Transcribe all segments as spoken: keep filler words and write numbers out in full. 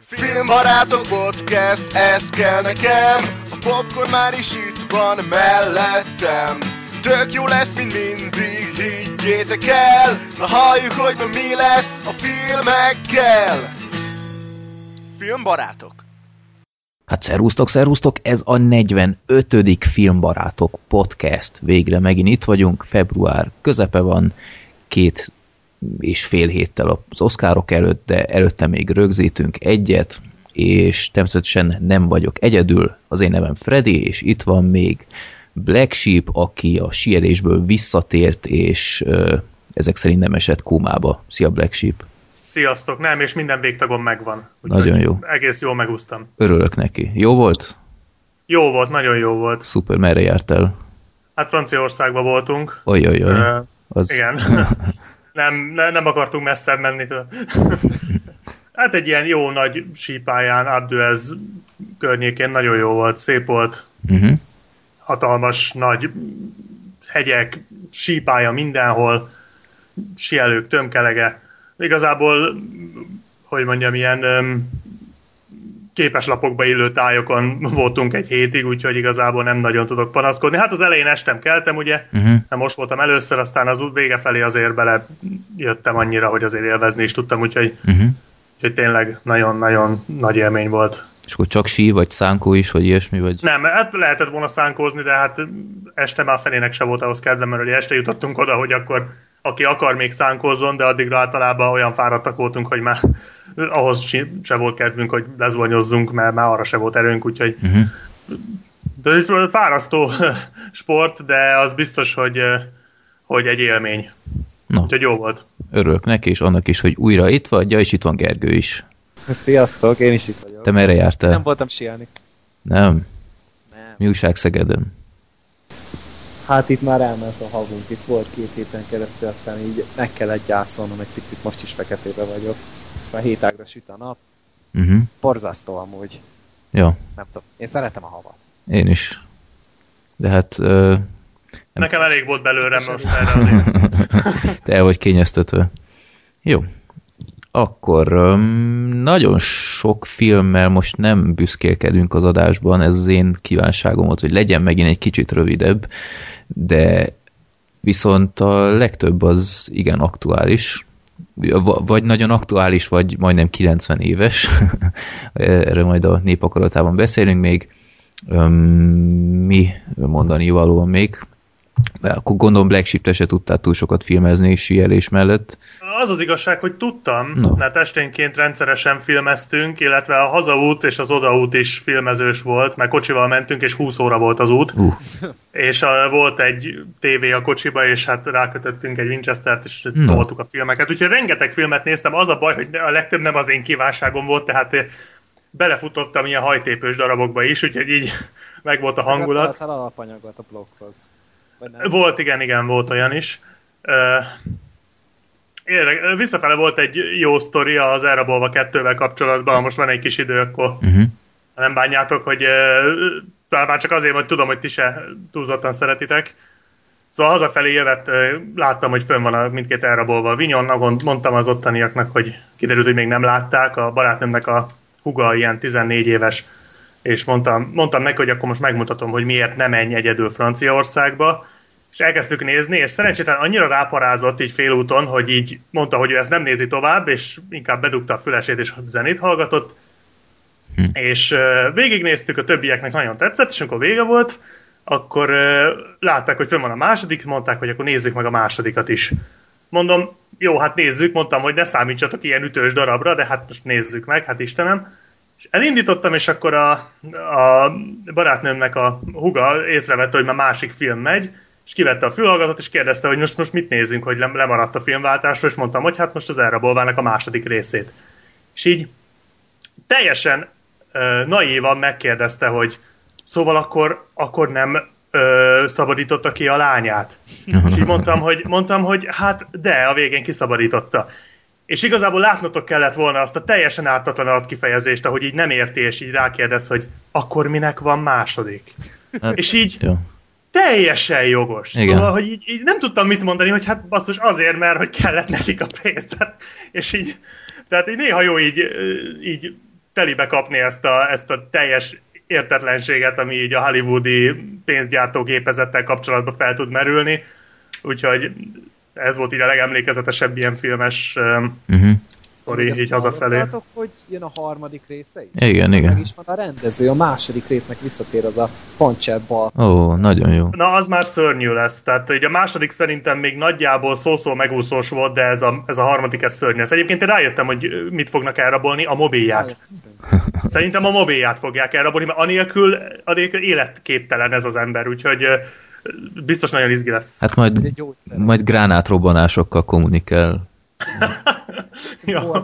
Filmbarátok podcast, ez kell nekem. A popcorn már is itt van mellettem. Tök jó lesz, mint mindig, higgyétek el. Na halljuk, hogy ma mi lesz a filmekkel. Filmbarátok. Hát szervusztok, szervusztok, ez a negyvenötödik Filmbarátok podcast. Végre megint itt vagyunk, február közepe van, két és fél héttel az Oscarok előtt, de előtte még rögzítünk egyet, és természetesen nem vagyok egyedül, az én nevem Freddy, és itt van még Black Sheep, aki a síelésből visszatért, és ö, ezek szerint nem esett kómába. Szia Black Sheep! Sziasztok, nem, és minden végtagom megvan. Nagyon jó. Egész jól megúsztam. Örülök neki. Jó volt? Jó volt, nagyon jó volt. Szuper, merre jártál? Hát Franciaországban voltunk. Ojjajjaj. Uh, az... Igen. nem, ne, nem akartunk messzebb menni. Hát egy ilyen jó nagy sípályán, Abduez környékén nagyon jó volt, szép volt. Uh-huh. Hatalmas, nagy hegyek, sípálya mindenhol, síelők tömkelege. Igazából, hogy mondjam, ilyen öm, képeslapokba illő tájokon voltunk egy hétig, úgyhogy igazából nem nagyon tudok panaszkodni. Hát az elején estem, keltem, ugye, uh-huh. nem most voltam először, aztán az vége felé azért bele jöttem annyira, hogy azért élvezni is tudtam, úgyhogy, uh-huh. úgyhogy tényleg nagyon-nagyon nagy élmény volt. És akkor csak sí, vagy szánkó is, vagy ilyesmi? Vagy... Nem, hát lehetett volna szánkózni, de hát este már felének se volt ahhoz kedvem, mert este jutottunk oda, hogy akkor aki akar, még szánkózzon, de addigra általában olyan fáradtak voltunk, hogy már ahhoz se volt kedvünk, hogy lezvonyozzunk, mert már arra se volt erőnk, úgyhogy uh-huh. de fárasztó sport, de az biztos, hogy, hogy egy élmény. No. Úgyhogy jó volt. Örülök neki, és annak is, hogy újra itt vagy, ja, és itt van Gergő is. Sziasztok, én is itt vagyok. Te merre jártál? Nem voltam síelni. Nem? Nem. Mi újság Szegeden? Hát itt már elment a havunk, itt volt két héten keresztül, aztán így meg kellett gyászolnom egy picit, most is feketébe vagyok. Már hét ágra süt a nap. Uh-huh. Borzasztó amúgy. Ja. Nem tudom, én szeretem a havat. Én is. De hát... Uh, Nekem elég volt belőle most erre azért. Te el vagy kényeztetve. Jó. Akkor um, nagyon sok filmmel most nem büszkélkedünk az adásban, ez az én kívánságom volt, hogy legyen megint egy kicsit rövidebb, de viszont a legtöbb az igen aktuális, vagy nagyon aktuális, vagy majdnem kilencven éves. Erről majd a népakaratában beszélünk még. Um, mi mondani valóan még? Akkor gondolom Black Sheep-te se tudtál túl sokat filmezni síelés mellett. Az az igazság, hogy tudtam, no. mert esténként rendszeresen filmeztünk, illetve a hazaút és az odaút is filmezős volt, mert kocsival mentünk, és húsz óra volt az út. Uh. És a, volt egy tévé a kocsiba, és hát rákötöttünk egy Winchestert, és no. toltuk a filmeket. Úgyhogy rengeteg filmet néztem, az a baj, hogy a legtöbb nem az én kívánságom volt, tehát belefutottam ilyen hajtépős darabokba is, úgyhogy így meg volt a hangulat. Megtaláltál alapanyagot a bloghoz. Volt, igen, igen, volt olyan is. Uh, visszafele volt egy jó sztori az Elrabolva kettővel kapcsolatban, most van egy kis idő, akkor uh-huh. nem bánjátok, hogy uh, már csak azért, hogy tudom, hogy ti se túlzottan szeretitek. Szóval hazafelé jövet, uh, láttam, hogy fönn van a mindkét Elrabolva a Vignon, mondtam az ottaniaknak, hogy kiderült, hogy még nem látták, a barátnőmnek a húga ilyen tizennégy éves, és mondtam, mondtam neki, hogy akkor most megmutatom, hogy miért nem menj egyedül Franciaországba, és elkezdtük nézni, és szerencsétlen annyira ráparázott így félúton, hogy így mondta, hogy ő ezt nem nézi tovább, és inkább bedugta a fülesét, és zenét hallgatott, hm. és uh, végignéztük, a többieknek nagyon tetszett, és amikor vége volt, akkor uh, látták, hogy fönn van a második, mondták, hogy akkor nézzük meg a másodikat is. Mondom, jó, hát nézzük, mondtam, hogy ne számítsatok ilyen ütős darabra, de hát most nézzük meg, hát Istenem. És elindítottam, és akkor a, a barátnőmnek a húga észrevette, hogy már másik film megy, és kivette a fülhallgatót, és kérdezte, hogy most, most mit nézünk, hogy lemaradt a filmváltásról, és mondtam, hogy hát most az Elrabolvának a második részét. És így teljesen uh, naívan megkérdezte, hogy szóval akkor, akkor nem uh, szabadította ki a lányát. És így mondtam, hogy, mondtam, hogy hát de, a végén kiszabadította. És igazából látnotok kellett volna azt a teljesen ártatlan arckifejezést, ahogy így nem érti, és így rákérdez, hogy akkor minek van második? Hát, és így jó. Teljesen jogos. Igen. Szóval, hogy így, így nem tudtam mit mondani, hogy hát basszus azért, mert hogy kellett nekik a pénzt. Tehát, és így, tehát így néha jó így, így telibe kapni ezt a, ezt a teljes értetlenséget, ami így a hollywoodi pénzgyártó gépezettel kapcsolatban fel tud merülni. Úgyhogy ez volt így a legemlékezetesebb ilyen filmes uh-huh. sztori így hazafelé. Hogy jön a harmadik része is? Igen, igen. Meg is van a rendező, a második résznek visszatér az a Poncher Bal. Ó, nagyon jó. Na, az már szörnyű lesz. Tehát ugye a második szerintem még nagyjából szó-szó megúszós volt, de ez a, ez a harmadik, ez szörnyű. Ez egyébként én rájöttem, hogy mit fognak elrabolni, a mobilját. Szerintem a mobilját fogják elrabolni, mert anélkül, anélkül életképtelen ez az ember, úgyhogy biztos nagyon izgi lesz. Hát majd, majd gránátrobbanásokkal kommunikál. Ja.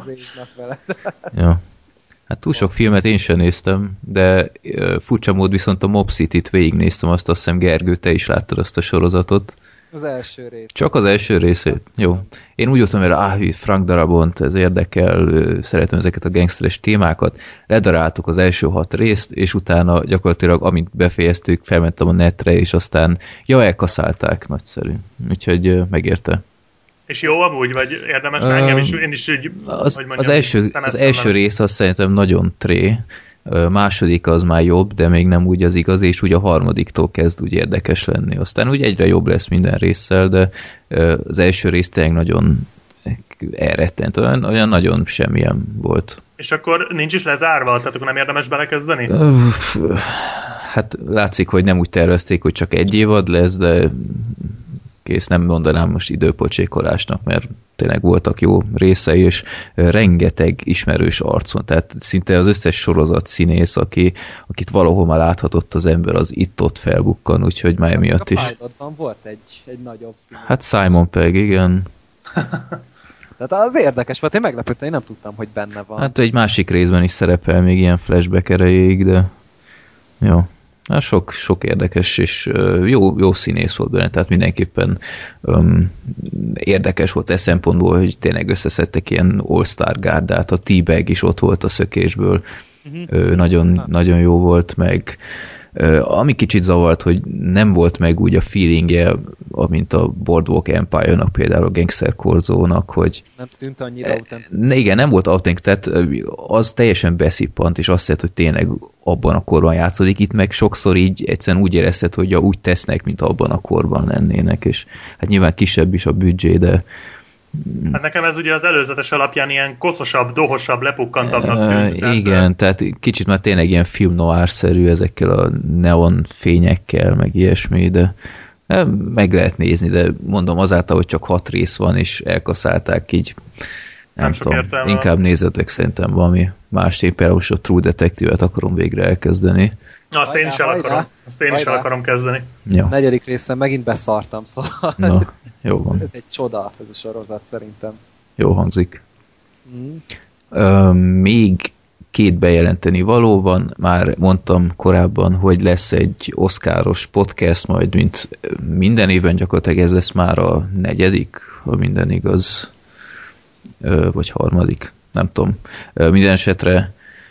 Ja. Hát túl sok filmet én sem néztem, de uh, furcsa mód viszont a Mob City-t végignéztem, azt azt hiszem, Gergő, te is láttad azt a sorozatot. Az első rész. Csak az első részét? Jó. Én úgy jöttem vele, ah, Frank Darabont, ez érdekel, szeretem ezeket a gangsteres témákat. Ledaráltuk az első hat részt, és utána gyakorlatilag, amint befejeztük, felmentem a netre, és aztán, ja, elkaszálták, nagyszerű. Úgyhogy megérte. És jó amúgy, vagy érdemes? Uh, engem is, én is úgy, az, hogy mondjam, az első, az első rész az szerintem nagyon tré, a második az már jobb, de még nem úgy az igaz, és úgy a harmadiktól kezd úgy érdekes lenni. Aztán úgy egyre jobb lesz minden résszel, de az első rész tényleg nagyon elrettent, olyan, olyan nagyon semmilyen volt. És akkor nincs is lezárva? Tehát akkor nem érdemes belekezdeni? Hát látszik, hogy nem úgy tervezték, hogy csak egy évad lesz, de kész, nem mondanám most időpocsékolásnak, mert tényleg voltak jó részei, és rengeteg ismerős arcon, tehát szinte az összes sorozat színész, aki, akit valahol már láthatott az ember, az itt-ott felbukkan, úgyhogy már emiatt is. A pilotban volt egy, egy nagyobb színész. Hát Simon Pegg, igen. Tehát az érdekes volt, én meglepődtem, én nem tudtam, hogy benne van. Hát egy másik részben is szerepel még ilyen flashback erejéig, de jó. Hát sok, sok érdekes és jó, jó színész volt benne, tehát mindenképpen um, érdekes volt e szempontból, hogy tényleg összeszedtek ilyen all-star gárdát, a T-Bag is ott volt a szökésből, uh-huh. nagyon, nagyon jó volt, meg ami kicsit zavart, hogy nem volt meg úgy a feelingje, amint a Boardwalk Empire-nak, például a Gangster Corzónak, hogy nem tűnt annyira autentikus. Igen, nem volt autentikus, tehát az teljesen beszippant, és azt jelenti, hogy tényleg abban a korban játszódik. Itt meg sokszor így egyszerűen úgy érezted, hogy ja, úgy tesznek, mint abban a korban lennének, és hát nyilván kisebb is a büdzsé, de hát nekem ez ugye az előzetes alapján ilyen koszosabb, dohosabb, lepukkantabbnak tűnt. Uh, igen, tehát... tehát kicsit már tényleg ilyen film noir-szerű ezekkel a neon fényekkel, meg ilyesmi, de meg lehet nézni, de mondom azáltal, hogy csak hat rész van, és elkaszálták így, nem, nem tudom, értelme. Inkább nézzetek szerintem valami más, én például most a True Detective-et akarom végre elkezdeni. Na, azt hajrá, én is el akarom, azt én is el akarom kezdeni. Ja. A negyedik részen megint beszartam, szóval Na, jó van. Ez egy csoda, ez a sorozat szerintem. Jó hangzik. Mm. Uh, még két bejelenteni való van, már mondtam korábban, hogy lesz egy oszkáros podcast, majd mint minden évben gyakorlatilag ez lesz már a negyedik, ha minden igaz, uh, vagy harmadik, nem tudom. Uh, minden esetre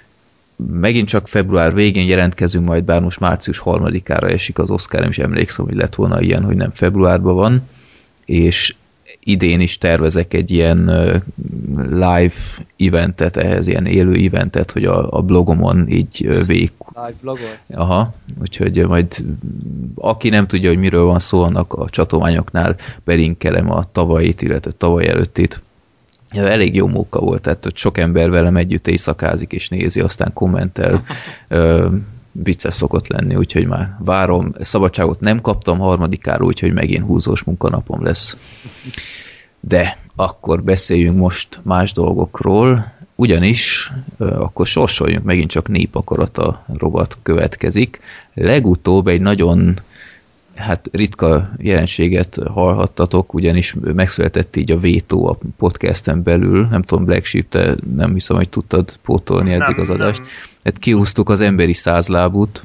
megint csak február végén jelentkezünk, majd bár most március harmadikára esik az Oscar, nem is emlékszem, hogy lett volna ilyen, hogy nem februárban van, és idén is tervezek egy ilyen live eventet, ehhez ilyen élő eventet, hogy a, a blogomon így végig... Live blogolsz? Aha, úgyhogy majd aki nem tudja, hogy miről van szó, annak a csatományoknál belinkelem a tavalyit, illetve tavaly előttit. Elég jó móka volt, tehát hogy sok ember velem együtt éjszakázik és nézi, aztán kommentel, ö, vicces szokott lenni, úgyhogy már várom. Szabadságot nem kaptam harmadikára, úgyhogy megint húzós munkanapom lesz. De akkor beszéljünk most más dolgokról, ugyanis ö, akkor sorsoljunk, megint csak népakarata rovat következik. Legutóbb egy nagyon hát ritka jelenséget hallhattatok, ugyanis megszületett így a vétó a podcasten belül, nem tudom, Black Sheep, te nem hiszem, hogy tudtad pótolni eddig az adást. Hát kihúztuk az emberi százlábút.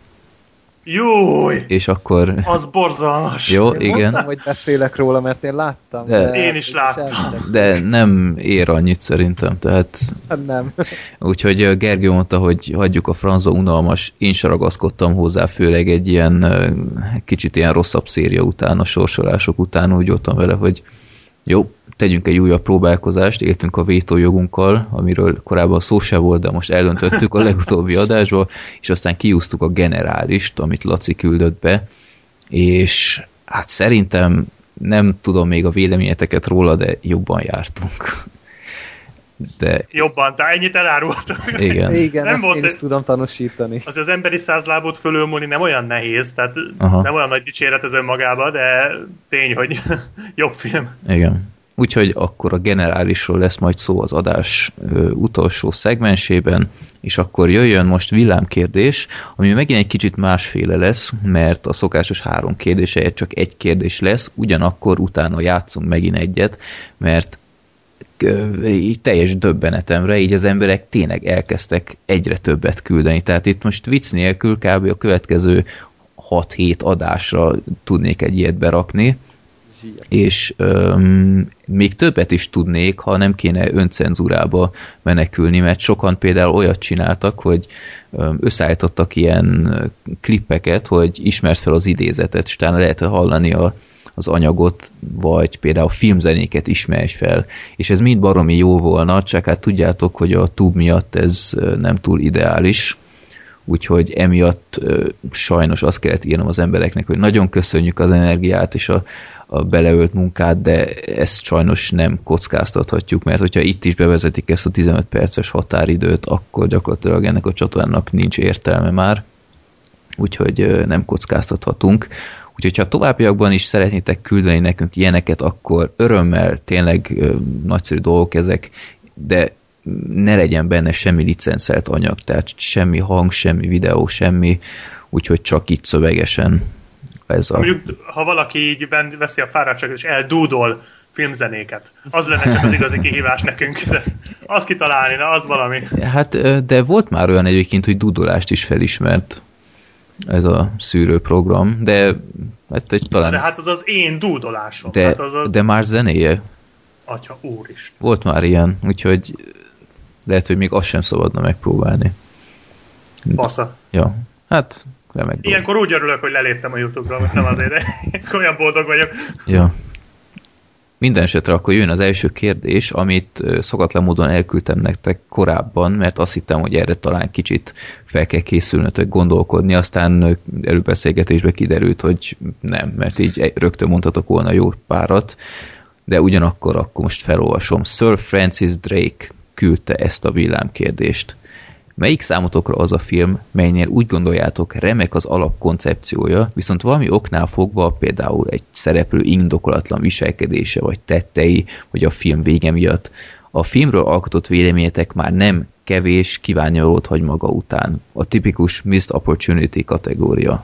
Júj! És akkor... Az borzalmas! Jó, én igen. mondtam, hogy beszélek róla, mert én láttam. De, de én is láttam. De nem ér annyit szerintem, tehát... Nem. Úgyhogy Gergő mondta, hogy hagyjuk a francba, unalmas, én se ragaszkodtam hozzá, főleg egy ilyen kicsit ilyen rosszabb széria után, a sorsolások után úgy voltam vele, hogy Jó, tegyünk egy újabb próbálkozást, éltünk a vétójogunkkal, amiről korábban szó se volt, de most eldöntöttük a legutóbbi adásból, és aztán kiúztuk a generálist, amit Laci küldött be, és hát szerintem nem tudom még a véleményeteket róla, de jobban jártunk. De... Jobban, de ennyit elárultam. Igen, Igen, nem ezt volt, én is tudom tanúsítani. Az az emberi százlábot fölülmúlni nem olyan nehéz, tehát aha, nem olyan nagy dicséret ez önmagában, de tény, hogy jobb film. Igen. Úgyhogy akkor a generálisról lesz majd szó az adás ö, utolsó szegmensében, és akkor jöjjön most villámkérdés, ami megint egy kicsit másféle lesz, mert a szokásos három kérdés helyett csak egy kérdés lesz, ugyanakkor utána játszunk megint egyet, mert ö, így teljes döbbenetemre így az emberek tényleg elkezdtek egyre többet küldeni. Tehát itt most vicc nélkül kb. A következő hat-hét adásra tudnék egy ilyet berakni, és öm, még többet is tudnék, ha nem kéne öncenzúrába menekülni, mert sokan például olyat csináltak, hogy öm, összeállítottak ilyen klippeket, hogy ismert fel az idézetet, és utána lehet hallani a, az anyagot, vagy például filmzenéket ismerj fel, és ez mind baromi jó volna, csak hát tudjátok, hogy a tube miatt ez nem túl ideális, úgyhogy emiatt ö, sajnos azt kellett írnom az embereknek, hogy nagyon köszönjük az energiát és a, a beleölt munkát, de ezt sajnos nem kockáztathatjuk, mert hogyha itt is bevezetik ezt a tizenöt perces határidőt, akkor gyakorlatilag ennek a csatornának nincs értelme már, úgyhogy ö, nem kockáztathatunk. Úgyhogy ha továbbiakban is szeretnétek küldeni nekünk ilyeneket, akkor örömmel, tényleg ö, nagyszerű dolgok ezek, de ne legyen benne semmi licenszelt anyag, tehát semmi hang, semmi videó, semmi, úgyhogy csak itt szövegesen ez a... Mondjuk, ha valaki így veszi a fáradtságot és eldúdol filmzenéket, az lenne csak az igazi kihívás nekünk. De azt kitalálni, na, az valami. Hát, de volt már olyan egyébként, hogy dudolást is felismert ez a szűrőprogram, de hát egy talán... De hát az az én dúdolásom. De, hát az az... de már zenéje. Atya, úristen. Volt már ilyen, úgyhogy lehet, hogy még azt sem szabadna megpróbálni. Fasza. Ja, hát remek dolog. Ilyenkor úgy örülök, hogy leléptem a YouTube-ra, nem azért, de olyan boldog vagyok. Ja. Minden esetre akkor jön az első kérdés, amit szokatlan módon elküldtem nektek korábban, mert azt hittem, hogy erre talán kicsit fel kell készülnötök gondolkodni, aztán előbeszélgetésbe kiderült, hogy nem, mert így rögtön mondhatok volna jó párat, de ugyanakkor akkor most felolvasom. Sir Francis Drake küldte ezt a villámkérdést. Melyik számotokra az a film, melynél úgy gondoljátok remek az alapkoncepciója, viszont valami oknál fogva például egy szereplő indokolatlan viselkedése, vagy tettei, vagy a film vége miatt a filmről alkotott véleményetek már nem kevés kívánnivalót hagy maga után. A tipikus missed opportunity kategória.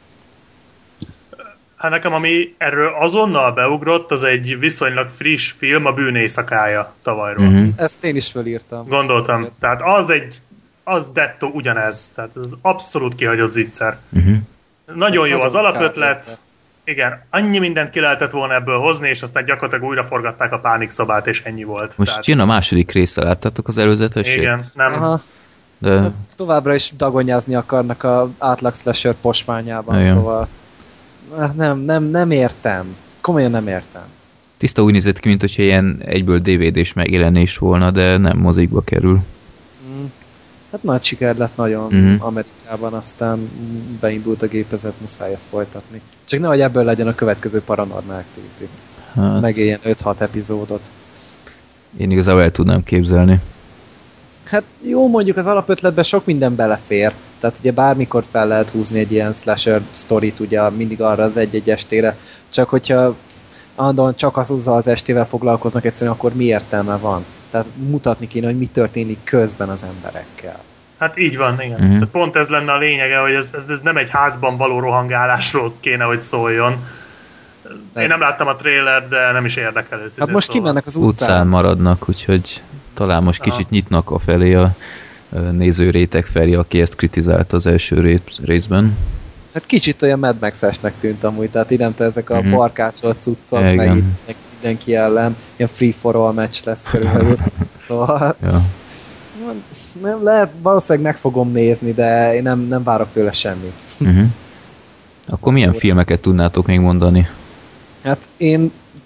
Hát nekem, ami erről azonnal beugrott, az egy viszonylag friss film, a Bűn éjszakája tavalyról. Uh-huh. Ezt én is fölírtam. Gondoltam. Tehát az egy, az dettó ugyanez. Tehát az abszolút kihagyott zicser. Uh-huh. Nagyon jó az alapötlet. Igen, annyi mindent ki lehetett volna ebből hozni, és aztán gyakorlatilag újra forgatták a Pánikszobát, és ennyi volt. Most Tehát... jön a második része, láttátok az előzetesét? Igen, nem. Aha. De... Hát továbbra is dagonyázni akarnak a átlag slasher posmányában, igen. Szóval nem, nem, nem értem. Komolyan nem értem. Tiszta úgy nézett ki, mint hogyha ilyen egyből dé vé dés megjelenés volna, de nem mozikba kerül. Mm. Hát nagy siker lett nagyon uh-huh. Amerikában, aztán beindult a gépezet, muszáj ezt folytatni. Csak nehogy ebből legyen a következő Paranormal Activity. Hát... Megéljen öt-hat epizódot. Én igazából el tudnám képzelni. Hát jó, mondjuk az alapötletben sok minden belefér. Tehát ugye bármikor fel lehet húzni egy ilyen slasher sztorit, ugye mindig arra az egy-egy estére. Csak hogyha andon csak azzal az estével foglalkoznak egyszerűen, akkor mi értelme van? Tehát mutatni kéne, hogy mi történik közben az emberekkel. Hát így van, igen. Uh-huh. Tehát pont ez lenne a lényege, hogy ez, ez, ez nem egy házban való rohangálásról kéne, hogy szóljon. De... Én nem láttam a trailer, de nem is érdekel őszintén. Hát most szóval. kimennek az utcán. Utcán maradnak, úgyhogy talán most kicsit Aha. nyitnak a felé a nézőréteg felé, aki ezt kritizálta az első részben. Hát kicsit olyan Mad Max-esnek tűnt amúgy, tehát idemte ezek a uh-huh. barkácsolt cuccok, ja, meg mindenki ellen, ilyen free-for-all meccs lesz körülbelül. Szóval ja. nem, lehet, valószínűleg meg fogom nézni, de én nem, nem várok tőle semmit. Uh-huh. Akkor milyen filmeket tudnátok még mondani? Hát én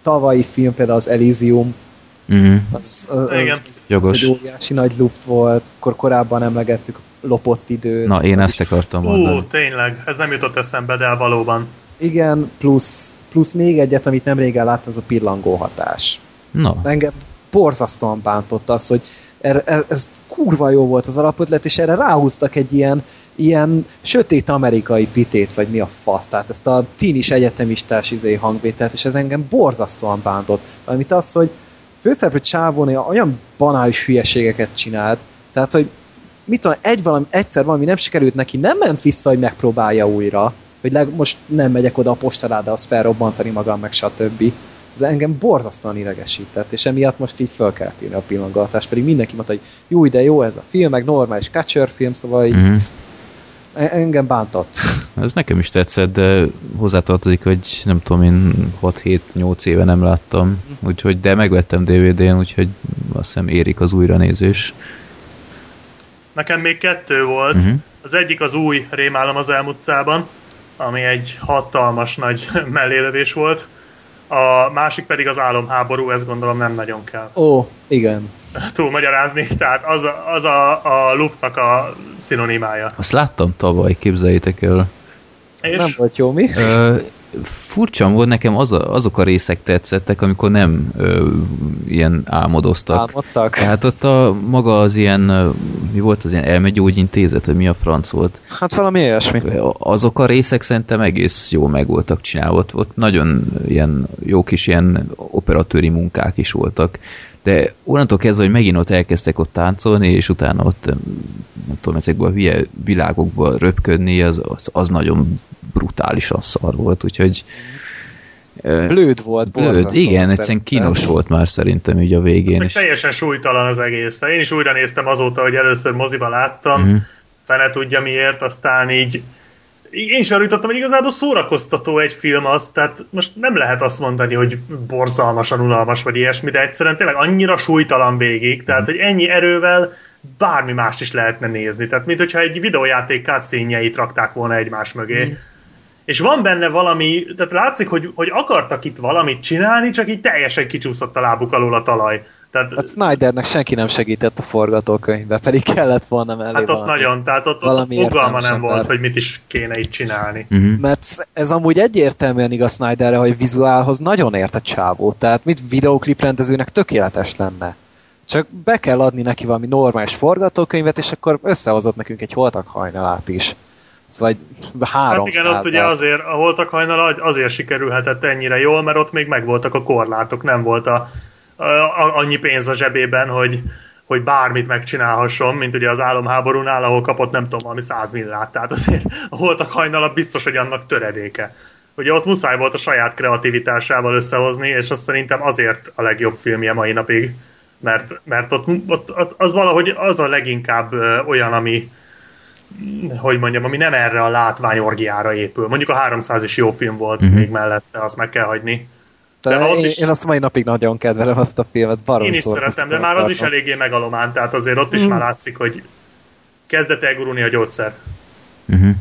tavalyi film például az Elysium, Mm. az, az, az, Igen. az egy óriási nagy luft volt, akkor korábban emlegettük Lopott időt. Na, én az ezt is... akartam mondani. Ú, tényleg, ez nem jutott eszembe, de valóban. Igen, plusz, plusz még egyet, amit nem régen láttam, az a pillangó hatás. Na. Engem borzasztóan bántott az, hogy er, ez, ez kurva jó volt az alapötlet, és erre ráhúztak egy ilyen, ilyen sötét amerikai pitét, vagy mi a fasz, tehát ezt a tínis egyetemistás izé hangvételt, és ez engem borzasztóan bántott. Valamint az, hogy főszereplő csávónél olyan banális hülyeségeket csinált, tehát, hogy mit tudom, egy valami, egyszer valami nem sikerült neki, nem ment vissza, hogy megpróbálja újra, hogy leg, most nem megyek oda a postaládához felrobbantani magam, meg stb. Ez engem borzasztóan idegesített, és emiatt most így fel kellett írni a pillangatást, pedig mindenki mondta, hogy jó, de jó ez a film, meg normális catcher film, szóval így mm. engem bántott. Ez nekem is tetszett, de hozzátartozik, hogy nem tudom, én hat-hét-nyolc éve nem láttam, úgyhogy, de megvettem dé vé dén, úgyhogy azt hiszem érik az újranézés. Nekem még kettő volt. Uh-huh. Az egyik az új Rémálom az elmúcában, ami egy hatalmas nagy mellélövés volt. A másik pedig az Álomháború, ezt gondolom nem nagyon kell. Ó, igen. Túlmagyarázni, tehát az a, az a, a luftnak a szinonimája. Azt láttam tavaly, képzeljétek el. És? Nem volt jó, mi? Ö, furcsan volt, nekem az a, azok a részek tetszettek, amikor nem ö, ilyen álmodoztak. Álmodtak? Tehát ott a maga az ilyen, mi volt az ilyen elmegyógyintézet, vagy mi a franc volt? Hát valami ilyesmi. Azok a részek szerintem egész jól meg voltak csinálva. Ott, ott nagyon ilyen jó kis ilyen operatőri munkák is voltak. De onnantól kezdve, hogy megint ott elkezdtek ott táncolni, és utána ott, nem tudom, ezekben a hülye világokban röpködni, az, az, az nagyon brutálisan szar volt, úgyhogy... Blőd volt, blőd, igen, egyszerűen kínos volt már szerintem így a végén. És... Teljesen súlytalan az egész. Én is újra néztem azóta, hogy először moziba láttam, mm. fene tudja miért, aztán így én is arra jutottam, hogy igazából szórakoztató egy film az, tehát most nem lehet azt mondani, hogy borzalmasan unalmas vagy ilyesmi, de egyszerűen tényleg annyira súlytalan végig, tehát hogy ennyi erővel bármi mást is lehetne nézni. Tehát mint hogyha egy videójáték cutscene-jeit rakták volna egymás mögé. Mm. És van benne valami, tehát látszik, hogy, hogy akartak itt valamit csinálni, csak így teljesen kicsúszott a lábuk alól a talaj. Tehát, a Snydernek senki nem segített a forgatókönyvbe, pedig kellett volna mellé hát ott valami, nagyon, tehát ott, ott a fogalma nem volt, ember. Hogy mit is kéne itt csinálni. Uh-huh. Mert ez amúgy egyértelműen igaz Snyderre, hogy vizuálhoz nagyon ért a csávó, tehát mit videókliprendezőnek tökéletes lenne. Csak be kell adni neki valami normális forgatókönyvet, és akkor összehozott nekünk egy Holtak hajnalát is. Vagy három Hát igen, ott ugye azért a Holtak hajnala azért sikerülhetett ennyire jól, mert ott még megvoltak a korlátok, nem volt a, a, a, annyi pénz a zsebében, hogy, hogy bármit megcsinálhasson, mint ugye az Álomháborúnál, ahol kapott nem tudom, valami száz millát. Tehát azért a Holtak hajnala biztos, hogy annak töredéke. Ugye ott muszáj volt a saját kreativitásával összehozni, és azt szerintem azért a legjobb filmje mai napig, mert, mert ott, ott az, az valahogy az a leginkább olyan, ami hogy mondjam, ami nem erre a látványorgiára épül. Mondjuk a háromszáz is jó film volt, mm-hmm. még mellette, azt meg kell hagyni. De de én, is, én azt mai napig nagyon kedvelem azt a filmet, barom Én is szeretem, de már az is eléggé megalomán, tehát azért ott is mm. már látszik, hogy kezdett elgurulni a gyógyszer. Mm-hmm.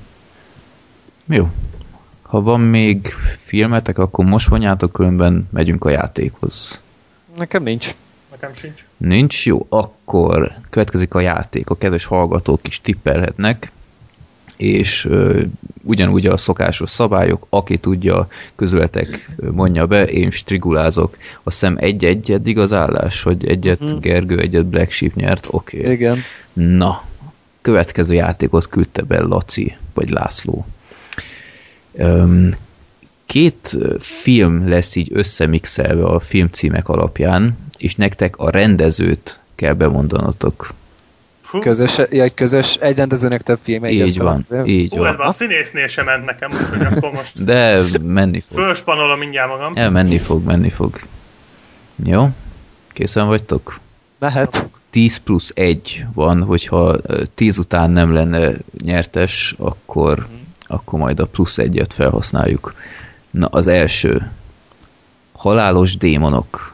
Jó. Ha van még filmetek, akkor most vonjátok, különben megyünk a játékhoz. Nekem nincs. Nekem sincs. Nincs? Jó, akkor következik a játék. A kedves hallgatók is tippelhetnek, és ö, ugyanúgy a szokásos szabályok, aki tudja, közületek mondja be, én strigulázok. Azt hiszem egy-egy eddig az állás, hogy egyet hmm. Gergő, egyet Black Sheep nyert. Oké. Okay. Igen. Na, következő játékhoz küldte be Laci, vagy László. Öm, két film lesz így összemixelve a filmcímek alapján, és nektek a rendezőt kell bemondanatok. Közös, egy közös, egy rendezőnek több film, egy így van, így Hú, van. ez már a színésznél sem ment nekem, úgyhogy akkor most... De menni fog. Fölspanolom mindjárt magam. El, menni fog, menni fog. Jó? Készen vagytok? Mehet. tíz plusz egy van, hogyha tíz után nem lenne nyertes, akkor, mm. akkor majd a plusz egyet felhasználjuk. Na, az első. Halálos démonok.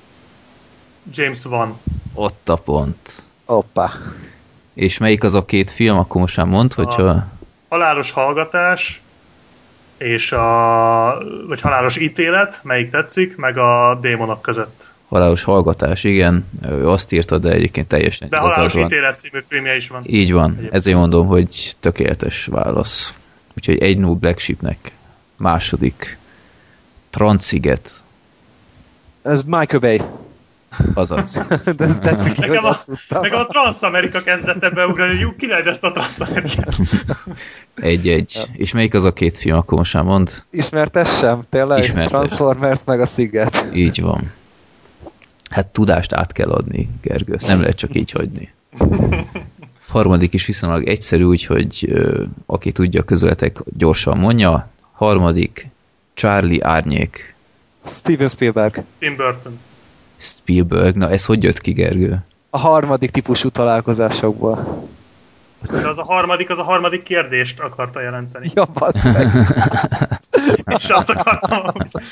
James Wan. Ott a pont. Hoppá. És melyik az a két film? Akkor most már mondd, hogyha... A halálos hallgatás és a vagy Halálos ítélet, melyik tetszik, meg a Démonok között. Halálos hallgatás, igen. Ő azt írta, de egyébként teljesen de Halálos ítélet című filmje is van. Így van. Egyébként. Ezért mondom, hogy tökéletes válasz. Úgyhogy egy null Black Sheepnek. Második. Transiget. Ez Michael Bay. Azaz. De ez tetszik ki, nekem hogy a, azt tudtam. nekem a Transz-Amerika kezdett ebbe ugrani, hogy ki lehet ezt a Transz-Amerikát. Egy-egy. Ja. És melyik az a két film, akkor most már mond? Ismertessem, tényleg? Ismertes. Transformers meg a Sziget. Így van. Hát tudást át kell adni, Gergő. Ezt nem lehet csak így hagyni. Harmadik is viszonylag egyszerű, úgyhogy ö, aki tudja közületek gyorsan mondja. Harmadik, Charlie Árnyék. Steven Spielberg. Tim Burton. Spielberg, na ez hogy jött ki, Gergő? A harmadik típusú találkozásokból. De az a harmadik, az a harmadik kérdést akarta jelenteni. Ja, bassz meg. És azt akartam.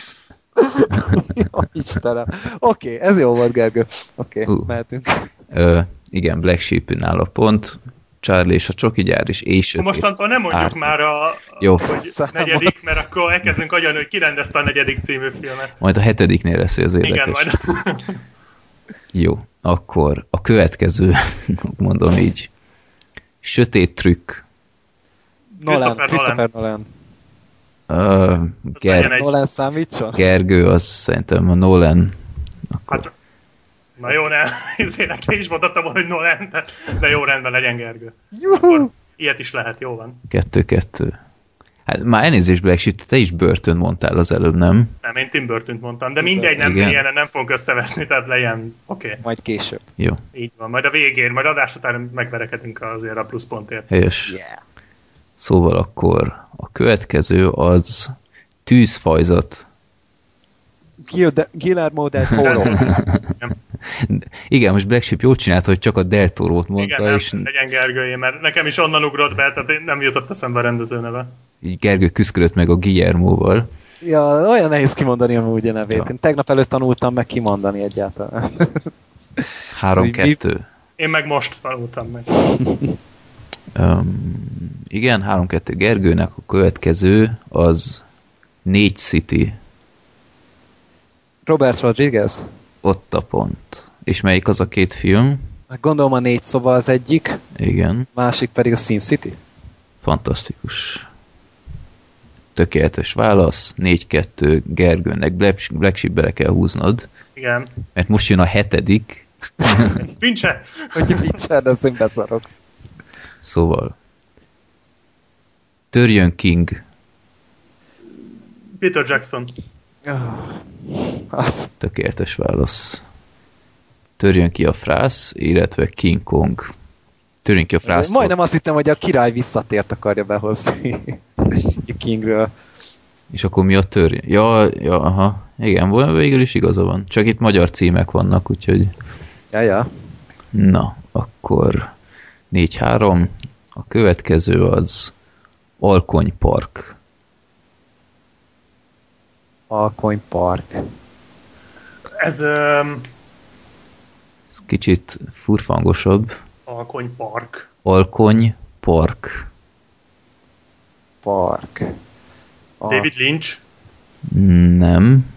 Jó, Istenem. Oké, okay, ez jó volt, Gergő. Oké, okay, uh. mehetünk. Ö, igen, Black Sheep-nál a pont. Charlie és a csoki gyár is, és mostantól nem mondjuk ár... már a, jó. hogy negyedik, mert akkor elkezdünk agyalni, hogy ki rendezte a negyedik című filmet. Majd a hetediknél lesz az érdekes. Igen, majd. Jó, akkor a következő, mondom így. Sötét trükk. Nolan. Christopher Nolan. Uh, Ger- Nolan számítson? Gergő, az szerintem a Nolan. Akkor... Hát, na jó, ne, ezért ne is mondhattam volna, hogy Nolan, de, de jó, rendben legyen, Gergő. Juhu! Ilyet is lehet, jó van. Kettő-kettő. Hát már elnézést, Black Sheep, te is Burton mondtál az előbb, nem? Nem, én Tim Burtont mondtam, de mindegy, nem, ilyen, nem fogunk összeveszni, tehát legyen, oké. Okay. Majd később. Jó. Így van, majd a végén, majd adás után megverekedünk azért a pluszpontért. Helyes. Yeah. Szóval akkor a következő az Tűzfajzat. Guillermo del Toro. Igen, most Black Sheep jól csinálta, hogy csak a Del Torót mondta. Igen, nem, és... legyen Gergőjé, mert nekem is onnan ugrott be, tehát nem jutott eszembe a rendező neve. Így Gergő küszködött meg a Guillermóval. Ja, olyan nehéz kimondani amúgy a nevét. Ja. Én tegnap előtt tanultam meg kimondani egyáltalán. Három-kettő. Én meg most tanultam meg. Um, igen, három-kettő Gergőnek, a következő az Négy City. Robert Rodriguez. Ott a pont. És melyik az a két film? Gondolom a Négy szoba az egyik. Igen. Másik pedig a Sin City. Fantasztikus. Tökéletes válasz. Négy-kettő Gergőnek. Black, Black Sheep bele kell húznod. Igen. Mert most jön a hetedik. Pincse! Hogy pincse, de én beszarok. Szóval. Törjön King. Peter Jackson. Az. Tökéletes válasz. Törjön ki a frász, illetve King Kong. Törjön ki a frász. Majdnem azt hittem, hogy a király visszatért akarja behozni a Kingről. És akkor mi a törjön? Ja, ja, aha. Igen, végül is igaza van. Csak itt magyar címek vannak, úgyhogy... Ja, ja. Na, akkor négy-három. A következő az Alkony Park. Alkony Park. Ez... Um... Ez kicsit furfangosabb. Alkony Park. Alkony Park. Park. A... David Lynch? Nem.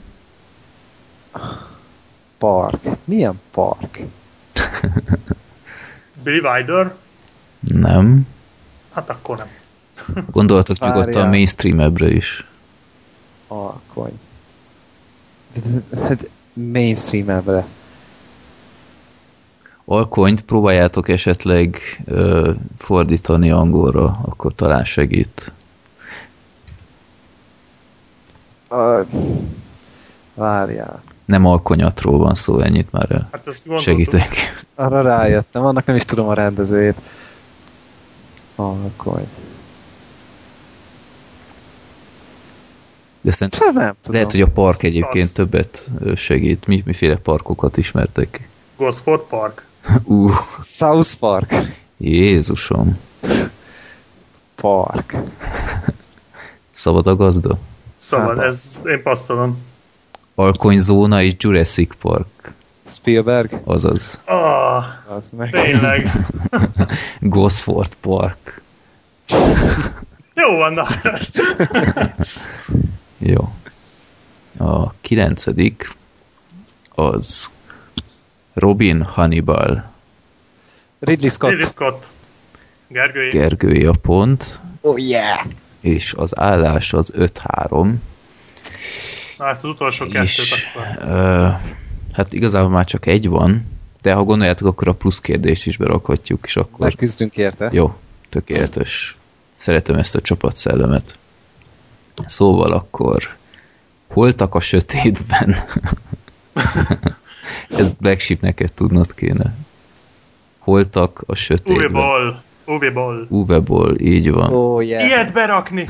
Park. Milyen park? Billy Wilder? Nem. Hát akkor nem. Gondoltok nyugodtan mainstream-ebbre is. Alkony. Mainstream-ebbre. Alkonyt próbáljátok esetleg ö, fordítani angolra, akkor talán segít. Uh, várjál. Nem alkonyatról van szó, ennyit már el. Hát segítek. Arra rájöttem, annak nem is tudom a rendezőjét. Alkony. De szerintem nem tudom. Lehet, hogy a park egyébként az... többet segít. Mi, miféle parkokat ismertek? Gosford Park. uh. South Park. Jézusom. Park. Szabad a gazda? Szabad, hát, ez én passzolom. Alkonyzóna és Jurassic Park. Spielberg? Azaz. Ah, az meg. Tényleg. Gosford Park. Jó van, na. Jó. A kilencedik az Robin Hannibal. Ridley Scott. Ridley Scott. Gergői. Gergői a pont. Oh yeah! És az állás az öt három. Na, ezt az utolsó kettőt és, akkor. Uh, hát igazából már csak egy van, de ha gondoljátok, akkor a plusz kérdést is berakhatjuk, és akkor... Megküzdünk érte. Jó, tökéletes. Szeretem ezt a csapatszellemet. Szóval akkor holtak a sötétben. Ezt Black Sheep neked tudnod kéne. Holtak a sötétben. Uwe Boll. Uwe Boll. Uwe Boll, így van. Oh, yeah. Ilyet berakni!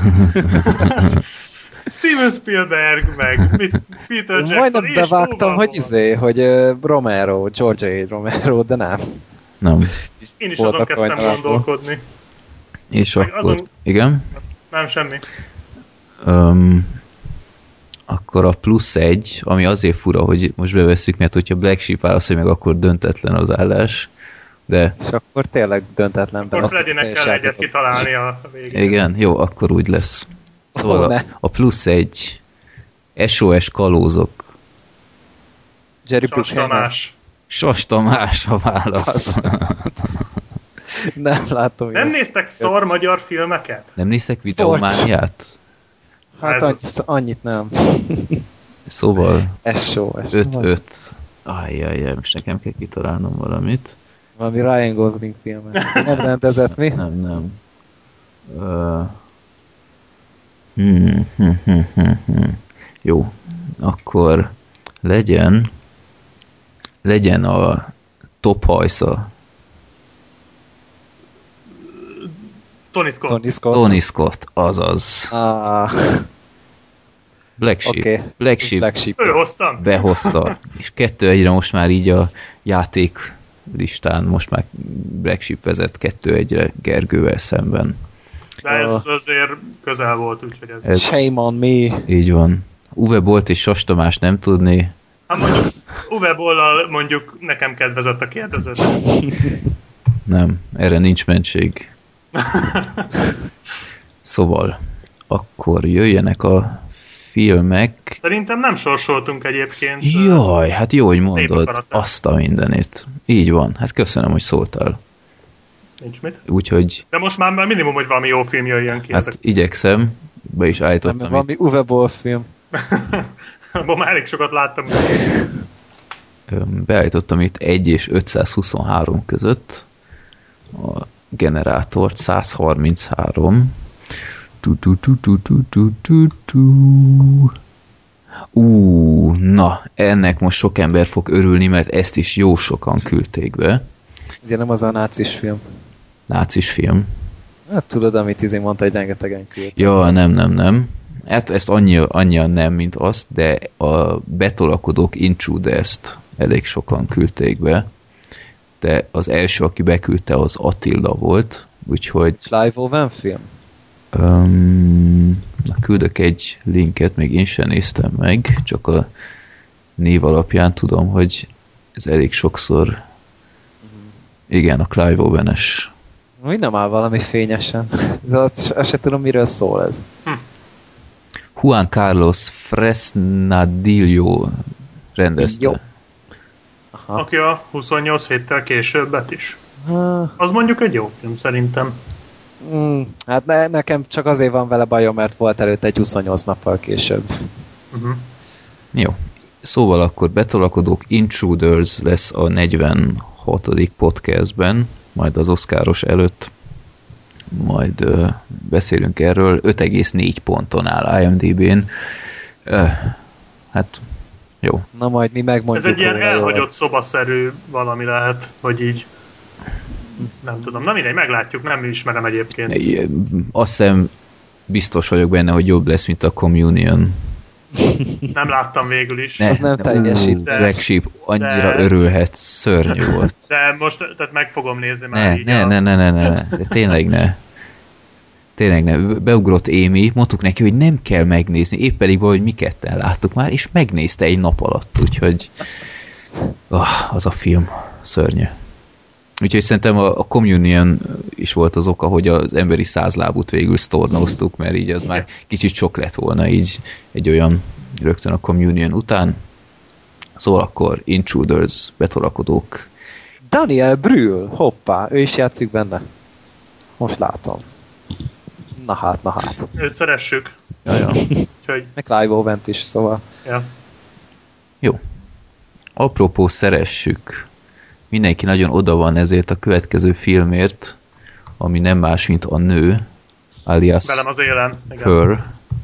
Steven Spielberg, meg Peter Jackson. Majdnem bevágtam, hogy izé, hogy uh, Romero, George A. Romero, de nem. Nem. Én is azon kezdtem gondolkodni. És meg akkor... Azon... Igen? Nem, semmi. Um, akkor a plusz egy, ami azért fura, hogy most bevesszük, mert hogyha Black Sheep válaszolja meg, akkor döntetlen az állás. De... És akkor tényleg döntetlenben. Akkor Freddynek kell egyet kitalálni a végén. Igen, jó, akkor úgy lesz. Szóval oh, a, a plusz egy es o es kalózok. Jerry Sas Tamás. Sas Tamás a válasz. Nem látom. Nem néztek szar magyar filmeket? Nem néztek Videomániát? Hát annyit, annyit nem. Szóval es o es. öt öt. Ajjajjaj, most nekem kell kitalálnom valamit. Valami Ryan Gosling filmet. Nem rendezett mi? Nem, nem. Uh, hmm, hmm, hmm, hmm, hmm. Jó, akkor legyen legyen a top hajsza. Tony Scott. Tony Scott. Tony Scott, azaz. Ah. Black Sheep. Okay. Black Sheep. Black Sheep. Fölhoztam. Behozta. És kettő egyre most már így a játék listán most már Black Sheep vezet kettő egyre Gergővel szemben. De ez uh, azért közel volt, úgyhogy ez... ez... Shame on me. Így van. Uwe Bolt és Sas Tamás nem tudni. Hát mondjuk Uwe Bollal mondjuk nekem kedvezett a kérdező. Nem, erre nincs mentség. Szóval, akkor jöjjenek a filmek. Szerintem nem sorsoltunk egyébként. Jaj, hát jó, hogy mondod. Azt a mindenét. Így van, hát köszönöm, hogy szóltál. Nincs mit. Úgyhogy... De most már minimum, hogy valami jó film jöjjön ki. Hát ezek. igyekszem, be is állítottam. Nem, valami Uwe Boll film. Abban már elég sokat láttam. Beállítottam itt egy és ötszázhuszonhárom között a generátort, száz harminchárom. Tu, tu, tu, tu, tu, tu, tu, tu. Ú, na, ennek most sok ember fog örülni, mert ezt is jó sokan küldték be. Ugye nem az a nácis film. Nácis film. Hát tudod, amit izé mondta, hogy rengetegen küldték. Ja, nem, nem, nem. Hát ezt annyi, annyian nem, mint azt, de a betolakodók Intruder-t elég sokan küldték be. De az első, aki beküldte, az Attila volt, úgyhogy... Clive Owen film? Um, na, küldök egy linket, még én sem néztem meg, csak a név alapján tudom, hogy ez elég sokszor... Mm. Igen, a Clive Owen-es. Úgy nem áll valami fényesen. Azt, azt se tudom, miről szól ez. Hm. Juan Carlos Fresnadillo rendezte. Jó. Aha. Aki a huszonnyolc héttel későbbet is. Ha. Az mondjuk egy jó film, szerintem. Mm, hát ne, nekem csak azért van vele bajom, mert volt előtt egy huszonnyolc nappal később. Uh-huh. Jó. Szóval akkor betolakodók Intruders lesz a negyvenhatodik podcastben, majd az Oscaros előtt majd uh, beszélünk erről. öt egész négy ponton áll IMDb-n. Uh, hát jó. Na majd mi megmondjuk. Ez egy ilyen elhagyott szobaszerű valami lehet, hogy így nem tudom. Na mindegy, meglátjuk, nem ismerem egyébként. Azt hiszem biztos vagyok benne, hogy jobb lesz, mint a Communion. Nem láttam végül is. Ne, nem teljesít. Black Sheep annyira de, örülhet, szörnyű volt. De most, tehát meg fogom nézni már ne, így. Ne, a... ne, ne, ne, ne, ne, tényleg ne. Tényleg ne. Beugrott Amy, mondtuk neki, hogy nem kell megnézni, épp pedig valahogy mi ketten láttuk már, és megnézte egy nap alatt, úgyhogy oh, az a film szörnyű. Úgyhogy szerintem a, a Communion is volt az oka, hogy az emberi százlábút végül sztornoztuk, mert így az már kicsit sok lett volna így egy olyan rögtön a Communion után. Szóval akkor Intruders, betolakodók. Daniel Brühl, hoppá, ő is játszik benne. Most látom. Na hát, na hát. Őt szeressük. Jaja. Úgyhogy... Meg Clive Owen-t is, szóval. Ja. Jó. Apropó szeressük. Mindenki nagyon oda van ezért a következő filmért, ami nem más, mint A nő, alias Velem az élen. Her.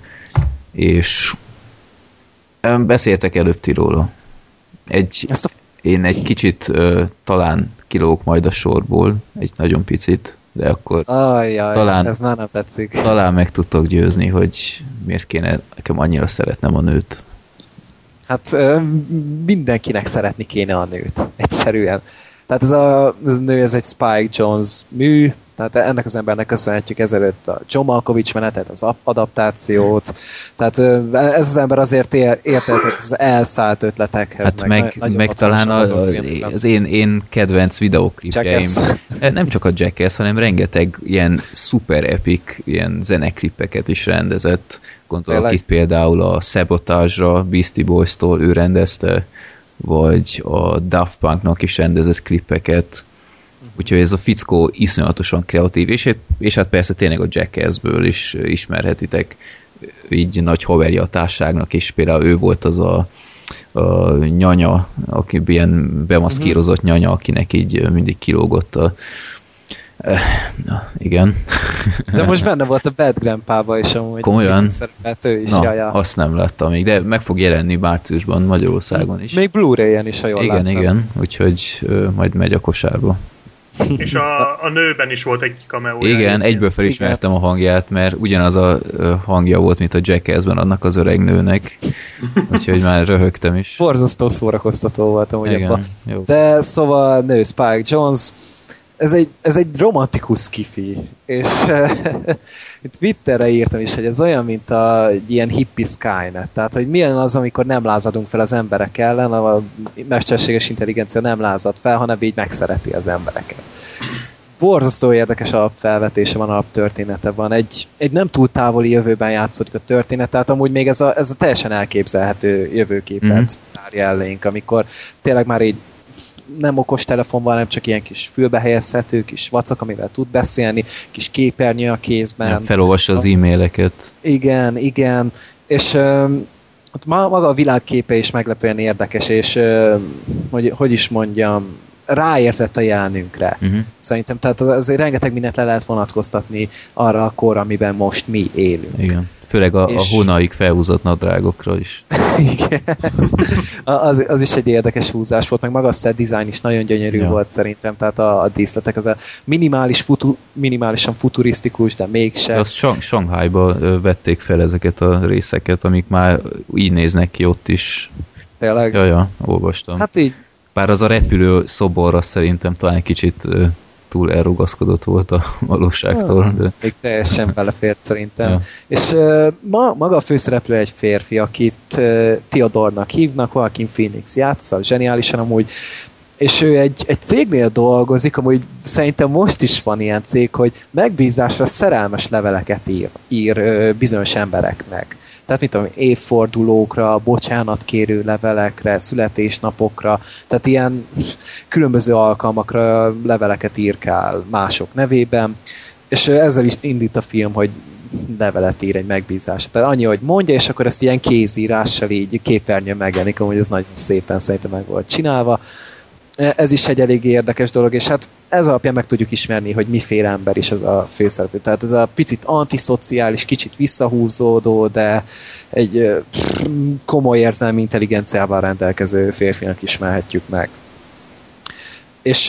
És beszéltek előbb ti róla. Egy, a... Én egy kicsit uh, talán kilógok majd a sorból, egy nagyon picit, de akkor Ajjaj, talán, ez már nem tetszik. Talán meg tudtok győzni, hogy miért kéne nekem annyira szeretnem a nőt. Hát mindenkinek szeretni kéne a nőt, egyszerűen. Tehát ez a, ez a nő, ez egy Spike Jonze mű, tehát ennek az embernek köszönhetjük ezelőtt a John Malkovich menetet, az adaptációt, tehát ez az ember azért ér, érte ezek az elszállt ötletekhez. Hát meg, meg, meg talán az, az én, én kedvenc videóklipjeim, nem csak a Jackass, hanem rengeteg ilyen super epic, ilyen zeneklippeket is rendezett. Gondolok itt például a Sabotage-ra, Beastie Boys-tól ő rendezte, vagy a Daft Punknak is rendezett klippeket. Úgyhogy ez a fickó iszonyatosan kreatív, és, és hát persze tényleg a Jackassből is ismerhetitek így nagy haverja a társágnak, és például ő volt az a, a nyanya, aki ilyen bemaszkírozott uh-huh. nyanya, akinek így mindig kilógott a Na, igen. De most benne volt a Bad Grandpa-ba is amúgy. Komolyan? Ő is, Na, jaja. azt nem láttam még, de meg fog jelenni márciusban Magyarországon is. Még Blu-ray-en is, ha jól igen, láttam. Igen, úgyhogy ö, majd megy a kosárba. És a, a nőben is volt egy cameo. Igen, egyből felismertem igen. a hangját, mert ugyanaz a hangja volt, mint a Jackassben annak az öreg nőnek. Úgyhogy már röhögtem is. Borzasztó szórakoztató voltam, ugye. Igen, de szóval nő Spike Jonze, ez egy, ez egy romantikus skifi, és itt Twitterre írtam is, hogy ez olyan, mint a, egy ilyen hippie Skynet. Tehát, hogy milyen az, amikor nem lázadunk fel az emberek ellen, a mesterséges intelligencia nem lázad fel, hanem így megszereti az embereket. Borzasztó érdekes alapfelvetése van, alaptörténete van. Egy, egy nem túl távoli jövőben játszódik a történet, tehát amúgy még ez a, ez a teljesen elképzelhető jövőképet mm-hmm. tárja elénk, amikor tényleg már így nem okos telefon van, hanem csak ilyen kis fülbe helyezhető, kis vacak, amivel tud beszélni, kis képernyő a kézben. Ja, felolvassa az e-maileket. Igen, igen. És uh, maga a világképe is meglepően érdekes, és uh, hogy, hogy is mondjam, ráérzett a jelenünkre. Uh-huh. Szerintem, tehát azért rengeteg mindent le lehet vonatkoztatni arra a korra, amiben most mi élünk. Igen. Főleg a, és... a hónaig felhúzott nadrágokra is. Igen. az, az is egy érdekes húzás volt, meg maga a set design is nagyon gyönyörű ja. volt szerintem, tehát a, a díszletek az a minimális futu, minimálisan futurisztikus, de mégsem. Azt Shang- Shanghai-ba vették fel ezeket a részeket, amik már így néznek ki ott is. Tényleg? Ja, ja, olvastam. Hát így. Bár az a repülő szoborra szerintem talán kicsit túl elrugaszkodott volt a valóságtól. De... Még teljesen belefért szerintem. Ja. És uh, ma, maga a főszereplő egy férfi, akit uh, Theodore-nak hívnak, Joaquin Phoenix játsza, zseniálisan amúgy, és ő egy, egy cégnél dolgozik, amúgy szerintem most is van ilyen cég, hogy megbízásra szerelmes leveleket ír, ír uh, bizonyos embereknek. Tehát mit tudom, évfordulókra, bocsánatkérő levelekre, születésnapokra, tehát ilyen különböző alkalmakra leveleket írkál mások nevében, és ezzel is indít a film, hogy levelet ír egy megbízásra. Tehát annyi, hogy mondja, és akkor ezt ilyen kézírással így képernyőn megjelenik, amúgy ez nagyon szépen szerintem meg volt csinálva. Ez is egy elég érdekes dolog, és hát ez alapján meg tudjuk ismerni, hogy miféle ember is ez a főszereplő. Tehát ez a picit antiszociális, kicsit visszahúzódó, de egy komoly érzelmi intelligenciával rendelkező férfinak ismerhetjük meg. És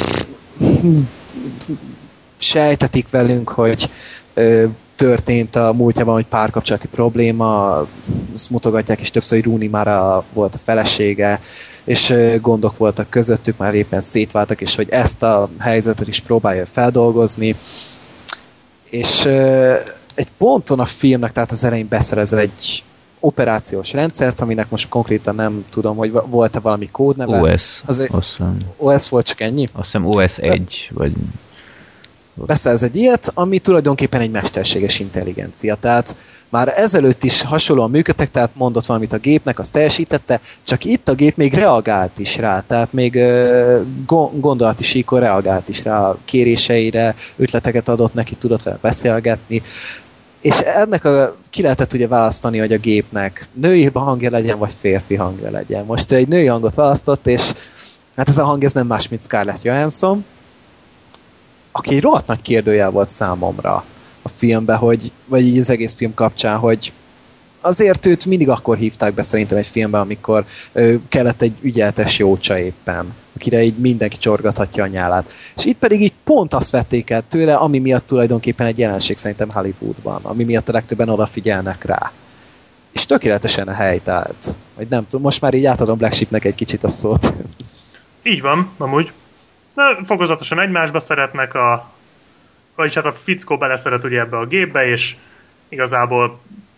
sejtetik velünk, hogy történt a múltjában, hogy párkapcsolati probléma, azt mutogatják is többször, hogy Rooney Mara volt a felesége, és gondok voltak közöttük, már éppen szétváltak, és hogy ezt a helyzetet is próbálja feldolgozni. És egy ponton a filmnek, tehát az elején beszerez egy operációs rendszert, aminek most konkrétan nem tudom, hogy volt-e valami kódneve. o es. Az Aztán... o es volt csak ennyi? Azt hiszem o es egy, vagy... Beszerz egy ilyet, ami tulajdonképpen egy mesterséges intelligencia. Tehát már ezelőtt is hasonlóan működtek, tehát mondott valamit a gépnek, azt teljesítette, csak itt a gép még reagált is rá, tehát még gondolati síkon reagált is rá a kéréseire, ötleteket adott neki, tudott vele beszélgetni, és ennek a, ki lehetett ugye választani, hogy a gépnek női hangja legyen, vagy férfi hangja legyen. Most egy női hangot választott, és hát ez a hang ez nem más, mint Scarlett Johansson, aki egy rohadt nagy kérdőjel volt számomra a filmben, hogy, vagy így az egész film kapcsán, hogy azért őt mindig akkor hívták be szerintem egy filmben, amikor ö, kellett egy ügyeltes jócsa éppen, akire így mindenki csorgathatja a nyálát. És itt pedig így pont azt vették el tőle, ami miatt tulajdonképpen egy jelenség szerintem Hollywoodban, ami miatt a legtöbben odafigyelnek rá. És tökéletesen a helyt állt. Vagy nem tudom, most már így átadom Black Sheepnek egy kicsit a szót. Így van, amúgy. Na, fokozatosan egymásba szeretnek, a, vagyis hát a fickó beleszeret ugye ebbe a gépbe, és igazából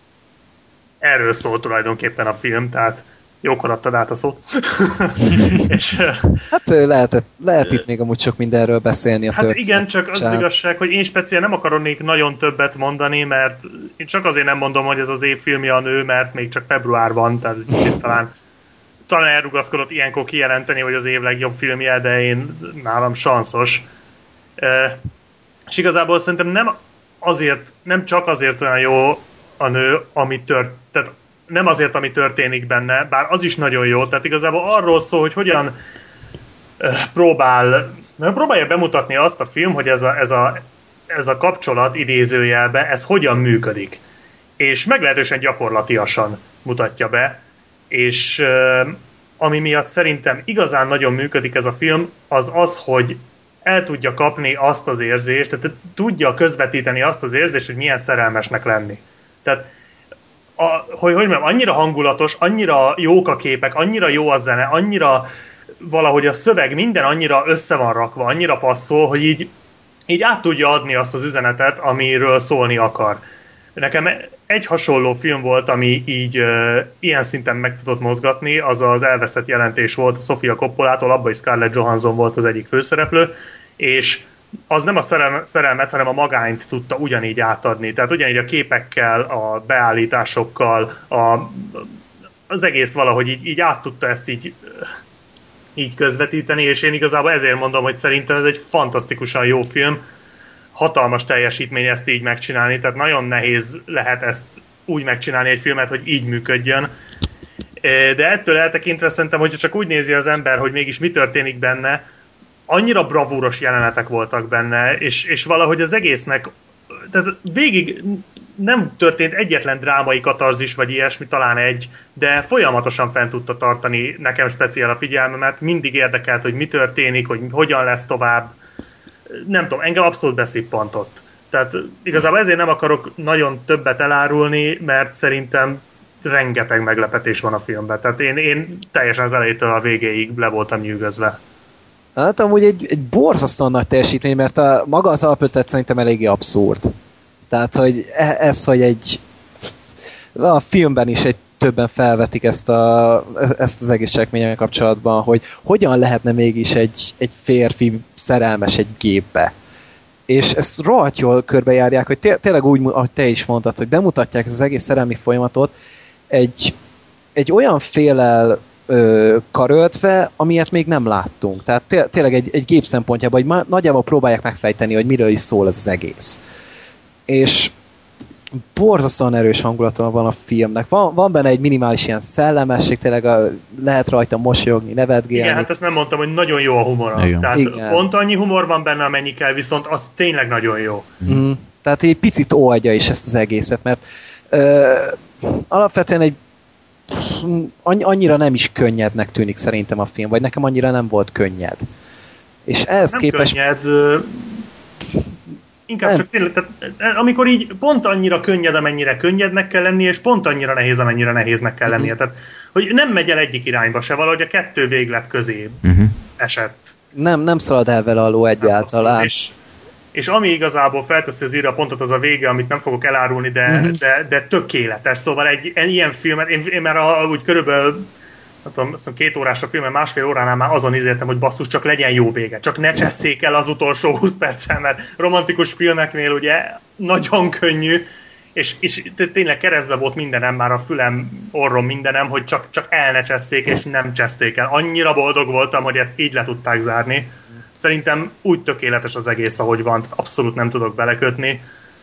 erről szól tulajdonképpen a film, tehát jókor adtad át a szót. és, hát lehetett, lehet itt még amúgy sok mindenről beszélni a hát történet. Igen, csak az, az igazság, hogy én speciál nem akarok nagyon többet mondani, mert én csak azért nem mondom, hogy ez az év filmje a nő, mert még csak február van, tehát talán talán elrugaszkodott ilyenkor kijelenteni, hogy az év legjobb filmje, de én nálam sanszos. E, és igazából szerintem nem azért, nem csak azért olyan jó a nő, ami tört, tehát nem azért, ami történik benne, bár az is nagyon jó, tehát igazából arról szól, hogy hogyan e, próbál, próbálja bemutatni azt a film, hogy ez a, ez a, ez a kapcsolat idézőjelbe, ez hogyan működik. És meglehetősen gyakorlatiasan mutatja be, és uh, ami miatt szerintem igazán nagyon működik ez a film, az az, hogy el tudja kapni azt az érzést, tehát tudja közvetíteni azt az érzést, hogy milyen szerelmesnek lenni. Tehát, a, hogy, hogy mondjam, annyira hangulatos, annyira jók a képek, annyira jó a zene, annyira valahogy a szöveg minden annyira össze van rakva, annyira passzol, hogy így, így át tudja adni azt az üzenetet, amiről szólni akar. Nekem egy hasonló film volt, ami így uh, ilyen szinten meg tudott mozgatni, az az Elveszett jelentés volt Sofia Coppolától, abban is Scarlett Johansson volt az egyik főszereplő, és az nem a szerelmet, szerelmet, hanem a magányt tudta ugyanígy átadni. Tehát ugyanígy a képekkel, a beállításokkal, a, az egész valahogy így, így át tudta ezt így, így közvetíteni, és én igazából ezért mondom, hogy szerintem ez egy fantasztikusan jó film, hatalmas teljesítmény ezt így megcsinálni, tehát nagyon nehéz lehet ezt úgy megcsinálni egy filmet, hogy így működjön. De ettől eltekintve szerintem, hogyha csak úgy nézi az ember, hogy mégis mi történik benne, annyira bravúros jelenetek voltak benne, és, és valahogy az egésznek, tehát végig nem történt egyetlen drámai katarzis, vagy ilyesmi, talán egy, de folyamatosan fent tudta tartani nekem speciál a figyelmemet, mindig érdekelt, hogy mi történik, hogy hogyan lesz tovább. Nem tudom, engem abszolút beszippantott. Tehát igazából ezért nem akarok nagyon többet elárulni, mert szerintem rengeteg meglepetés van a filmben. Tehát én, én teljesen az elejétől a végéig le voltam nyűgözve. Hát amúgy egy, egy borzasztóan nagy teljesítmény, mert a, maga az alapötlet szerintem eléggé abszurd. Tehát, hogy ez, hogy egy a filmben is egy többen felvetik ezt, a, ezt az egész cselekménnyel kapcsolatban, hogy hogyan lehetne mégis egy, egy férfi szerelmes egy gépbe. És ezt rohadt jól körbejárják, hogy té- tényleg úgy, ahogy te is mondtad, hogy bemutatják az egész szerelmi folyamatot egy, egy olyan féllel ö, karöltve, amilyet még nem láttunk. Tehát té- tényleg egy, egy gép szempontjában, hogy ma- nagyjából próbálják megfejteni, hogy miről is szól ez az egész. És borzasztóan erős hangulata van a filmnek. Van, van benne egy minimális ilyen szellemesség, tényleg a, lehet rajta mosolyogni, nevetgélni. Igen, hát ezt nem mondtam, hogy nagyon jó a humora. Igen. Tehát igen. Pont annyi humor van benne, amennyi kell, viszont az tényleg nagyon jó. Mm. Tehát egy picit oldja is ezt az egészet, mert ö, alapvetően egy annyira nem is könnyednek tűnik szerintem a film, vagy nekem annyira nem volt könnyed. És ehhez nem képest... könnyed... Inkább nem. Csak tényleg, tehát, amikor így pont annyira könnyed, amennyire könnyednek kell lennie, és pont annyira nehéz, amennyire nehéznek kell lennie. Uh-huh. Tehát, hogy nem megy el egyik irányba se, valahogy a kettő véglet közé uh-huh. esett. Nem, nem szalad el vele a ló egyáltalán. És, és ami igazából felteszi az írja pontot, az a vége, amit nem fogok elárulni, de, mm-hmm. de, de tökéletes. Szóval egy, egy ilyen filmet, én, én már a, úgy körülbelül nem tudom, azt mondom, két órás a film, másfél óránál már azon izéltem, hogy basszus, csak legyen jó vége. Csak ne csesszék el az utolsó húsz perccel, mert romantikus filmeknél ugye nagyon könnyű, és, és tényleg keresztbe volt mindenem, már a fülem, orrom mindenem, hogy csak, csak el ne csesszék, és nem cseszték el. Annyira boldog voltam, hogy ezt így le tudták zárni. Szerintem úgy tökéletes az egész, ahogy van, abszolút nem tudok belekötni.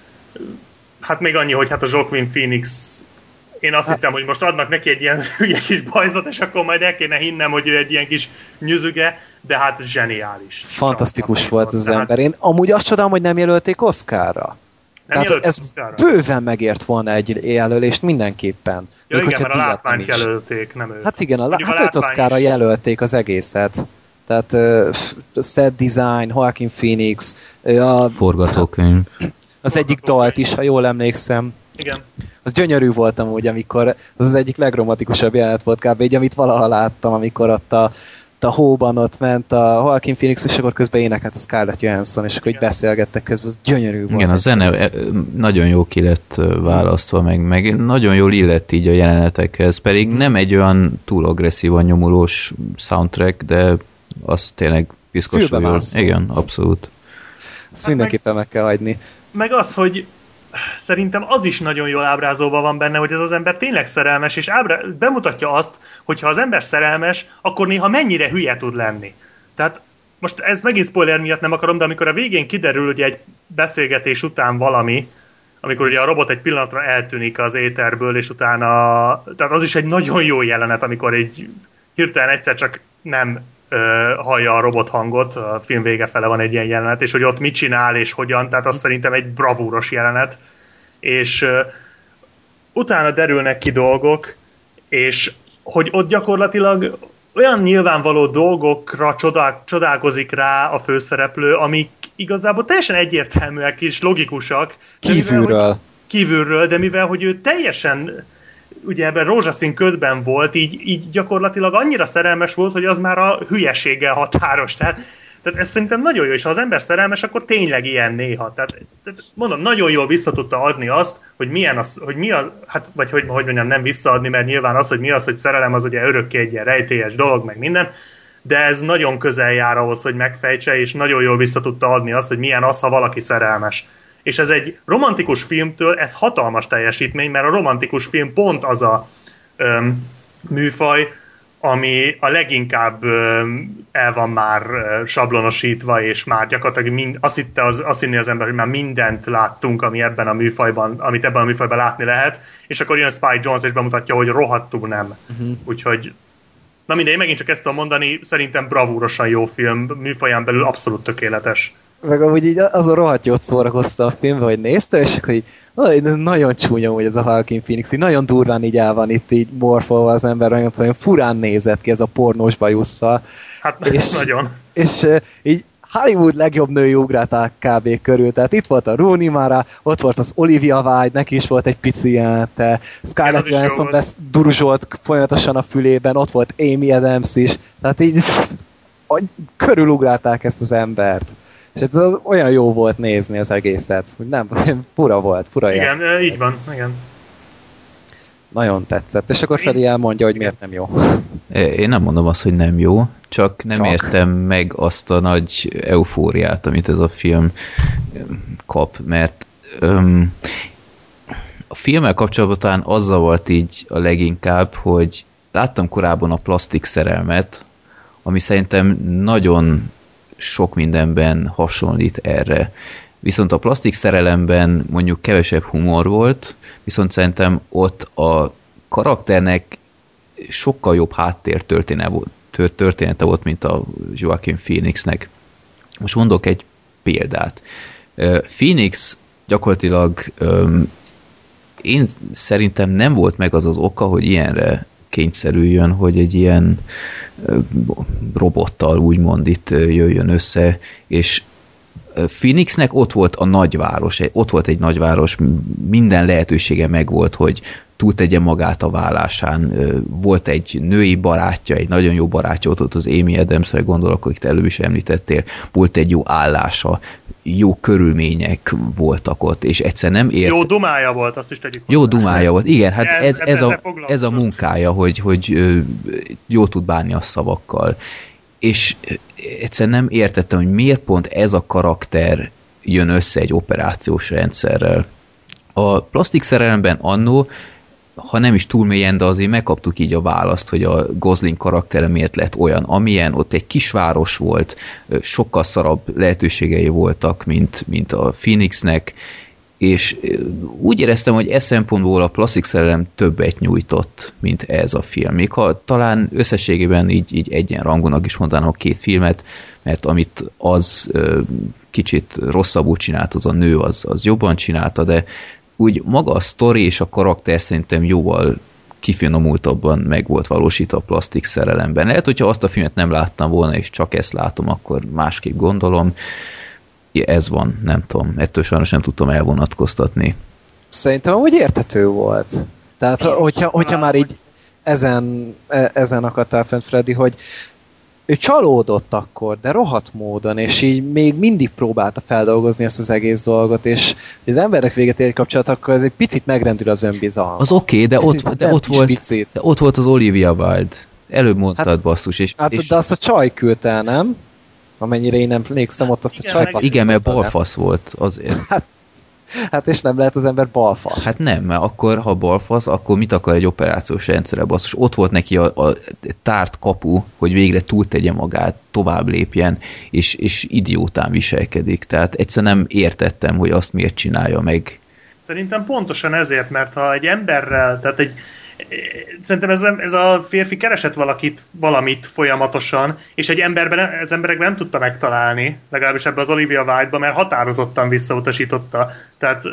Hát még annyi, hogy hát a Joaquin Phoenix, én azt hát, hittem, hogy most adnak neki egy ilyen hülye kis bajzot, és akkor majd el kéne hinnem, hogy ő egy ilyen kis nyüzüge, de hát zseniális. Fantasztikus volt az ember. Én amúgy azt csodálom, hogy nem jelölték Oscarra. Nem Tehát ez Oscarra. Bőven megért volna egy jelölést mindenképpen. Ja, még igen, mert a látványt jelölték, nem őt. Hát igen, a, hát a öt Oscarra is jelölték az egészet. Tehát uh, set design, Joaquin Phoenix, a forgatókönyv. Az egyik dalt is, ha jól emlékszem. Igen. Az gyönyörű volt amúgy, amikor az az egyik legromantikusabb jelenet volt kb. Így, amit valaha láttam, amikor ott a, a hóban ott ment a Joaquin Phoenix, és akkor közben énekelt a Scarlett Johansson, és akkor így beszélgettek közben, az gyönyörű volt. Igen, a zene nagyon jó ki lett választva, meg, meg nagyon jól illett így a jelenetekhez, pedig nem egy olyan túl agresszívan nyomulós soundtrack, de az tényleg piszkosul jól. Igen, abszolút. Ezt hát mindenképpen meg, meg kell hagyni. Meg az, hogy szerintem az is nagyon jól ábrázolva van benne, hogy ez az ember tényleg szerelmes, és ábra... bemutatja azt, hogy ha az ember szerelmes, akkor néha mennyire hülye tud lenni. Tehát most ez megint spoiler miatt nem akarom, de amikor a végén kiderül, hogy egy beszélgetés után valami, amikor ugye a robot egy pillanatra eltűnik az éterből, és utána, tehát az is egy nagyon jó jelenet, amikor egy hirtelen egyszer csak nem uh, hallja a robot hangot, a film vége fele van egy ilyen jelenet, és hogy ott mit csinál, és hogyan, tehát az szerintem egy bravúros jelenet, és uh, utána derülnek ki dolgok, és hogy ott gyakorlatilag olyan nyilvánvaló dolgokra csodál, csodálkozik rá a főszereplő, amik igazából teljesen egyértelműek és logikusak. Kívülről. Mivel, hogy, kívülről, de mivel, hogy ő teljesen ugye ebben rózsaszín ködben volt, így, így gyakorlatilag annyira szerelmes volt, hogy az már a hülyeséggel határos. Tehát, tehát ez szerintem nagyon jó, és ha az ember szerelmes, akkor tényleg ilyen néha. Tehát, tehát mondom, nagyon jól vissza tudta adni azt, hogy milyen az, hogy mi a, hát, vagy hogy, hogy mondjam, nem visszaadni, mert nyilván az, hogy mi az, hogy szerelem, az ugye örökké egy ilyen rejtélyes dolog, meg minden, de ez nagyon közel jár ahhoz, hogy megfejtse, és nagyon jól vissza tudta adni azt, hogy milyen az, ha valaki szerelmes. És ez egy romantikus filmtől, ez hatalmas teljesítmény, mert a romantikus film pont az a öm, műfaj, ami a leginkább öm, el van már öm, sablonosítva, és már gyakorlatilag mind, azt hitte az, azt hinni az ember, hogy már mindent láttunk, ami ebben a műfajban, amit ebben a műfajban látni lehet, és akkor jön Spike Jonze és bemutatja, hogy rohadtul nem. Uh-huh. Úgyhogy na mindegy, megint csak ezt tudom mondani, szerintem bravúrosan jó film, műfaján belül abszolút tökéletes. Meg amúgy így azon rohadt jót szórakozta a filmben, hogy nézte, és akkor így nagyon csúnya, hogy ez a Joaquin Phoenix, így nagyon durván így el van itt így morfolva az ember, nagyon, nagyon furán nézett ki ez a pornós bajusszal. Hát és, nagyon. És így Hollywood legjobb női ugrálták kb. Körül, tehát itt volt a Rooney Mara, ott volt az Olivia Wilde, neki is volt egy pici jelente, Scarlett Johansson duruzsolt folyamatosan a fülében, ott volt Amy Adams is, tehát így körülugrálták ezt az embert. És ez olyan jó volt nézni az egészet, hogy nem, fura volt, fura igen, jel. Így van, igen. Nagyon tetszett, és akkor Freddy elmondja, hogy miért nem jó. Én nem mondom azt, hogy nem jó, csak nem csak. értem meg azt a nagy eufóriát, amit ez a film kap, mert öm, a filmmel kapcsolatban azzal volt így a leginkább, hogy láttam korábban a Plastik szerelmet, ami szerintem nagyon sok mindenben hasonlít erre. Viszont a Plastik szerelemben mondjuk kevesebb humor volt, viszont szerintem ott a karakternek sokkal jobb háttér története volt, mint a Joaquin Phoenixnek. Most mondok egy példát. Phoenix gyakorlatilag én szerintem nem volt meg az az oka, hogy ilyenre kényszerüljön, hogy egy ilyen robottal úgymond itt jöjjön össze, és Phoenixnek ott volt a nagyváros, ott volt egy nagyváros, minden lehetősége megvolt, hogy túltegye magát a vállásán. Volt egy női barátja, egy nagyon jó barátja, ott, ott az Amy Adamsre gondolok, akit előbb is említettél, volt egy jó állása, jó körülmények voltak ott, és egyszer nem ért... Jó dumája volt, azt is tegyük. Jó dumája volt, igen, hát ez, ez, ez, a, ez a munkája, hogy, hogy jó tud bánni a szavakkal. És egyszer nem értettem, hogy miért pont ez a karakter jön össze egy operációs rendszerrel. A Plastic Szerelemben annó, ha nem is túl mélyen, de azért megkaptuk így a választ, hogy a Gosling karaktere miért lett olyan, amilyen, ott egy kisváros volt, sokkal szarabb lehetőségei voltak, mint, mint a Phoenixnek, és úgy éreztem, hogy e szempontból a Plastic Szerelem többet nyújtott, mint ez a film. Még ha talán összességében így, így egyenrangúnak is mondanám a két filmet, mert amit az kicsit rosszabbul csinált, az a nő, az, az jobban csinálta, de úgy maga a sztori és a karakter szerintem jóval kifinomultabban meg volt valósítva a Plastic Szerelemben. Lehet, hogyha azt a filmet nem láttam volna, és csak ezt látom, akkor másképp gondolom. Ez van, nem tudom. Ettől sajnos nem tudtam elvonatkoztatni. Szerintem amúgy érthető volt. Tehát, hogyha, hogyha már így ezen, ezen akadtál fent, Freddy, hogy ő csalódott akkor, de rohadt módon, és így még mindig próbálta feldolgozni ezt az egész dolgot, és hogy az emberek véget ér kapcsolat, akkor ez egy picit megrendül az önbizalma. Az oké, okay, de, ott, de, ott volt, de ott volt az Olivia Wilde. Előbb mondtad, hát, basszus. És, hát, és... de azt a csaj küldte el, nem? Amennyire én nem emlékszem, ott azt a csajpat. Igen, mert balfasz volt azért. Hát, hát és nem lehet az ember balfasz. Hát nem, mert akkor, ha balfasz, akkor mit akar egy operációs rendszerre, basszus? Ott volt neki a, a tárt kapu, hogy végre túltegye magát, tovább lépjen, és, és idiótán viselkedik. Tehát egyszer nem értettem, hogy azt miért csinálja meg. Szerintem pontosan ezért, mert ha egy emberrel, tehát egy szerintem ez, ez a férfi keresett valakit, valamit folyamatosan, és egy emberben, az emberekben nem tudta megtalálni, legalábbis ebben az Olivia Wilde-ban, mert határozottan visszautasította. Tehát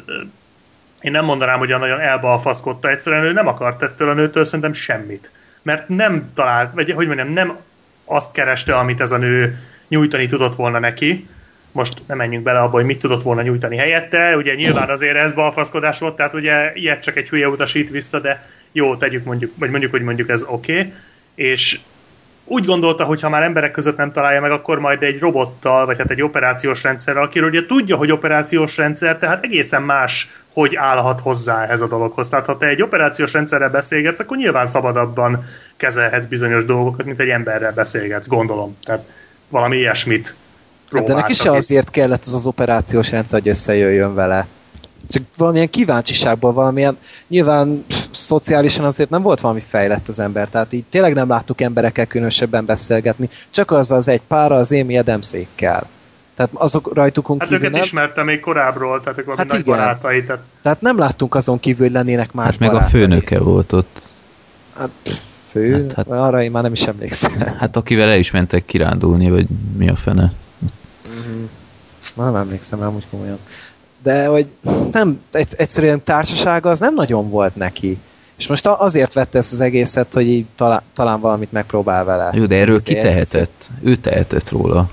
én nem mondanám, hogy nagyon elbalfaszkodta, egyszerűen ő nem akart ettől a nőtől szerintem semmit. Mert nem talált, vagy hogy mondjam, nem azt kereste, amit ez a nő nyújtani tudott volna neki. Most nem menjünk bele abba, hogy mit tudott volna nyújtani helyette, ugye nyilván azért ez balfaszkodás volt, tehát ugye ilyet csak egy hülye utasít vissza, de jó, tegyük mondjuk, vagy mondjuk, hogy mondjuk ez oké, okay. És úgy gondolta, hogy ha már emberek között nem találja meg, akkor majd egy robottal, vagy hát egy operációs rendszerrel, akiről ugye tudja, hogy operációs rendszer, tehát egészen más, hogy állhat hozzá ehhez a dologhoz. Tehát ha te egy operációs rendszerrel beszélgetsz, akkor nyilván szabadabban kezelhetsz bizonyos dolgokat, mint egy emberrel beszélgetsz, gondolom. Tehát valami ilyesmit hát de neki se azért kellett az az operációs rendszer, hogy összejöjjön vele. Csak valamilyen kíváncsiságból, valamilyen, nyilván pff, szociálisan azért nem volt valami fejlett az ember, tehát így tényleg nem láttuk emberekkel különösebben beszélgetni, csak az az egy pára az Amy Adamsékkel. Tehát azok rajtukon hát kívül őket nem... ismertem még korábbról, tehát ők valami hát nagy igen. barátai. Tehát... tehát nem láttunk azon kívül, hogy lennének más hát meg barátai. A főnöke volt ott. Hát fő? Hát, hát, arra én már nem is emlékszem. Hát akivel el is mentek kirándulni, vagy mi a fene. Mm-hmm. Már nem emlékszem, amúgy komolyan. De hogy nem, egyszerűen társasága az nem nagyon volt neki. És most azért vette ezt az egészet, hogy így talán, talán valamit megpróbál vele. Jó, de erről ki tehetett? Ő tehetett róla.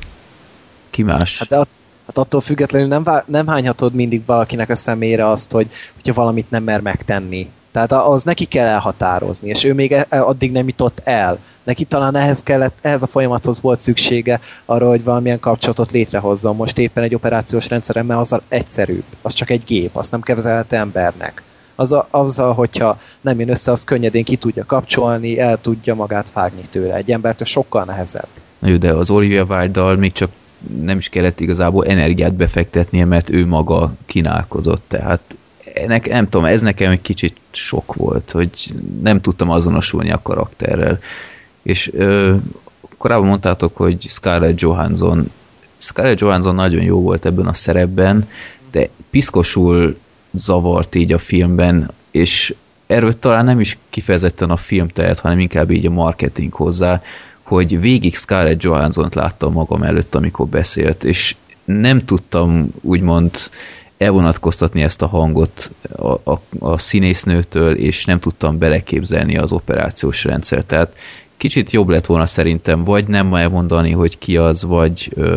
Ki más? Hát, de att, hát attól függetlenül nem, nem hányhatod mindig valakinek a szemére azt, hogy hogyha valamit nem mer megtenni. Tehát az neki kell elhatározni, és ő még addig nem jutott el. Neki talán ehhez, kellett, ehhez a folyamathoz volt szüksége arra, hogy valamilyen kapcsolatot létrehozzon. Most éppen egy operációs rendszeren, mert az egyszerűbb. Az csak egy gép, azt nem kezelhet embernek. Azzal, azzal, hogyha nem jön össze, az könnyedén ki tudja kapcsolni, el tudja magát vágni tőle. Egy embertől sokkal nehezebb. Na jó, de az Olivia Wilde-dal még csak nem is kellett igazából energiát befektetnie, mert ő maga kínálkozott. Tehát ennek, nem tudom, ez nekem egy kicsit sok volt, hogy nem tudtam azonosulni a karakterrel. És ö, korábban mondtátok, hogy Scarlett Johansson Scarlett Johansson nagyon jó volt ebben a szerepben, de piszkosul zavart így a filmben, és erről talán nem is kifejezetten a film tehet, hanem inkább így a marketing hozzá, hogy végig Scarlett Johanssont láttam magam előtt, amikor beszélt, és nem tudtam úgymond elvonatkoztatni ezt a hangot a, a, a színésznőtől, és nem tudtam beleképzelni az operációs rendszer. Tehát kicsit jobb lett volna szerintem, vagy nem elmondani, hogy ki az, vagy, ö,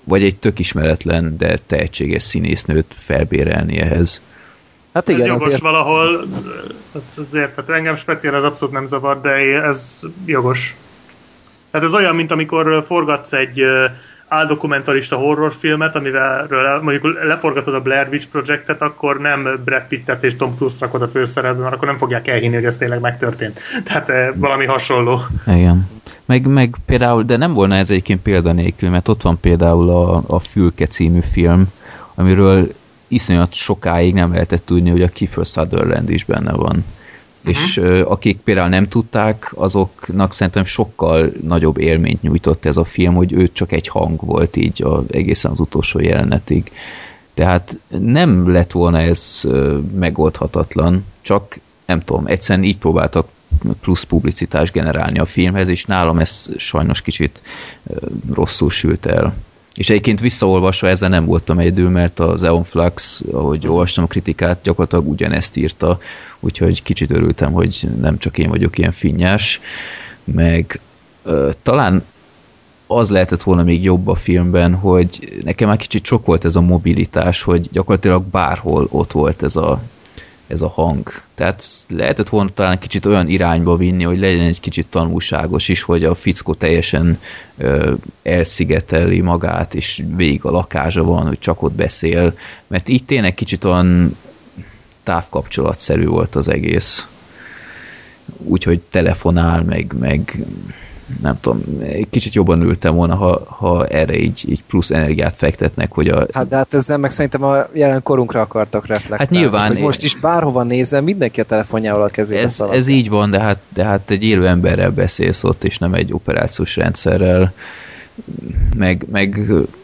vagy egy tök ismeretlen, de tehetséges színésznőt felbérelni ehhez. Hát igen, ez jogos azért... valahol, az, azért, tehát engem speciál ez abszolút nem zavar, de ez jogos. Tehát ez olyan, mint amikor forgatsz egy áldokumentarista horrorfilmet, amivel mondjuk leforgatod a Blair Witch Projectet, akkor nem Brad Pittet és Tom Cruise rakod a főszerepben, mert akkor nem fogják elhinni, hogy ez tényleg megtörtént. Tehát eh, valami hasonló. Igen. Meg, meg például, de nem volna ez egyébként példanélkül, mert ott van például a, a Fülke című film, amiről iszonyat sokáig nem lehetett tudni, hogy a Kiefer Sutherland is benne van. Uh-huh. És uh, akik például nem tudták, azoknak szerintem sokkal nagyobb élményt nyújtott ez a film, hogy ő csak egy hang volt így a, egészen az utolsó jelenetig. Tehát nem lett volna ez uh, megoldhatatlan, csak nem tudom, egyszerűen így próbáltak plusz publicitást generálni a filmhez, és nálam ez sajnos kicsit uh, rosszul sült el. És egyébként visszaolvasva ezzel nem voltam egyedül, mert az Eon Flux, ahogy olvastam a kritikát, gyakorlatilag ugyanezt írta, úgyhogy kicsit örültem, hogy nem csak én vagyok ilyen finnyás, meg ö, talán az lehetett volna még jobb a filmben, hogy nekem már kicsit sok volt ez a mobilitás, hogy gyakorlatilag bárhol ott volt ez a, ez a hang. Tehát lehetett volna talán kicsit olyan irányba vinni, hogy legyen egy kicsit tanulságos is, hogy a fickó teljesen ö, elszigeteli magát, és végig a lakása van, hogy csak ott beszél, mert így tényleg kicsit olyan távkapcsolatszerű volt az egész. Úgyhogy telefonál, meg, meg nem tudom, kicsit jobban ültem volna, ha, ha erre így, így plusz energiát fektetnek, hogy a... Hát de hát ezzel meg szerintem a jelen korunkra akartak reflektálni. Hát nyilván... Hogy most is bárhova nézem, mindenki a telefonjával a kezébe ez, ez így van, de hát, de hát egy élő emberrel beszélsz ott, és nem egy operációs rendszerrel, meg, meg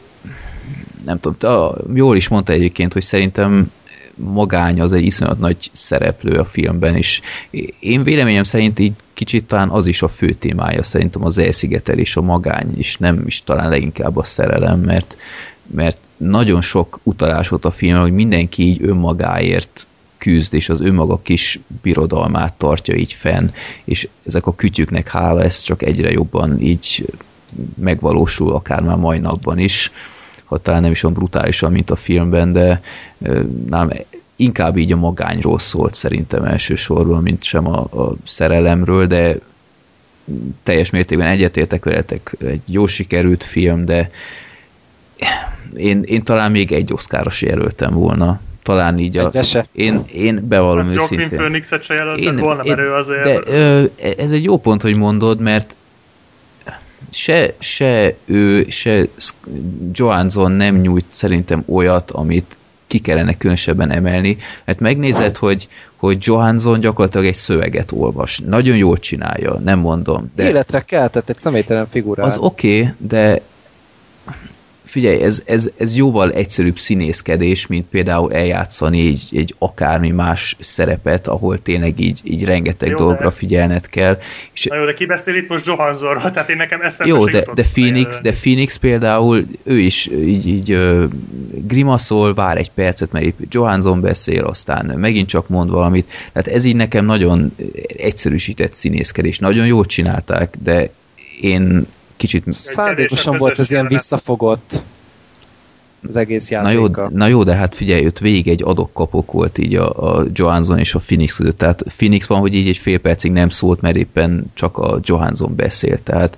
nem tudom, jól is mondta egyébként, hogy szerintem magány az egy iszonyat nagy szereplő a filmben, és én véleményem szerint így kicsit talán az is a fő témája, szerintem az elszigetelés, a magány, és nem is talán leginkább a szerelem, mert, mert nagyon sok utalás volt a filmben, hogy mindenki így önmagáért küzd, és az önmaga kis birodalmát tartja így fenn, és ezek a kütyüknek hála, ez csak egyre jobban így megvalósul, akár már mai napban is, ha talán nem is olyan brutálisan, mint a filmben, de nálam inkább így a magányról szólt szerintem elsősorban, mint sem a, a szerelemről, de teljes mértékben egyetértek veletek, egy jó sikerült film, de én, én talán még egy Oscaros jelöltem volna. Talán így a... Én, én bevallom hát őszintén. Joaquin Phoenixet se jelöltek volna, mert ő azért... De ö, ez egy jó pont, hogy mondod, mert se, se ő, se Johansson nem nyújt szerintem olyat, amit ki kellene különösebben emelni, mert megnézed, hogy, hogy Johansson gyakorlatilag egy szöveget olvas. Nagyon jól csinálja, nem mondom. De életre keltett egy személytelen figurát. Az oké, okay, de figyelj, ez, ez, ez jóval egyszerűbb színészkedés, mint például eljátszani egy, egy akármi más szerepet, ahol tényleg így, így rengeteg jó, dologra de... figyelned kell. És na jó, de ki beszél itt most Johanssonról? Tehát én nekem eszembe jó, de, de, Phoenix, de Phoenix például, ő is így, így uh, grimaszol, vár egy percet, mert épp Johansson beszél, aztán megint csak mond valamit. Tehát ez így nekem nagyon egyszerűsített színészkedés. Nagyon jól csinálták, de én kicsit... Szándékosan volt ez ilyen visszafogott az egész játéka. Na jó, na jó, de hát figyelj, ott végig egy adok-kapok volt így a, a Johansson és a Phoenix között. Tehát Phoenix van, hogy így egy fél percig nem szólt, mert éppen csak a Johansson beszélt. Tehát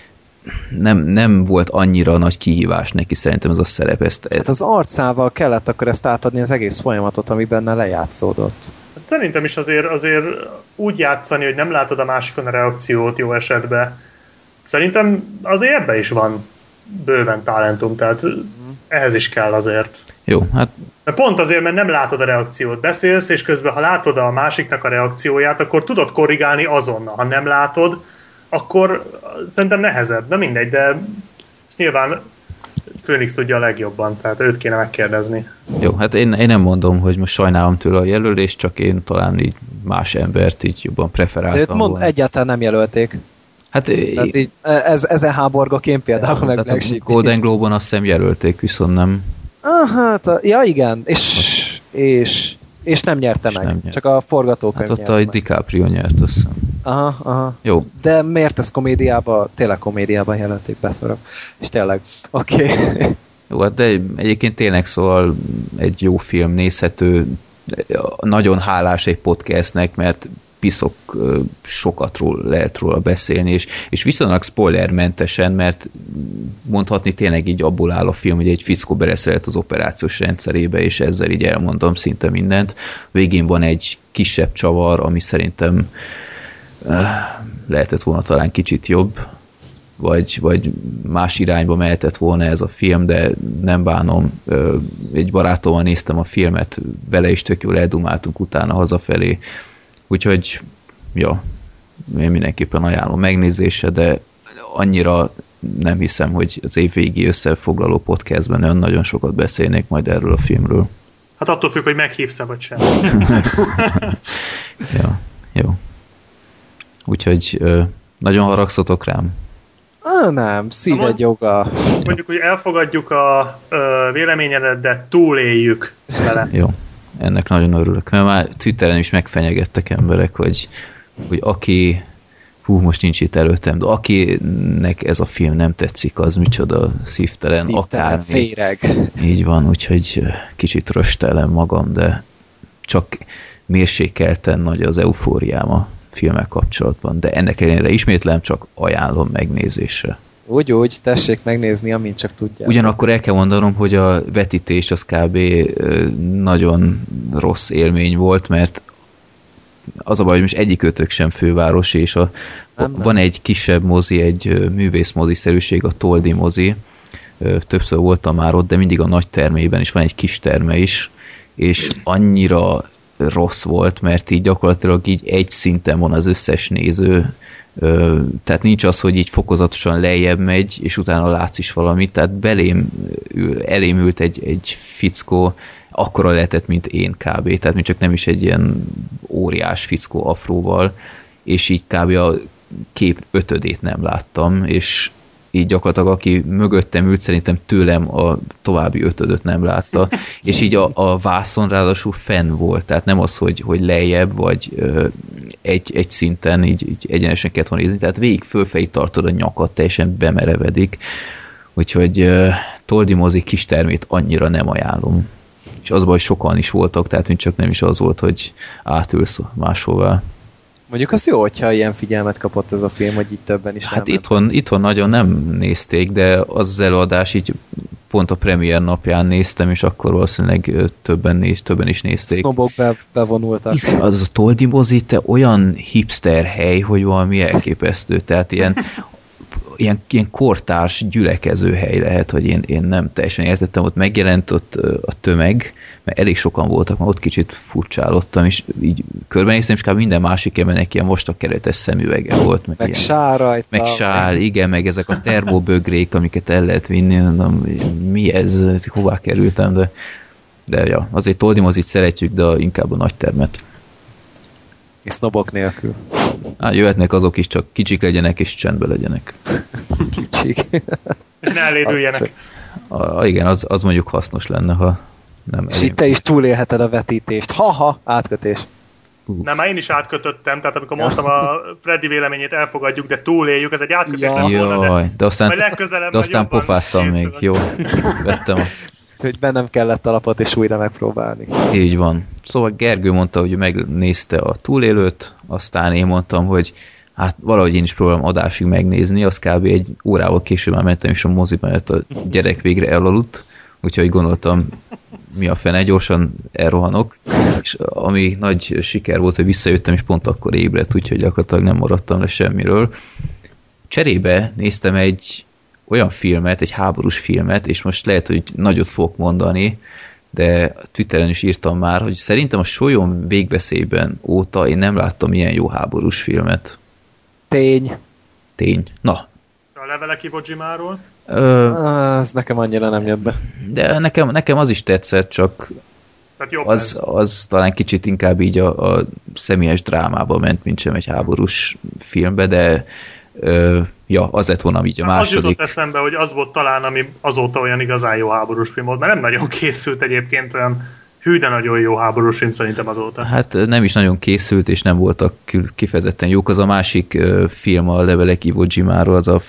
nem, nem volt annyira nagy kihívás neki szerintem ez a szerep. Ezt, hát az arcával kellett akkor ezt átadni az egész folyamatot, ami benne lejátszódott. Hát szerintem is azért, azért úgy játszani, hogy nem látod a másikon a reakciót jó esetben. Szerintem azért ebbe is van bőven talentum, tehát ehhez is kell azért. Jó, hát... De pont azért, mert nem látod a reakciót. Beszélsz, és közben, ha látod a másiknak a reakcióját, akkor tudod korrigálni azonnal. Ha nem látod, akkor szerintem nehezebb. Na mindegy, de ezt nyilván Phoenix tudja a legjobban, tehát őt kéne megkérdezni. Jó, hát én, én nem mondom, hogy most sajnálom tőle a jelölést, csak én talán így más embert így jobban preferáltam. De őt mond, egyáltalán nem jelölték. Hát, tehát így, ez, ezen háborgok én például meg Black Sheep. A Golden Globe-on azt hiszem jelölték, viszont nem. Ah, hát, ja igen, és, és, és nem nyerte és meg. Nem nyert. Csak a forgatókönyv hát ott a DiCaprio nyert, azt hiszem. Aha, aha. Jó. De miért ez komédiába, tényleg komédiában jelölték, beszorok. És tényleg, oké. Okay. Jó, hát de egyébként tényleg szóval egy jó film, nézhető, nagyon hálás egy podcastnek, mert piszok sokat ról, lehet róla beszélni, és, és viszonylag spoilermentesen, mert mondhatni tényleg így abból áll a film, hogy egy fickó beleszeret az operációs rendszerébe, és ezzel így elmondom szinte mindent. Végén van egy kisebb csavar, ami szerintem lehetett volna talán kicsit jobb, vagy, vagy más irányba mehetett volna ez a film, de nem bánom. Egy barátommal néztem a filmet, vele is tök jól eldumáltunk utána hazafelé, úgyhogy ja, én mindenképpen ajánlom megnézése, de annyira nem hiszem, hogy az évvégi összefoglaló podcastben olyan nagyon sokat beszélnék majd erről a filmről. Hát attól függ, hogy meghívsz-e, vagy sem. Ja, jó. Úgyhogy nagyon haragszotok rám? Ah, nem, szíved joga. Mondjuk, hogy elfogadjuk a véleményedet, de túléljük vele. Jó, ennek nagyon örülök, mert már Twitteren is megfenyegettek emberek, hogy, hogy aki, hú, most nincs itt előttem, de akinek ez a film nem tetszik, az micsoda szívtelen, akármi. Féreg. Így van, úgyhogy kicsit röstelem magam, de csak mérsékelten nagy az eufóriám a filmek kapcsolatban, de ennek ellenére ismétlem, csak ajánlom megnézésre. Úgy, úgy, tessék megnézni, amint csak tudják. Ugyanakkor el kell mondanom, hogy a vetítés az kb. Nagyon rossz élmény volt, mert az a baj, hogy most egyikőtök sem fővárosi, és a, nem, van nem. egy kisebb mozi, egy művészmoziszerűség, a Toldi mozi. Többször voltam már ott, de mindig a nagy termében is van egy kis terme is, és annyira rossz volt, mert így gyakorlatilag így egy szinten van az összes néző, tehát nincs az, hogy így fokozatosan lejjebb megy, és utána látsz is valamit, tehát belém, elém ült egy, egy fickó, akkora lehetett, mint én kb. Tehát még csak nem is egy ilyen óriás fickó afróval, és így kb. A kép ötödét nem láttam, és így gyakorlatilag aki mögöttem ült, szerintem tőlem a további ötödöt nem látta, és így a, a vászon ráadásul fenn volt, tehát nem az, hogy, hogy lejjebb, vagy ö, egy, egy szinten így, így egyenesen kellett volna nézni, tehát végig fölfelé tartod a nyakat, teljesen bemerevedik, úgyhogy ö, Toldi mozi kis termét annyira nem ajánlom. És az baj, hogy sokan is voltak, tehát mint csak nem is az volt, hogy átülsz máshová. Mondjuk az jó, hogyha ilyen figyelmet kapott ez a film, hogy itt többen is Hát itthon, itthon nagyon nem nézték, de az az előadás így pont a premier napján néztem, és akkor valószínűleg többen, néz, többen is nézték. Sznobok be, bevonultak. Isz, az a Toldi mozi, te olyan hipster hely, hogy valami elképesztő, tehát ilyen Ilyen, ilyen kortárs gyülekező hely lehet, hogy én, én nem teljesen értettem, ott megjelent ott a tömeg, mert elég sokan voltak, mert ott kicsit furcsálottam, és így körbenéztem, és kb. Minden másik embernek ilyen mostakeretes szemüvege volt. Meg, meg sár rajta. Meg sár, igen, meg ezek a termobögrék, amiket el lehet vinni, mondom, mi ez, ez hová kerültem, de, de ja, azért Toldi mozit szeretjük, de inkább a nagy termet. És sznobok nélkül. Hát jöhetnek azok is, csak kicsik legyenek és csendben legyenek. Kicsik. És ne elédüljenek. A, igen, az, az mondjuk hasznos lenne, ha nem és elég... itt te is túlélheted a vetítést. Ha-ha, átkötés. Uf. Nem, már én is átkötöttem, tehát amikor ja. mondtam a Freddy véleményét elfogadjuk, de túléljük, ez egy átkötés ja. lett volna, de, de aztán, de aztán pofáztam még. Jó, vettem a... hogy bennem kellett alapot és újra megpróbálni. Így van. Szóval Gergő mondta, hogy megnézte a túlélőt, aztán én mondtam, hogy hát valahogy én is próbálom adásig megnézni, az kb. Egy órával később már mentem, és a moziban, mert a gyerek végre elaludt, úgyhogy gondoltam, mi a fene, gyorsan elrohanok, és ami nagy siker volt, hogy visszajöttem, és pont akkor ébredt, úgyhogy gyakorlatilag nem maradtam le semmiről. Cserébe néztem egy olyan filmet, egy háborús filmet, és most lehet, hogy nagyot fogok mondani, de Twitteren is írtam már, hogy szerintem a Sólyom végveszélyben óta én nem láttam ilyen jó háborús filmet. Tény. Tény. Na. A levelek Iwo Jimáról? Ez nekem annyira nem jött be. De nekem, nekem az is tetszett, csak az, az talán kicsit inkább így a, a személyes drámába ment, mint sem egy háborús filmbe, de Ö, ja, az lett volna így a második. Az jutott eszembe, hogy az volt talán, ami azóta olyan igazán jó háborús film volt, mert nem nagyon készült egyébként olyan hű, de nagyon jó háborús film szerintem azóta. Hát nem is nagyon készült, és nem voltak kifejezetten jók. Az a másik uh, film a levelek Iwo Jimáról, az a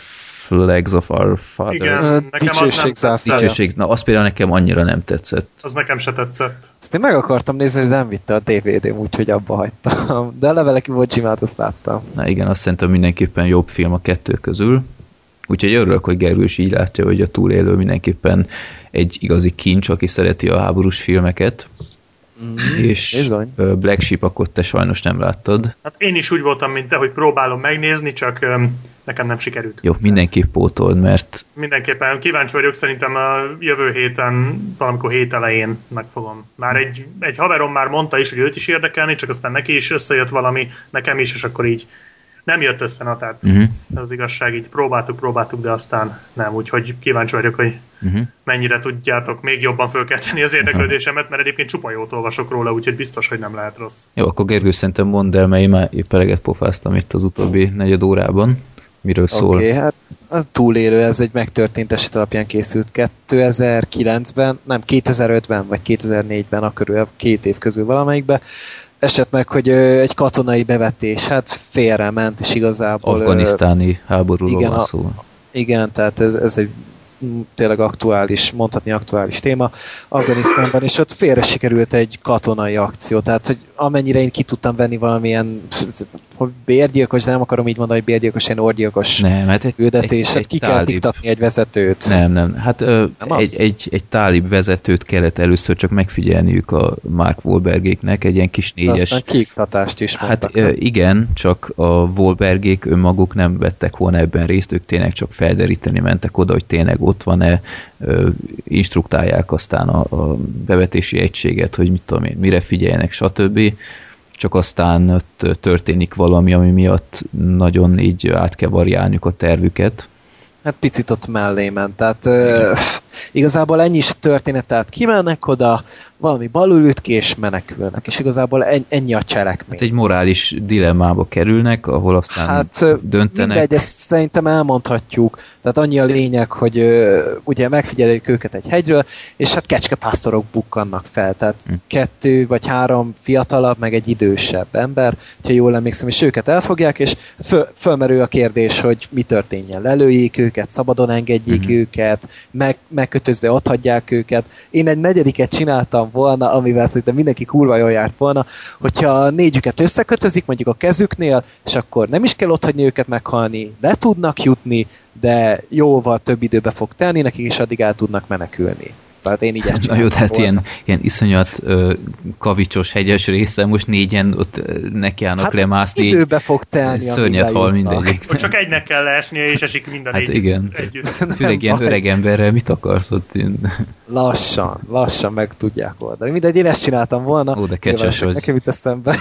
Flags of Our Fathers. Igen, nekem Dicsőség zászlaja. Dicsőség, na az például nekem annyira nem tetszett. Az nekem se tetszett. Ezt én meg akartam nézni, de nem vitte a dé vé dém, úgyhogy abba hagytam. De eleve Iwo Jimát azt láttam. Na igen, azt szerintem mindenképpen jobb film a kettő közül. Úgyhogy örülök, hogy Gergő is így látja, hogy a túlélő mindenképpen egy igazi kincs, aki szereti a háborús filmeket. Mm, és bizony. Black Sheep akkor te sajnos nem láttad. Hát én is úgy voltam, mint te, hogy próbálom megnézni, csak um, nekem nem sikerült. Jó, mindenképp pótold, mert... Mindenképpen kíváncsi vagyok, szerintem a jövő héten, valamikor hét elején megfogom. Már egy, egy haverom már mondta is, hogy őt is érdekelni, csak aztán neki is összejött valami, nekem is, és akkor így nem jött össze, na, tehát uh-huh. az igazság, így próbáltuk, próbáltuk, de aztán nem, úgyhogy kíváncsi vagyok, hogy uh-huh. mennyire tudjátok még jobban fölkelteni az érdeklődésemet, mert egyébként csupa jót olvasok róla, úgyhogy biztos, hogy nem lehet rossz. Jó, akkor Gergő, szerintem mondd el, mert én már épp eleget pofáztam itt az utóbbi negyed órában. Miről szól? Oké, okay, hát a túlélő, ez egy megtörtént eset alapján készült kétezer-kilencben, nem, kétezer-ötben vagy kétezer-négyben, a körül két év közül valamelyikben. Esett meg, hogy egy katonai bevetés, hát félre ment, és igazából... Afganisztáni háborúról igen, van szó. Igen, tehát ez, ez egy tényleg aktuális, mondhatni aktuális téma Afganisztánban, és ott félre sikerült egy katonai akció, tehát hogy amennyire én ki tudtam venni valamilyen hogy bérgyilkos, de nem akarom így mondani, hogy bérgyilkos, ilyen orgyilkos nem, hát egy, küldetés, egy, hát ki kell iktatni egy vezetőt. Nem, nem, hát ö, nem egy, egy, egy tálib vezetőt kellett először csak megfigyelniük a Mark Wahlbergéknek, egy ilyen kis négyes... De aztán kiiktatást is mondtak. Hát ö, igen, csak a Wahlbergék önmaguk nem vettek volna ebben részt, ők tényleg csak felderíteni mentek oda, hogy tényleg ott van-e, ö, instruktálják aztán a, a bevetési egységet, hogy mit tudom én, mire figyeljenek, stb. Csak aztán ott történik valami, ami miatt nagyon így át kell variálniuk a tervüket. Hát picit ott mellé ment, tehát ö, igazából ennyi is a történet, tehát kimennek oda, valami balul üt ki, és menekülnek, és igazából ennyi a cselekmény. Hát egy morális dilemmába kerülnek, ahol aztán hát, döntenek. Mindegy, ezt szerintem elmondhatjuk, tehát annyi a lényeg, hogy ö, ugye megfigyeljük őket egy hegyről, és hát kecskepásztorok bukkannak fel, tehát hm. kettő vagy három fiatalabb, meg egy idősebb ember, ha jól emlékszem, és őket elfogják, és föl, fölmerül a kérdés, hogy mi történjen, lelőjék őket, szabadon engedjék hm. őket, meg, megkötözve ott hagyják őket. Én egy negyediket csináltam volna, amivel szerintem mindenki kurva jól járt volna, hogyha négyüket összekötözik mondjuk a kezüknél, és akkor nem is kell otthagyni őket meghalni, le tudnak jutni, de jóval több időbe fog telni nekik, és addig el tudnak menekülni. Tehát én így ezt csináltam. Na jó, tehát ilyen, ilyen iszonyat uh, kavicsos, hegyes része, most négyen ott uh, nekiállnak hát lemászni. Időbe fog telni. Szörnyet hal mindegyik. Hogy csak egynek kell leesnie, és esik minden hát így igen. együtt. Főleg ilyen öreg emberrel mit akarsz ott? Én... Lassan, lassan meg tudják oldani. Mindegy, én ezt csináltam volna. Ó, de kecses vagy. Nekem itt eszembe.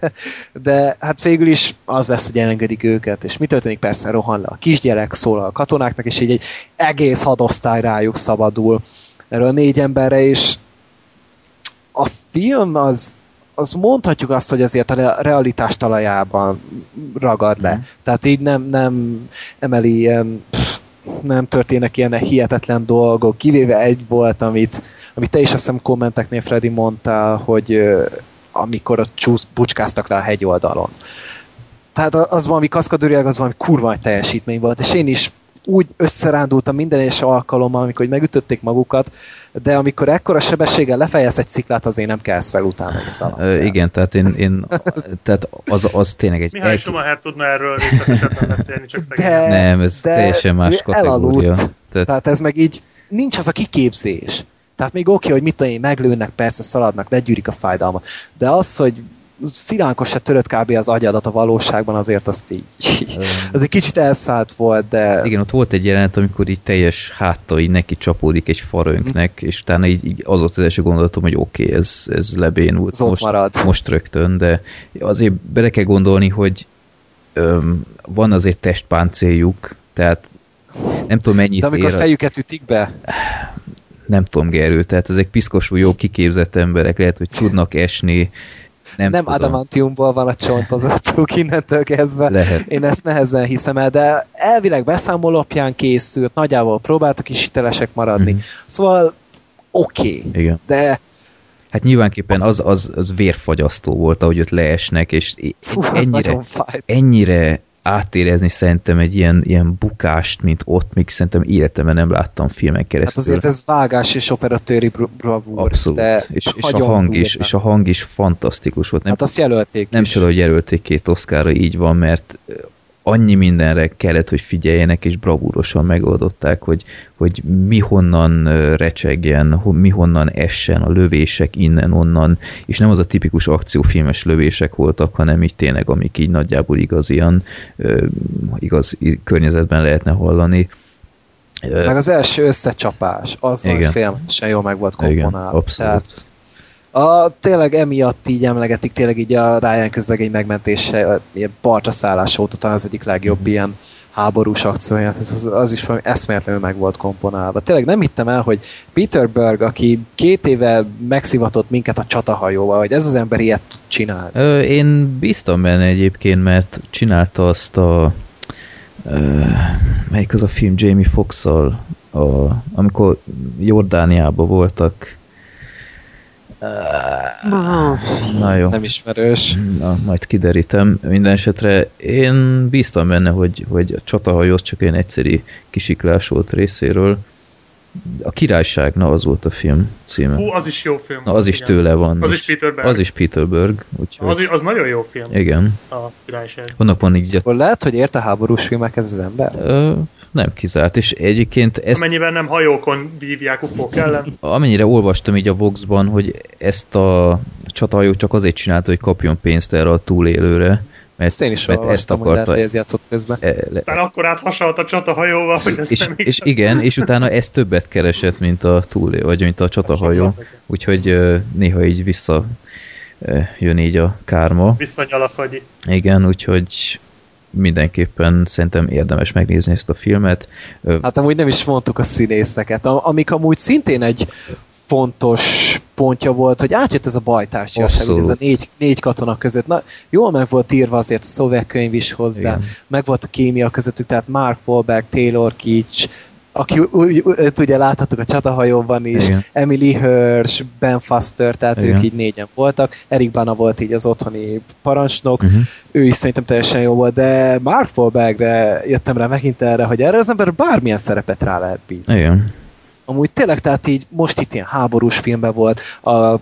De hát végül is az lesz, hogy elengedik őket, és mi történik? Persze rohan le a kisgyerek, szól a katonáknak, és így egy egész hadosztály rájuk szabadul. Erről négy emberre is. A film az, az mondhatjuk azt, hogy azért a realitás talajában ragad le. Mm. Tehát így nem, nem emeli ilyen, nem történnek ilyen hihetetlen dolgok, kivéve egy volt, amit, amit te is azt hiszem kommenteknél, Freddy, mondtál, hogy uh, amikor ott csúsz, bucskáztak le a hegyoldalon. Tehát az valami kaszkadőrileg, az valami kurva nagy teljesítmény volt, és én is úgy összerándultam minden egyes alkalommal, amikor megütötték magukat, de amikor ekkora sebességgel lefejez egy sziklát, azért nem kelsz fel utána is szaladsz. Igen, tehát én, én tehát az, az tényleg egy... Mihály egy... Schumacher tudna erről részletesebben beszélni, csak szegény. Nem, ez de teljesen más kategória. Tehát... tehát ez meg így, nincs az a kiképzés. Tehát még oké, okay, hogy mit tudom én, meglőnek, persze szaladnak, legyűrik a fájdalmat. De az, hogy szilánkos se törött kb. Az agyadat a valóságban, azért azt így, az egy kicsit elszállt volt, de... Igen, ott volt egy jelenet, amikor így teljes háttal így neki csapódik egy farönknek, mm. és utána így, így az volt az első gondolatom, hogy oké, okay, ez, ez lebénult most, most rögtön, de azért bele kell gondolni, hogy öm, van azért testpáncéljuk, tehát nem tudom mennyit de amikor ér... fejüket ütik be? Nem tudom, Gerő, tehát ezek piszkosú, jó kiképzett emberek, lehet, hogy tudnak esni. Nem, nem adamantiumból van a csontozatuk innentől kezdve. Lehet. Én ezt nehezen hiszem el, de elvileg beszámoló alapján készült, nagyjából próbáltak is hitelesek maradni. Mm-hmm. Szóval oké, okay, de... Hát nyilvánképpen az, az, az vérfagyasztó volt, ahogy ott leesnek, és Fú, ennyire, ennyire átérezni szerintem egy ilyen, ilyen bukást, mint ott, még szerintem életemben nem láttam filmen keresztül. Hát azért ez vágás és operatőri bravúr. Abszolút. De és, és, a hang is, és a hang is fantasztikus volt. Nem, hát azt jelölték Nem is. csoda, hogy jelölték két Oscarra, így van, mert annyi mindenre kellett, hogy figyeljenek, és bravúrosan megoldották, hogy, hogy mi honnan recsegjen, mi honnan essen a lövések innen-onnan, és nem az a tipikus akciófilmes lövések voltak, hanem így tényleg, amik így nagyjából igaz ilyen igaz környezetben lehetne hallani. Meg az első összecsapás, az van félmesen jól meg volt komponálva. Igen, abszolút. Tehát A, tényleg emiatt így emlegetik, tényleg így a Ryan közlegény megmentése, ilyen partra szállás óta talán az egyik legjobb mm. ilyen háborús akciója, az, az, az is eszméletlenül meg volt komponálva. Tényleg nem hittem el, hogy Peter Berg, aki két éve megszivatott minket a csatahajóval, hogy ez az ember ilyet tud csinálni. Ö, én bíztam benne egyébként, mert csinálta azt a ö, melyik az a film Jamie Foxxal, a, amikor Jordániában voltak. Na jó. Nem ismerős. Na, majd kiderítem. Minden esetre én bíztam benne, hogy, hogy a csatahajó csak egy egyszerű kisiklás volt részéről. A Királyság, na az volt a film címe. Hú, az is jó film. Na, az is igen. Tőle van. Az is Peter Berg. Az is Peter Berg. Úgyhogy... Az, az nagyon jó film. Igen. A Királyság. Vannak van így... Akkor lehet, hogy ért a háborús filmek ez az ember? Ö, nem kizárt, és egyébként ezt... Amennyiben nem hajókon vívják ufók ellen. Amennyire olvastam így a Voxban, hogy ezt a csatahajót csak azért csinálta, hogy kapjon pénzt erre a túlélőre. Mert, ezt én is mert ezt akarta. Hogy ez játszott közben. E, le, Aztán akkor áthasalt a csatahajóval, hogy ez és, nem és igen, és utána ez többet keresett, mint a túlélő, vagy mint a csatahajó. Úgyhogy uh, néha így vissza uh, jön így a kárma. Visszanyal a fagyi. Igen, úgyhogy mindenképpen szerintem érdemes megnézni ezt a filmet. Hát amúgy nem is mondtuk a színészeket, amik amúgy szintén egy fontos pontja volt, hogy átjött ez a bajtársiasság, ez a négy, négy katona között. Na, jól meg volt írva azért a szövegkönyv is hozzá, igen. Meg volt a kémia közöttük, tehát Mark Wahlberg, Taylor Kitsch, aki őt ugye láthattuk a csatahajóban is, igen. Emily Hirsch, Ben Foster, tehát igen. Ők így négyen voltak. Eric Bana volt így az otthoni parancsnok, uh-huh. Ő is szerintem teljesen jó volt, de Mark Wahlbergre jöttem rá megint erre, hogy erre az ember bármilyen szerepet rá lehet bízni. Igen. Amúgy tényleg, tehát így most itt ilyen háborús filmben volt, a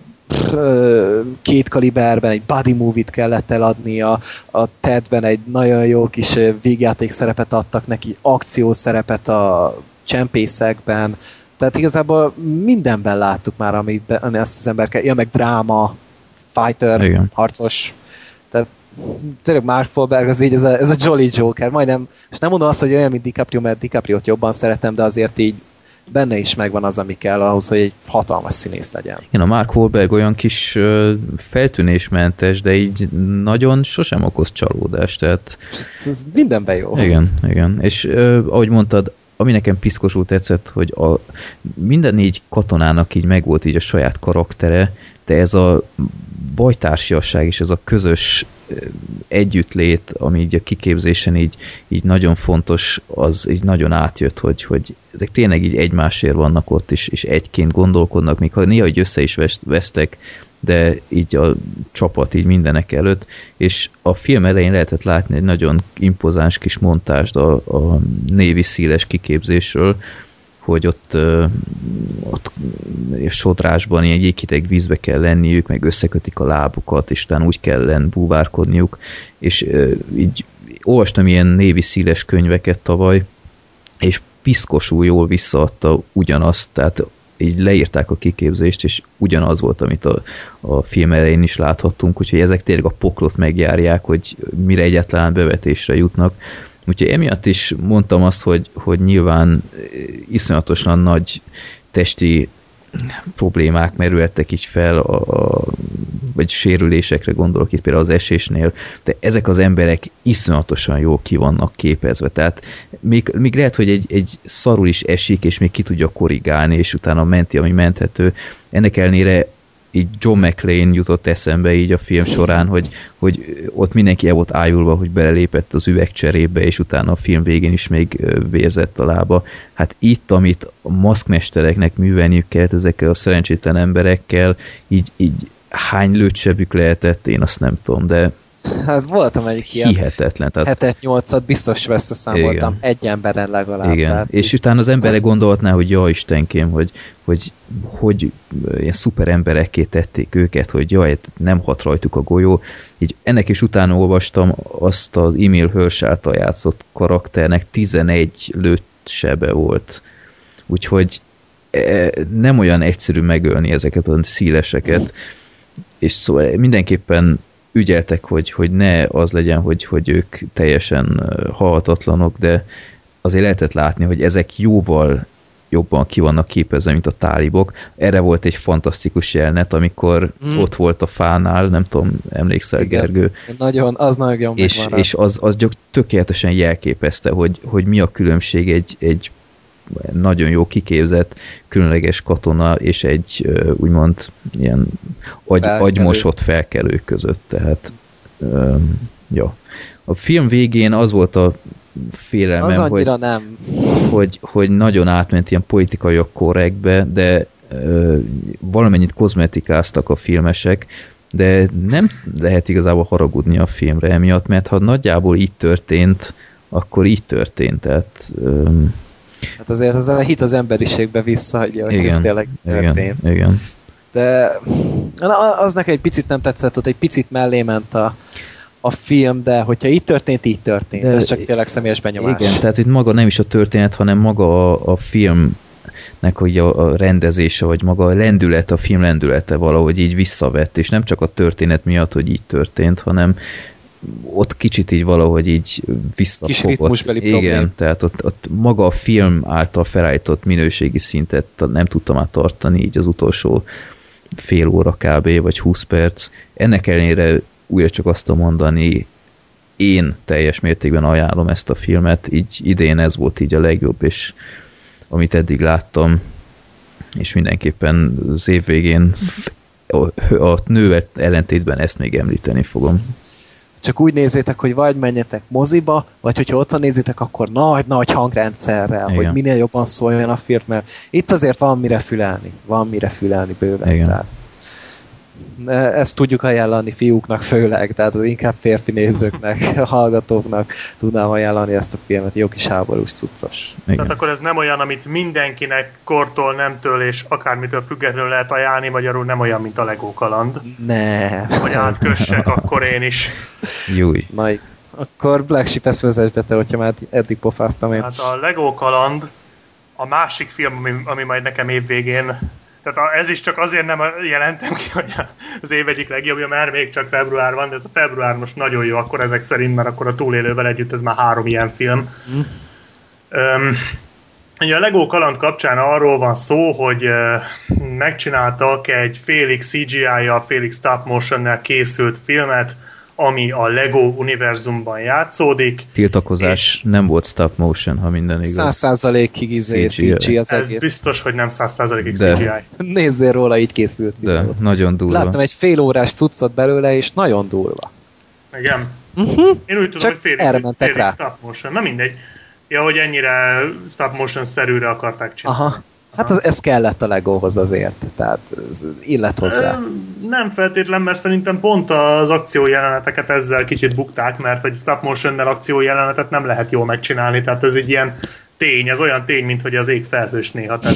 két kaliberben egy buddy movie-t kellett eladnia, a Tedben egy nagyon jó kis végjáték szerepet adtak neki, akciós szerepet a csempészekben, tehát igazából mindenben láttuk már, amiben ezt az ember kell, ja, meg dráma, fighter, igen. Harcos, tehát tényleg Mark Wahlberg az így, ez a, ez a Jolly Joker, majdnem, és nem mondom azt, hogy olyan, mint DiCaprio, mert DiCaprio-t jobban szeretem, de azért így benne is megvan az, ami kell ahhoz, hogy egy hatalmas színész legyen. Igen, a Mark Wahlberg olyan kis uh, feltűnésmentes, de így nagyon sosem okoz csalódást, tehát... Ez, ez mindenben jó. Igen, igen. És uh, ahogy mondtad, ami nekem piszkosul tetszett, hogy a, minden négy katonának így megvolt így a saját karaktere, de ez a bajtársiasság és ez a közös együttlét, ami így a kiképzésen így, így nagyon fontos, az így nagyon átjött, hogy, hogy ezek tényleg így egymásért vannak ott, és, és egyként gondolkodnak, még ha néha így össze is vesztek, de így a csapat így mindenek előtt, és a film elején lehetett látni egy nagyon impozáns kis montást a, a Navy SEAL-es kiképzésről, hogy ott, ott sodrásban ilyen jéghideg vízbe kell lenniük, meg összekötik a lábukat, és utána úgy kell lenn búvárkodniuk, és így olvastam ilyen Navy SEAL-es könyveket tavaly, és piszkosul jól visszaadta ugyanazt, tehát így leírták a kiképzést, és ugyanaz volt, amit a, a film elején is láthattunk, úgyhogy ezek tényleg a poklot megjárják, hogy mire egyáltalán bevetésre jutnak. Úgyhogy emiatt is mondtam azt, hogy, hogy nyilván iszonyatosan nagy testi problémák merülhettek így fel, a, a, vagy sérülésekre gondolok itt például az esésnél, de ezek az emberek iszonyatosan jól ki vannak képezve, tehát még, még lehet, hogy egy, egy szarul is esik, és még ki tudja korrigálni, és utána menti, ami menthető. Ennek ellenére így John McClane jutott eszembe így a film során, hogy, hogy ott mindenki el volt ájulva, hogy belelépett az üvegcserébe, és utána a film végén is még vérzett a lába. Hát itt, amit a maszkmestereknek művelniük kellett ezekkel a szerencsétlen emberekkel, így, így hány lőtsebük lehetett, én azt nem tudom, de Hát voltam egyik ilyen. Hihetetlen. Tehát... hetet nyolcat biztos összeszámoltam. Egy emberen legalább. Igen. Tehát és így... utána az embere gondolhatná, hogy ja Istenkém, hogy, hogy, hogy ilyen szuper emberekké tették őket, hogy jaj, nem hat rajtuk a golyó. Így ennek is utána olvastam azt az Emil Hirsch által játszott karakternek tizenegy lőtt sebe volt. Úgyhogy nem olyan egyszerű megölni ezeket a szíleseket, és szóval mindenképpen ügyeltek, hogy, hogy ne az legyen, hogy, hogy ők teljesen halhatatlanok, de azért lehetett látni, hogy ezek jóval jobban ki vannak képezve, mint a tálibok. Erre volt egy fantasztikus jelenet, amikor hmm. ott volt a fánál, nem tudom, emlékszel, igen, Gergő? Nagyon, az nagyon és, és az, az tökéletesen jelképezte, hogy, hogy mi a különbség egy, egy nagyon jó kiképzett, különleges katona és egy úgymond ilyen agy, felkelő. agymosott felkelő között. Tehát um, ja. A film végén az volt a félelmem, hogy, nem. hogy, hogy nagyon átment ilyen politikai korrektbe, de uh, valamennyit kozmetikáztak a filmesek, de nem lehet igazából haragudni a filmre emiatt, mert ha nagyjából így történt, akkor így történt. Tehát um, hát azért az a hit az emberiségbe visszahagyja, hogy ez tényleg történt. Igen, igen. De az nekem egy picit nem tetszett, ott egy picit mellé ment a, a film, de hogyha így történt, így történt. De ez csak tényleg személyes benyomás. Igen, tehát itt maga nem is a történet, hanem maga a, a filmnek hogy a, a rendezése, vagy maga a lendület, a film lendülete valahogy így visszavett, és nem csak a történet miatt, hogy így történt, hanem ott kicsit így valahogy így visszafogott. Kis ritmusbeli igen, problém. tehát ott, ott maga a film által felállított minőségi szintet nem tudtam már tartani így az utolsó fél óra kb. Vagy húsz perc. Ennek ellenére újra csak azt tudom mondani, én teljes mértékben ajánlom ezt a filmet, így idén ez volt így a legjobb, és amit eddig láttam, és mindenképpen az év végén a nővel ellentétben ezt még említeni fogom. Csak úgy nézzétek, hogy vagy menjetek moziba, vagy hogyha otthon nézitek, akkor nagy-nagy hangrendszerrel, igen, hogy minél jobban szóljon a film, mert itt azért van mire fülelni. Van mire fülelni bőven. Igen. Tehát ezt tudjuk ajánlani fiúknak főleg, tehát az inkább férfi nézőknek, hallgatóknak tudnám ajánlani ezt a filmet, jó kis háborús cuccos. Igen. Tehát akkor ez nem olyan, amit mindenkinek kortól, nemtől és akármitől függetlenül lehet ajánlani, magyarul nem olyan, mint a Lego kaland. Ne. Hogy átkössek, akkor én is. Júj. Na, akkor Black Sheep, ezt vezess be te, hogyha már eddig pofáztam én. Hát a Lego kaland a másik film, ami, ami majd nekem évvégén. Tehát ez is csak azért nem jelentem ki, hogy az év egyik legjobbja, mert még csak február van, de ez a február most nagyon jó, akkor ezek szerint, mert akkor a Túlélővel együtt ez már három ilyen film. Mm. Um, ugye a Lego kaland kapcsán arról van szó, hogy uh, megcsináltak egy félig cé gé í-jal, félig stop motion-nel készült filmet, ami a Lego univerzumban játszódik. Tiltakozás, nem volt stop motion, ha minden igaz. Száz százalékig cé gé az Ez egész. biztos, hogy nem száz százalékig cé gé í. Nézzél róla, így készült videót. De, nagyon durva. Láttam egy fél órás cuccot belőle, és nagyon durva. Igen. Uh-huh. Én úgy tudom, csak hogy félig, félig stop motion. Na mindegy. Ja, hogy ennyire stop motion-szerűre akarták csinálni. Aha. Hát az, ez kellett a Legóhoz azért, tehát ez illet hozzá. Nem feltétlen, mert szerintem pont az akciójeleneteket ezzel kicsit bukták, mert hogy stop motion-nel akciójelenetet nem lehet jól megcsinálni, tehát ez egy ilyen tény, ez olyan tény, mint hogy az ég felhős néha, tehát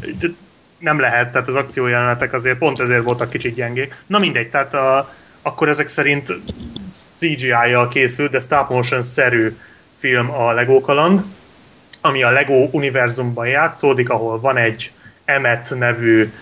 nem lehet, tehát az akciójelenetek azért pont ezért voltak kicsit gyengék. Na mindegy, tehát a, akkor ezek szerint cé gé í-jal készült, de stop motion-szerű film a Lego kaland, ami a Lego univerzumban játszódik, ahol van egy Emmet nevű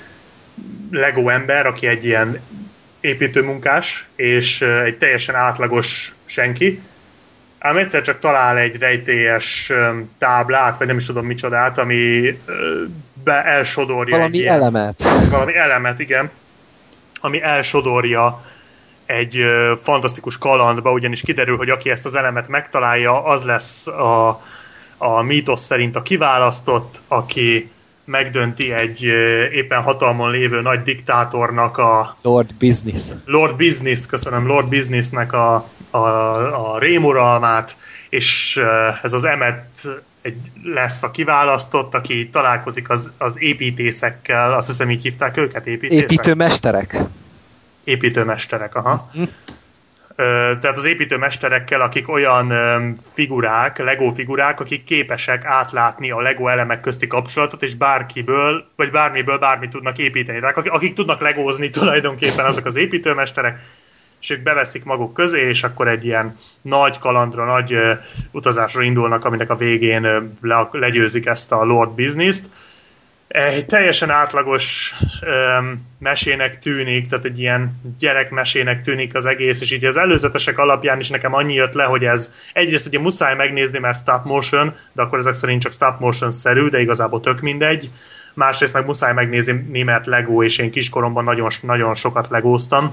Lego ember, aki egy ilyen építőmunkás, és egy teljesen átlagos senki, ám egyszer csak talál egy rejtélyes táblát, vagy nem is tudom micsodát, ami be elsodorja valami egy ilyen, elemet. Valami elemet, igen. Ami elsodorja egy fantasztikus kalandba, ugyanis kiderül, hogy aki ezt az elemet megtalálja, az lesz a a mítosz szerint a kiválasztott, aki megdönti egy éppen hatalmon lévő nagy diktátornak a... Lord Business. Lord Business, köszönöm, Lord Businessnek a, a, a rémuralmát, és ez az Emmet egy, lesz a kiválasztott, aki találkozik az, az építészekkel, azt hiszem így hívták őket, építészek? Építőmesterek. Építőmesterek, aha. Hm. tehát az építőmesterekkel, akik olyan figurák, Lego figurák, akik képesek átlátni a Lego elemek közti kapcsolatot, és bárkiből, vagy bármiből bármit tudnak építeni. Tehát akik, akik tudnak legózni tulajdonképpen azok az építőmesterek, és ők beveszik maguk közé, és akkor egy ilyen nagy kalandra, nagy uh, utazásra indulnak, aminek a végén uh, le, legyőzik ezt a Lord Business-t. Egy teljesen átlagos um, mesének tűnik, tehát egy ilyen gyerekmesének tűnik az egész, és így az előzetesek alapján is nekem annyi jött le, hogy ez egyrészt ugye muszáj megnézni, mert stop motion, de akkor ezek szerint csak stop motion-szerű, de igazából tök mindegy. Másrészt meg muszáj megnézni, mert Lego, és én kiskoromban nagyon, nagyon sokat legóztam.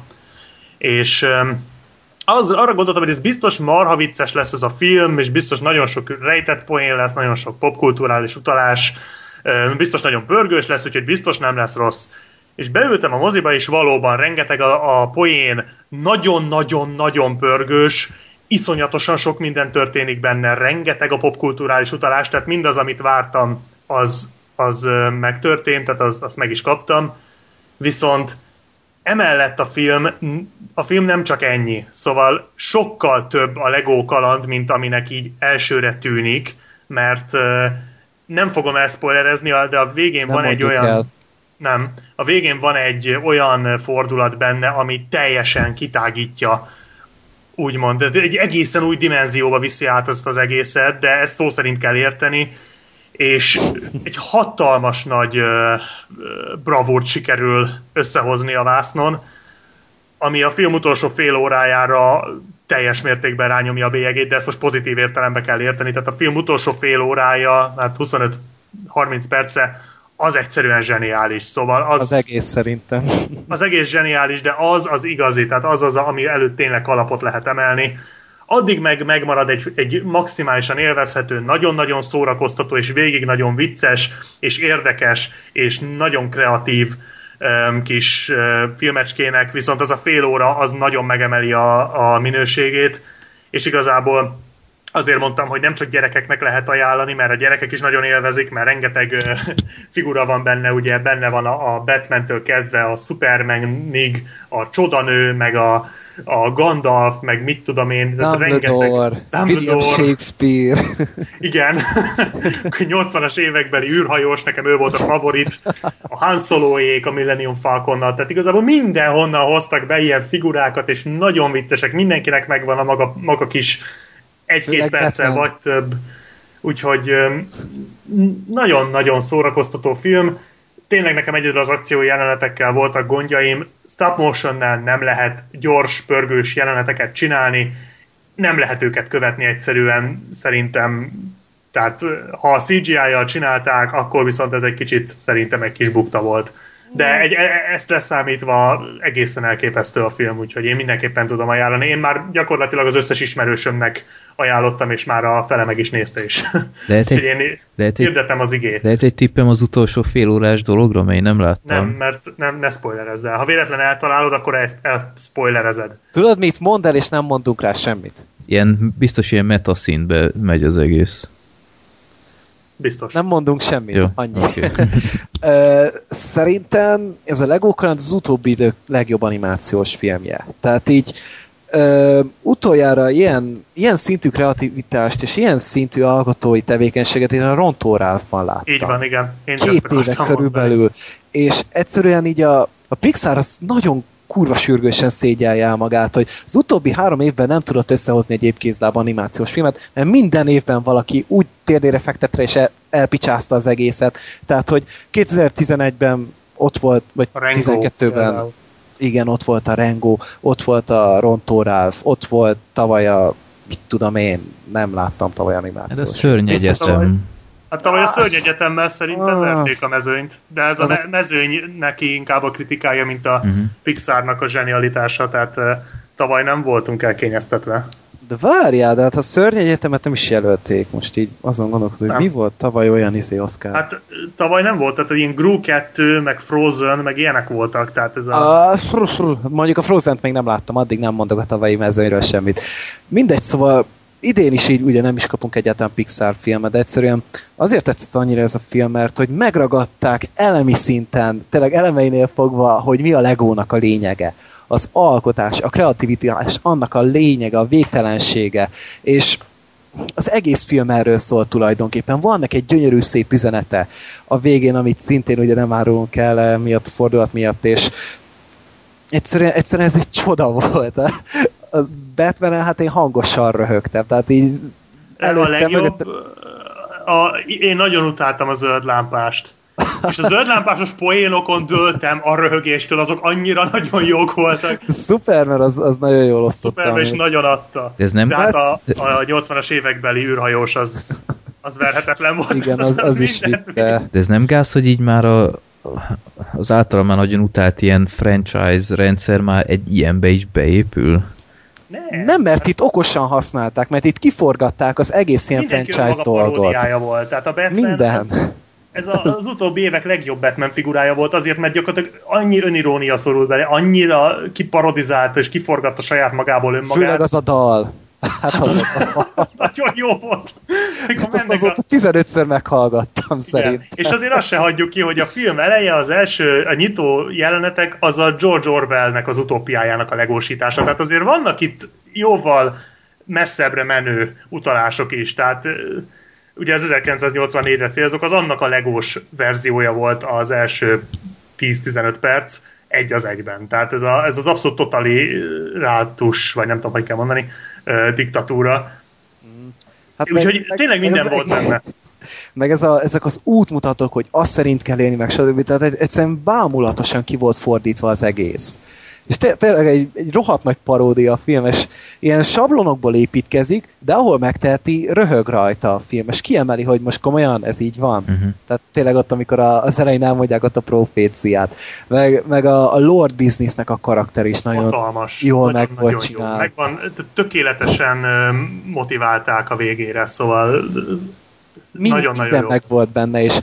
És az, arra gondoltam, hogy ez biztos marha vicces lesz ez a film, és biztos nagyon sok rejtett poén lesz, nagyon sok popkulturális utalás, biztos nagyon pörgős lesz, úgyhogy biztos nem lesz rossz. És beültem a moziba, és valóban rengeteg a, a poén nagyon-nagyon-nagyon pörgős, iszonyatosan sok minden történik benne, rengeteg a popkulturális utalás, tehát mindaz, amit vártam, az, az megtörtént, tehát az, azt meg is kaptam. Viszont emellett a film, a film nem csak ennyi, szóval sokkal több a Lego kaland, mint aminek így elsőre tűnik, mert uh, nem fogom elspoilerezni, de a végén nem van egy olyan... El. Nem, a végén van egy olyan fordulat benne, ami teljesen kitágítja, úgymond, egy egészen új dimenzióba viszi át ezt az egészet, de ezt szó szerint kell érteni, és egy hatalmas nagy uh, bravúrt sikerül összehozni a vásznon, ami a film utolsó fél órájára teljes mértékben rányomja a bélyegét, de ezt most pozitív értelembe kell érteni, tehát a film utolsó fél órája, hát huszonöt-harminc perce, az egyszerűen zseniális, szóval az... Az egész szerintem. Az egész zseniális, de az az igazi, tehát az az, ami előtt tényleg kalapot lehet emelni. Addig meg megmarad egy, egy maximálisan élvezhető, nagyon-nagyon szórakoztató, és végig nagyon vicces, és érdekes, és nagyon kreatív um, kis uh, filmecskének, viszont az a fél óra az nagyon megemeli a, a minőségét, és igazából azért mondtam, hogy nem csak gyerekeknek lehet ajánlani, mert a gyerekek is nagyon élvezik, mert rengeteg uh, figura van benne, ugye benne van a, a Batman-től kezdve a Supermanig, a Csodanő, meg a a Gandalf, meg mit tudom én. Dumbledore, William Shakespeare. Igen. nyolcvanas évekbeli űrhajós, nekem ő volt a favorit. A Han Soloék a Millennium Falconnal. Tehát igazából mindenhonnan hoztak be ilyen figurákat, és nagyon viccesek. Mindenkinek megvan a maga, maga kis egy-két perccel vagy több. Úgyhogy nagyon-nagyon szórakoztató film. Tényleg nekem egyedül az akció jelenetekkel voltak gondjaim. Stop motionnál nem lehet gyors, pörgős jeleneteket csinálni, nem lehet őket követni egyszerűen, szerintem. Tehát ha a cé gé í-jal csinálták, akkor viszont ez egy kicsit szerintem egy kis bukta volt. De egy, ezt leszámítva egészen elképesztő a film, úgyhogy én mindenképpen tudom ajánlani. Én már gyakorlatilag az összes ismerősömnek ajánlottam, és már a fele meg is nézte is. Lehet egy, én lehet hirdettem az igét. Lehet egy tippem az utolsó fél órás dologra, mely nem láttam? Nem, mert nem, ne spoilerezd el. Ha véletlen eltalálod, akkor ezt elspoilerezed. Tudod mit? Mondd el, és nem mondunk rá semmit. Ilyen, biztos ilyen metaszintbe megy az egész. Biztos. Nem mondunk semmit, jó, annyi. Okay. uh, szerintem ez a Lego Kaland az utóbbi idők legjobb animációs filmje. Tehát így uh, utoljára ilyen, ilyen szintű kreativitást és ilyen szintű alkotói tevékenységet én a Rontó Ralphban láttam. Így van, igen. Én Két éve körülbelül. Mondani. És egyszerűen így a, a Pixar az nagyon kurva sürgősen szégyelje el magát, hogy az utóbbi három évben nem tudott összehozni egy épkézláb animációs filmet, mert minden évben valaki úgy térdére fektetre és el, elpicsázta az egészet. Tehát, hogy kétezer-tizenegyben ott volt, vagy tizenkettőben igen, ott volt a Rengo, ott volt a Rontó Ralph, ott volt tavaly a, mit tudom én, nem láttam tavaly animációs. Ez a Szörny Egyetem. Hát tavaly a Szörny Egyetemmel szerintem verték a mezőnyt, de ez a me- mezőny neki inkább a kritikája, mint a uh-huh. Pixarnak a zsenialitása, tehát uh, tavaly nem voltunk elkényeztetve. De várjál, de hát a Szörny Egyetemet nem is jelölték, most így azon gondolkozom, hogy mi volt tavaly olyan izé Oscar? Hát tavaly nem volt, tehát ilyen Gru kettő, meg Frozen, meg ilyenek voltak, tehát ez a... a fru, fru, mondjuk a Frozent még nem láttam, addig nem mondok a tavalyi mezőnyről semmit. Mindegy, szóval idén is így ugye nem is kapunk egyáltalán Pixar filmet, de egyszerűen azért tetszett annyira ez a film, mert hogy megragadták elemi szinten, tényleg elemeinél fogva, hogy mi a Legónak a lényege. az alkotás, a kreativitás, annak a lényege, a végtelensége, és az egész film erről szól tulajdonképpen. Van neki egy gyönyörű szép üzenete a végén, amit szintén ugye nem árulunk el miatt, fordulat miatt, és egyszerűen, egyszerűen ez egy csoda volt. A Batman-en hát én hangosan röhögtem, tehát így előttem, a legjobb, mögöttem... a, én nagyon utáltam a zöld lámpást. És a zöld lámpásos poénokon dőltem a röhögéstől, azok annyira nagyon jók voltak. Superman az, az nagyon jól osztottam. Superman is nagyon adta. Ez nem De hát a, a nyolcvanas évekbeli űrhajós az, az verhetetlen volt. Igen, az, az, az is vitte. De ez nem gáz, hogy így már a, az általában már nagyon utált ilyen franchise rendszer már egy ilyenbe is beépül? Nem, nem, mert itt okosan használták, mert itt kiforgatták az egész ilyen franchise dolgot. Mindenki volt. Tehát a Batman Minden. Az, ez a, az utóbbi évek legjobb Batman figurája volt azért, mert gyakorlatilag annyi önirónia szorult bele, annyira kiparodizálta és kiforgatta saját magából önmagát. Főleg az a dal. Hát az, az nagyon jó volt. Hát azt azóta tizenötször meghallgattam szerint. És azért azt se hagyjuk ki, hogy a film eleje, az első, a nyitó jelenetek, az a George Orwellnek az utópiájának a legósítása. Tehát azért vannak itt jóval messzebbre menő utalások is. Tehát ugye az ezerkilencszáznyolcvannégyre célzok, az annak a legós verziója volt az első tíz-tizenöt perc, egy az egyben. Tehát ez, a, ez az abszolút totalirátus, vagy nem tudom, hogy kell mondani, uh, diktatúra. Hát úgyhogy tényleg minden ez volt benne. Meg ez a, ezek az útmutatók, hogy azt szerint kell élni, meg stb. Tehát egyszerűen bámulatosan ki volt fordítva az egész. És tényleg egy, egy rohadt nagy paródia a film, és ilyen sablonokból építkezik, de ahol megteheti, röhög rajta a film, és kiemeli, hogy most komolyan ez így van. Uh-huh. Tehát tényleg ott, amikor a, az elején elmondják ott a proféciát, meg, meg a, a Lord Businessnek a karakter is nagyon hatalmas, jól nagyon, meg volt csinálva. Megvan, tökéletesen motiválták a végére, szóval nagyon-nagyon jó. Meg volt benne, és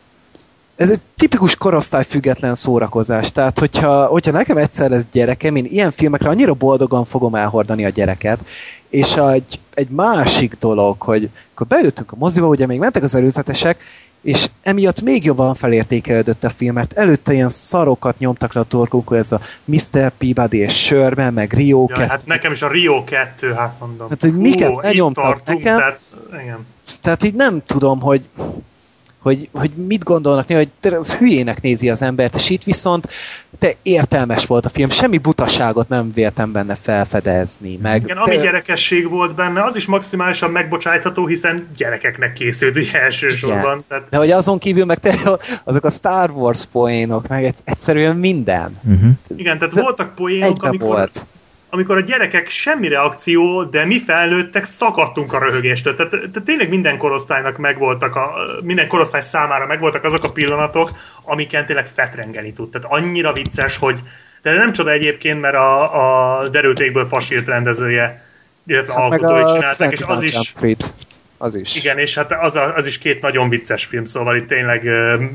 ez egy tipikus korosztályfüggetlen szórakozás. Tehát, hogyha, hogyha nekem egyszer lesz gyerekem, én ilyen filmekre annyira boldogan fogom elhordani a gyereket. És egy, egy másik dolog, hogy akkor beültünk a moziba, ugye még mentek az előzetesek, és emiatt még jobban felértékelődött a film, mert előtte ilyen szarokat nyomtak le a torkunkon, ez a miszter Peabody és Sherman, meg Rio ja, kettő. Hát nekem is a Rio kettő, hát mondom. Hát, hogy miket ne nyomtak tartunk, nekem. Tehát, igen. Tehát így nem tudom, hogy Hogy, hogy mit gondolnak, hogy az hülyének nézi az embert, és itt viszont te értelmes volt a film, semmi butaságot nem véltem benne felfedezni. Meg igen, ami te... gyerekesség volt benne, az is maximálisan megbocsájtható, hiszen gyerekeknek készülő elsősorban. Tehát... De hogy azon kívül meg te, azok a Star Wars poénok, meg egyszerűen minden. Uh-huh. Igen, tehát de voltak poénok, amikor... Volt. amikor a gyerekek semmi reakció, de mi felnőttek szakadtunk a röhögéstől. Tehát, tehát tényleg minden korosztálynak megvoltak, a, minden korosztály számára megvoltak azok a pillanatok, amiken tényleg fetrengeni tud. Tehát annyira vicces, hogy... De nem csoda egyébként, mert a, a Derültékből fasírt rendezője, illetve hát alkotói csinálták, és az is... Street. Az is. Igen, és hát az, a, az is két nagyon vicces film, szóval itt tényleg...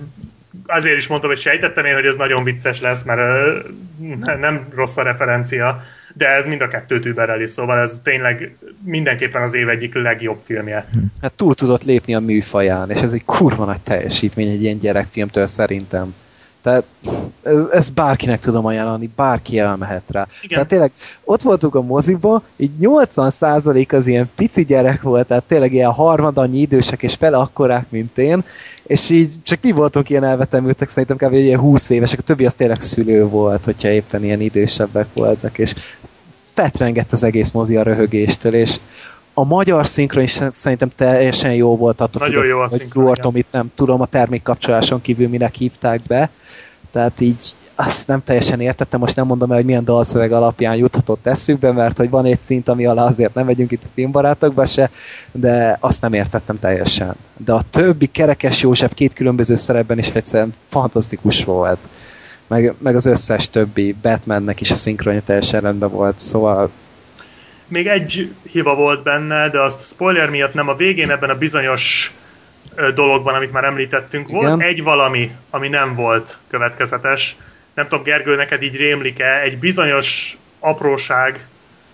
Azért is mondtam, hogy sejtettem én, hogy ez nagyon vicces lesz, mert nem rossz a referencia, de ez mind a kettőt übereli, szóval ez tényleg mindenképpen az év egyik legjobb filmje. Hát túl tudott lépni a műfaján, és ez egy kurva nagy teljesítmény egy ilyen gyerekfilmtől szerintem. Tehát ez, ez bárkinek tudom ajánlani, bárki elmehet rá. Igen. Tehát tényleg ott voltunk a moziba, így nyolcvan százalék az ilyen pici gyerek volt, tehát tényleg ilyen harmadannyi idősek és fele akkorák, mint én, és így csak mi voltunk ilyen elvetemültek, szerintem kb. Ilyen húsz évesek, a többi az tényleg szülő volt, hogyha éppen ilyen idősebbek voltak, és fetrengett az egész mozi a röhögéstől, és a magyar szinkron is szerintem teljesen jó volt, attól nagyon függ, jó a hogy szinkron, itt nem tudom, a termékkapcsoláson kívül minek hívták be, tehát így azt nem teljesen értettem, most nem mondom el, hogy milyen dalszöveg alapján juthatott eszükbe, mert hogy van egy szint, ami alá azért nem megyünk itt a filmbarátokba se, de azt nem értettem teljesen. De a többi Kerekes József két különböző szerepben is egyszerűen fantasztikus volt. Meg, meg az összes többi Batmannek is a szinkronja teljesen rendben volt, szóval... Még egy hiba volt benne, de azt spoiler miatt nem, a végén ebben a bizonyos dologban, amit már említettünk, igen. Volt egy valami, ami nem volt következetes. Nem tudom, Gergő, neked így rémlik-e egy bizonyos apróság,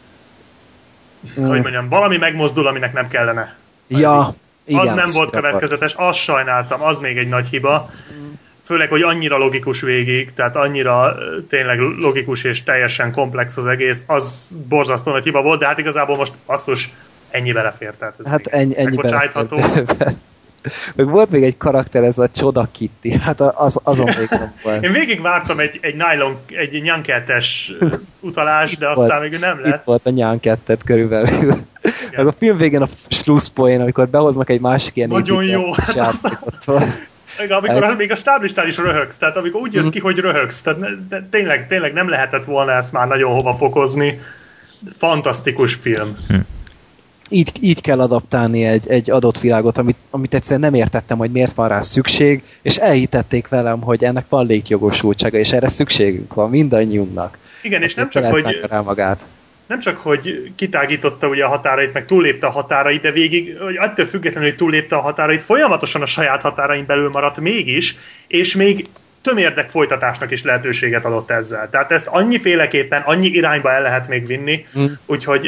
mm. hogy mondjam, valami megmozdul, aminek nem kellene. Ja, igen. Az nem volt következetes, azt sajnáltam, az még egy nagy hiba. főleg, hogy annyira logikus végig, tehát annyira tényleg logikus és teljesen komplex az egész, az borzasztó nagy hiba volt, de hát igazából most basszus, ennyi belefért. Tehát ez hát ennyi, ennyi belefért. Meg volt még egy karakter, ez a Csoda Kitty, hát az, azon még nem volt. Én végig vártam egy, egy nylon, egy nyánkettes utalás, de aztán még nem lett. Itt volt a nyánkettet körülbelül. Meg a film végén a slusszpoén, amikor behoznak egy másik ilyen nagyon jó. Meg amikor el... még a stáblistán is röhögsz, tehát amikor úgy jössz ki, hogy röhögsz, tehát de tényleg, tényleg nem lehetett volna ezt már nagyon hova fokozni. Fantasztikus film. Hm. Így, így kell adaptálni egy, egy adott világot, amit, amit egyszerűen nem értettem, hogy miért van rá szükség, és elhitették velem, hogy ennek van létjogosultsága, és erre szükségünk van mindannyiunknak. Igen, és nem csak, hogy, magát. nem csak, hogy kitágította ugye a határait, meg túllépte a határait, de végig, hogy attól függetlenül, hogy túllépte a határait, folyamatosan a saját határain belül maradt mégis, és még tömérdek folytatásnak is lehetőséget adott ezzel. Tehát ezt annyiféleképpen, annyi irányba el lehet még vinni, mm. úgyhogy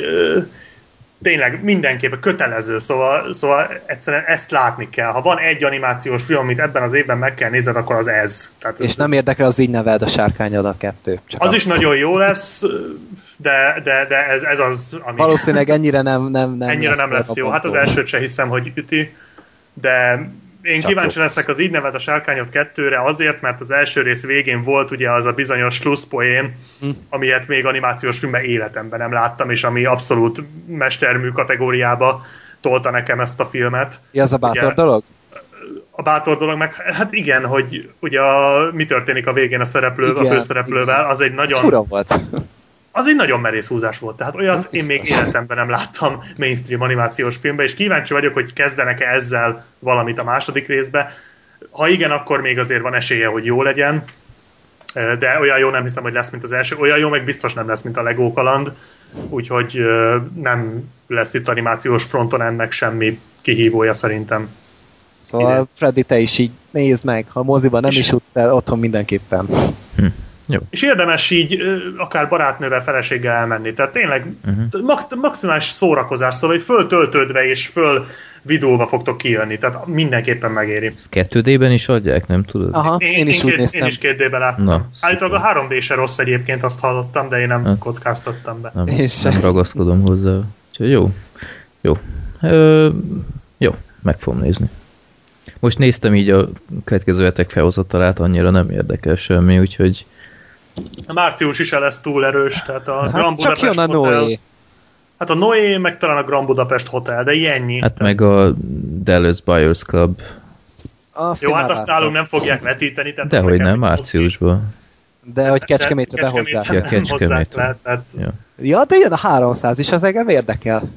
tényleg mindenképpen kötelező, szóval, szóval egyszerűen ezt látni kell. Ha van egy animációs film, amit ebben az évben meg kell nézned, akkor az ez. Tehát és ez, nem érdekel az Így neveld a sárkányodat kettő. Csak az a... is nagyon jó lesz, de, de, de ez, ez az, ami... Valószínűleg ennyire nem, nem, nem ennyire lesz, nem lesz jó. Hát az elsőt se hiszem, hogy üti, de én csak kíváncsi leszek az Így neveld a sárkányod kettőre azért, mert az első rész végén volt ugye az a bizonyos slusszpoén, hm. amilyet még animációs filmben életemben nem láttam, és ami abszolút mestermű kategóriába tolta nekem ezt a filmet. Mi az a bátor ugye, dolog? A bátor dolog, meg hát igen, hogy ugye a, mi történik a végén a szereplő, igen, a főszereplővel, igen. Az egy nagyon... Ez fura volt. Az egy nagyon merész húzás volt. Tehát olyat én még életemben nem láttam mainstream animációs filmben, és kíváncsi vagyok, hogy kezdenek-e ezzel valamit a második részbe. Ha igen, akkor még azért van esélye, hogy jó legyen, de olyan jó nem hiszem, hogy lesz, mint az első. Olyan jó meg biztos nem lesz, mint a Lego kaland, úgyhogy nem lesz itt animációs fronton ennek semmi kihívója szerintem. Szóval ide. Freddy, te is így nézd meg, ha moziban nem és is jutsz el, otthon mindenképpen. Hm. Jó. És érdemes így akár barátnővel, feleséggel elmenni. Tehát tényleg uh-huh. max, maximális szórakozás, szóval hogy föltöltődve és föl videóba fogtok kijönni. Tehát mindenképpen megéri. kettő dé-ben is adják, nem tudod? Aha, én, én is én, úgy néztem. Én is két dé-ben láttam. Állítólag a három dé se rossz egyébként, azt hallottam, de én nem ha. kockáztattam be. Nem, nem ragaszkodom hozzá. Úgyhogy jó. Jó. Ö, jó, meg fogom nézni. Most néztem így a következő hetek felhozattalát, annyira nem érdekel semmi, úgyhogy a március is lesz túl erős, tehát a hát Grand Budapest a Hotel. Noé. Hát a Noé, meg talán a Grand Budapest Hotel, de ennyi. Hát tehát... meg a Dallas Buyers Club. Azt jó, hát azt nálunk nem fogják vetíteni. Dehogy nem, márciusban. De hogy Kecskemétre behozzák. Ja, Kecskemétre. Tehát... Ja. ja, de jön a háromszáz is, az engem érdekel.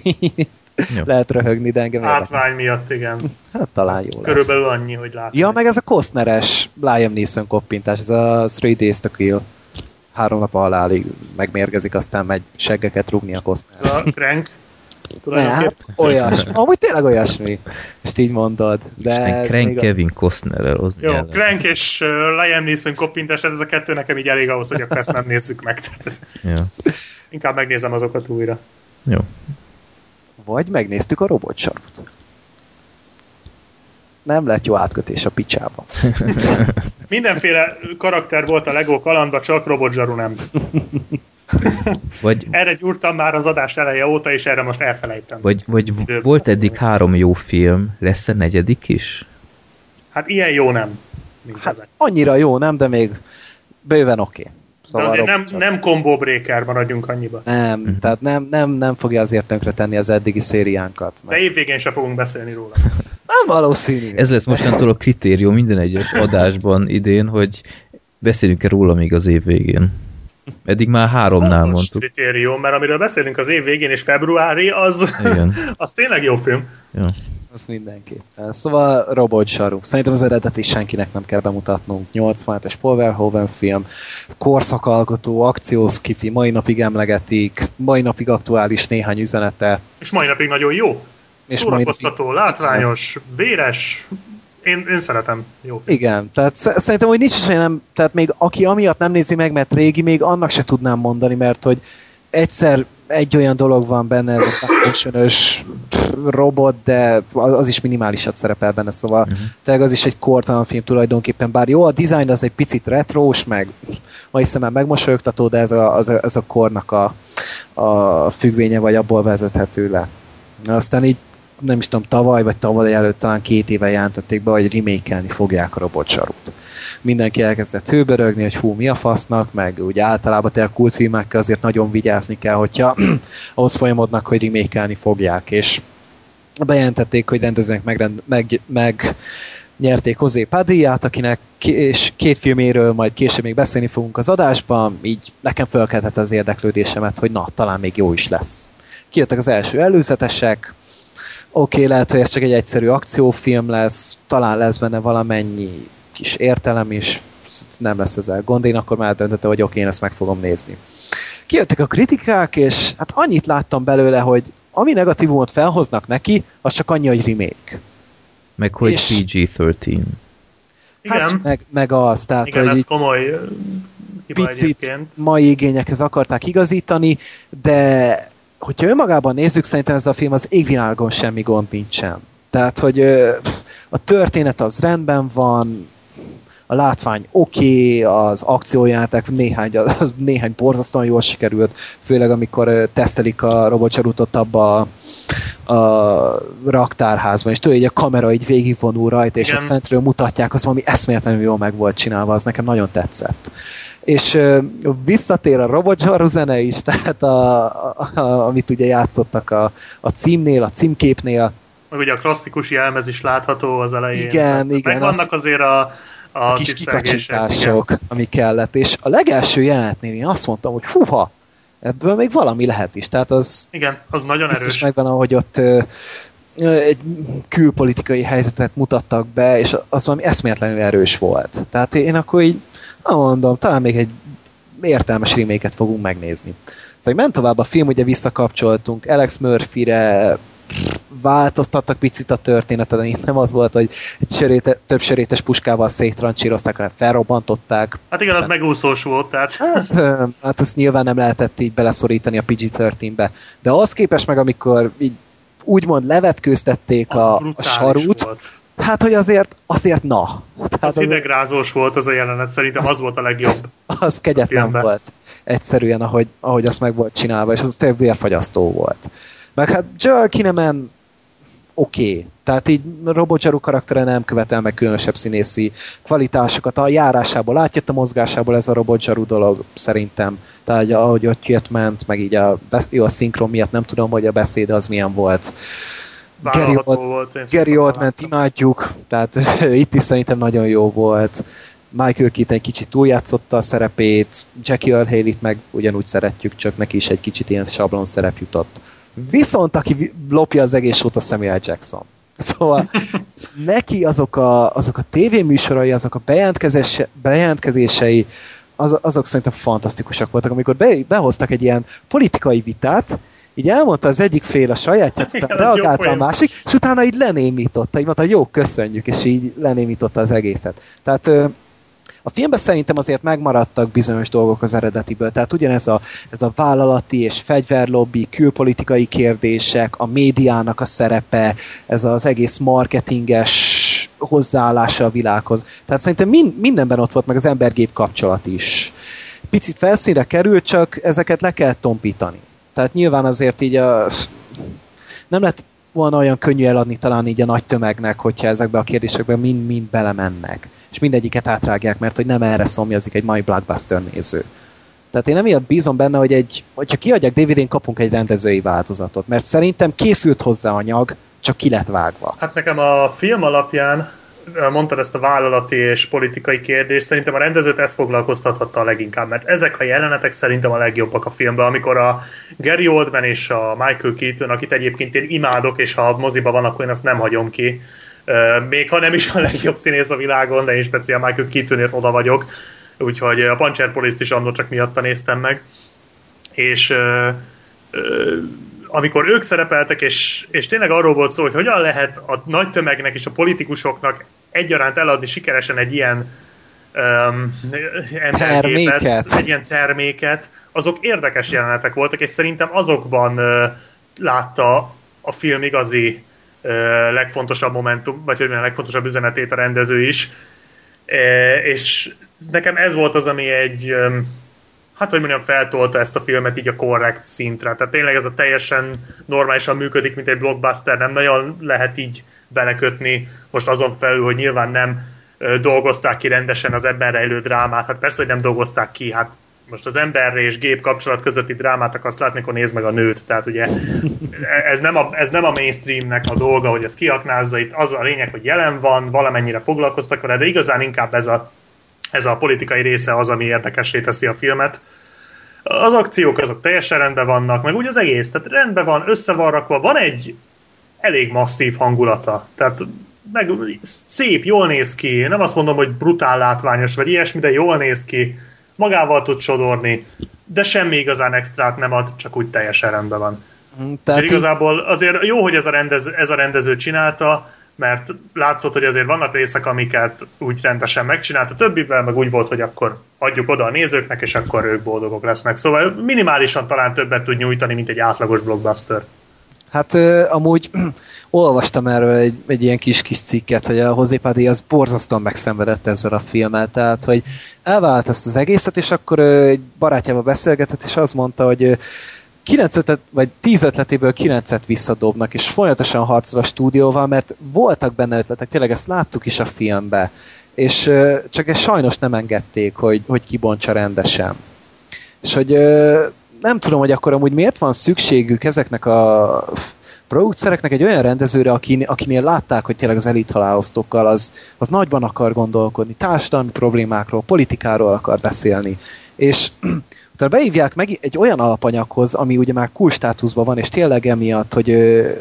Lehet röhögni, de engem érdekel. Átvány miatt, igen. Hát talán jó lesz. Körülbelül annyi, hogy látom. Ja, meg ez a Costneres Liam Neeson koppintás, ez a Three Days to Kill. Három nap a halálig megmérgezik, aztán megy seggeket rúgni a Costner. Ez a Crank? Ne, hát olyasmi. Amúgy tényleg olyasmi. Ezt így mondod. De Crank a... Kevin Costnerrel. Az jó, jelen. Crank és uh, Liam Neeson koppintás, ez a kettő nekem így elég ahhoz, hogy akkor ezt nem nézzük meg. Ja. Inkább megnézem azokat újra. Jó. Vagy megnéztük a Robotsarkot. Nem lett jó átkötés a picsába. Mindenféle karakter volt a Lego kalandban, csak Robotzsaru nem. Vagy... Erre gyúrtam már az adás eleje óta, és erre most elfelejtem. Vagy, vagy volt eddig három jó film, lesz a negyedik is? Hát ilyen jó nem. Hát annyira jó nem, de még bőven oké. Okay. Szóval de azért nem, nem combo breaker, maradjunk annyiba. Nem, uh-huh. tehát nem, nem, nem fogja azért tönkre tenni az eddigi szériánkat. De évvégén se fogunk beszélni róla. Nem valószínű. Ez lesz mostantól a kritérium minden egyes adásban idén, hogy beszélünk-e róla még az év végén. Eddig már háromnál Most mondtuk. Kritérium, mert amiről beszélünk az év végén és februári, az, az tényleg jó film. Ja. Az mindenképpen. Szóval Robotzsaru. Szerintem az eredeti senkinek nem kell bemutatnunk. nyolcvanhetes Paul Verhoeven film, korszakalkotó, akciószkifi, mai napig emlegetik, mai napig aktuális néhány üzenete. És mai napig nagyon jó. És szórakoztató, napig... látványos, véres. Én, én szeretem. Jó. Igen, tehát szerintem, hogy nincs is olyan, tehát még aki amiatt nem nézi meg, mert régi, még annak se tudnám mondani, mert hogy egyszer egy olyan dolog van benne, ez a stop-motion-ös robot, de az is minimálisat szerepel benne, szóval uh-huh. tényleg az is egy kortalan film tulajdonképpen, bár jó, a design az egy picit retrós, meg mai szemmel megmosolyogtató, de ez a, az a, ez a kornak a, a függvénye, vagy abból vezethető le. Aztán így nem is tudom, tavaly vagy tavaly előtt talán két éve jelentették be, hogy remake-elni fogják a Robotsarút. Mindenki elkezdett hőbörögni, hogy hú, mi a fasznak, meg úgy általában tényleg kultfilmekkel azért nagyon vigyázni kell, hogyha ahhoz folyamodnak, hogy remake-elni fogják, és bejelentették, hogy rendezőnek megrend, meg, meg nyerték José Padillát, akinek és két filméről majd később még beszélni fogunk az adásban, így nekem felkeltett az érdeklődésemet, hogy na, talán még jó is lesz. Kijöttek az első előzetesek, oké, okay, lehet, hogy ez csak egy egyszerű akciófilm lesz, talán lesz benne valamennyi kis értelem is, nem lesz ezzel gond, én akkor már döntöttem, hogy oké, okay, én ezt meg fogom nézni. Kijöttek a kritikák, és hát annyit láttam belőle, hogy ami negatívumot felhoznak neki, az csak annyi, hogy remake. Meg hogy és... pé gé tizenhárom. Hát igen. meg, meg az, tehát igen, hogy ez komoly hiba picit egyébként. mai igényekhez akarták igazítani, de hogyha önmagában nézzük, szerintem ez a film az égvilágon semmi gond nincsen. Tehát, hogy a történet az rendben van, a látvány oké, okay, az akciójáték néhány, az néhány borzasztóan jól sikerült, főleg amikor tesztelik a robotcsarutot abba a, a raktárházban, és tőle így a kamera így végigvonul rajta, igen. És a fentről mutatják, az valami eszméletlenül jól meg volt csinálva, az nekem nagyon tetszett. És uh, visszatér a robotzsaru zene is, tehát a, a, a, amit ugye játszottak a, a címnél, a címképnél. Meg ugye a klasszikus jelmez is látható az elején. Igen, meg, igen. Meg vannak az, azért a, a, a kis kikacsintások, ami kellett. És a legelső jelenetnél én azt mondtam, hogy húha, ebből még valami lehet is. Tehát az, igen, az nagyon erős. Biztos megvan, ahogy ott ö, egy külpolitikai helyzetet mutattak be, és az valami eszméletlenül erős volt. Tehát én akkor így na mondom, talán még egy értelmes remake-et fogunk megnézni. Szóval ment tovább a film, ugye visszakapcsoltunk Alex Murphy-re, változtattak picit a történeten, itt nem az volt, hogy egy söréte, több sörétes puskával széttrancsírozták, hanem felrobbantották. Hát igen, az megúszós volt, tehát... Hát, hát ezt nyilván nem lehetett így beleszorítani a pé gé tizenháromba. De ahhoz képest meg, amikor így úgymond levetkőztették a, a sarút, volt. Hát, hogy azért, azért na. Tehát az hidegrázós volt az a jelenet, szerintem az, az volt a legjobb. Az kegyetlen volt. Egyszerűen, ahogy, ahogy azt meg volt csinálva, és az tényleg vérfagyasztó volt. Meg hát Joel Kinnaman oké. Okay. Tehát így Robotzsaru karaktere nem követel meg különösebb színészi kvalitásokat. A járásából, átjött a mozgásából ez a Robotzsaru dolog szerintem. Tehát ahogy ott jött, ment, meg így a, jó, a szinkron miatt nem tudom, hogy a beszéd az milyen volt. Gary, Old, volt, Gary Oldman-t imádjuk, tehát itt is szerintem nagyon jó volt. Michael Keaton egy kicsit túljátszotta a szerepét, Jackie Earle Haley-t meg ugyanúgy szeretjük, csak neki is egy kicsit ilyen sablon szerep jutott. Viszont aki lopja az egész sót, a Samuel Jackson. Szóval neki azok a, azok a tévéműsorai, azok a bejelentkezés, bejelentkezései, az, azok szerintem fantasztikusak voltak, amikor be, behoztak egy ilyen politikai vitát, így elmondta az egyik fél a sajátját, utána reagálta a másik, és utána így lenémította, így mondta, jó, köszönjük, és így lenémította az egészet. Tehát a filmben szerintem azért megmaradtak bizonyos dolgok az eredetiből, tehát ugyanez a, ez a vállalati és fegyverlobbi, külpolitikai kérdések, a médiának a szerepe, ez az egész marketinges hozzáállása a világhoz. Tehát szerintem min, mindenben ott volt, meg az ember-gép kapcsolat is. Picit felszínre került, csak ezeket le kell tompítani. Tehát nyilván azért így a... nem lett volna olyan könnyű eladni talán így a nagy tömegnek, hogyha ezekbe a kérdésekbe mind-mind belemennek. És mindegyiket átrágják, mert hogy nem erre szomjazik egy mai blockbuster néző. Tehát én emiatt bízom benne, hogy egy, hogyha kiadják dé vé dén, kapunk egy rendezői változatot. Mert szerintem készült hozzá anyag, csak ki lett vágva. Hát nekem a film alapján, mondtad ezt a vállalati és politikai kérdést, szerintem a rendezőt ezt foglalkoztathatta a leginkább, mert ezek a jelenetek szerintem a legjobbak a filmben, amikor a Gary Oldman és a Michael Keaton, akit egyébként én imádok, és ha a moziba van, akkor én azt nem hagyom ki. Még ha nem is a legjobb színész a világon, de én speciál Michael Keatonért oda vagyok, úgyhogy a Puncher Police-t is annól csak miatta néztem meg. És amikor ők szerepeltek, és, és tényleg arról volt szó, hogy hogyan lehet a nagy tömegnek és a politikusoknak egyaránt eladni sikeresen egy ilyen um, embergépet, egy ilyen terméket, azok érdekes jelenetek voltak, és szerintem azokban uh, látta a film igazi uh, legfontosabb momentum, vagy hogy a legfontosabb üzenetét a rendező is. Uh, és nekem ez volt az, ami egy um, hát, hogy mondjam, feltolta ezt a filmet így a korrekt szintre. Tehát tényleg ez a teljesen normálisan működik, mint egy blockbuster, nem nagyon lehet így belekötni, most azon felül, hogy nyilván nem ö, dolgozták ki rendesen az ebben rejlő drámát. Hát persze, hogy nem dolgozták ki, hát most az ember és gép kapcsolat közötti drámát akarsz látni, akkor nézd meg a nőt. Tehát ugye ez nem a, ez nem a mainstreamnek a dolga, hogy ezt kiaknázza, itt az a lényeg, hogy jelen van, valamennyire foglalkoztak vele, de igazán inkább ez a Ez a politikai része az, ami érdekessé teszi a filmet. Az akciók azok teljesen rendben vannak, meg úgy az egész, tehát rendben van, össze van rakva, van egy elég masszív hangulata. Tehát meg szép, jól néz ki, nem azt mondom, hogy brutál látványos, vagy ilyesmi, de jól néz ki, magával tud sodorni, de semmi igazán extrát nem ad, csak úgy teljesen rendben van. Tehát igazából azért jó, hogy ez a, rendező, ez a rendező csinálta, mert látszott, hogy azért vannak részek, amiket úgy rendesen megcsinált, a többivel meg úgy volt, hogy akkor adjuk oda a nézőknek, és akkor ők boldogok lesznek. Szóval minimálisan talán többet tud nyújtani, mint egy átlagos blockbuster. Hát ö, amúgy olvastam erről egy, egy ilyen kis-kis cikket, hogy a José Padilla az borzasztóan megszenvedett ezzel a filmmel, tehát hogy elvállalt ezt az egészet, és akkor ö, egy barátjával beszélgetett, és azt mondta, hogy ö, kilenc ötlet, vagy tíz ötletéből kilencet visszadobnak, és folyamatosan harcol a stúdióval, mert voltak benne ötletek, tényleg ezt láttuk is a filmbe, és ö, csak ezt sajnos nem engedték, hogy, hogy kibontsa rendesen. És hogy ö, nem tudom, hogy akkor amúgy miért van szükségük ezeknek a producereknek egy olyan rendezőre, akin, akinél látták, hogy tényleg az elithalálosztókkal az, az nagyban akar gondolkodni, társadalmi problémákról, politikáról akar beszélni. És utána beívják meg egy olyan alapanyaghoz, ami ugye már cool státuszban van, és tényleg emiatt, hogy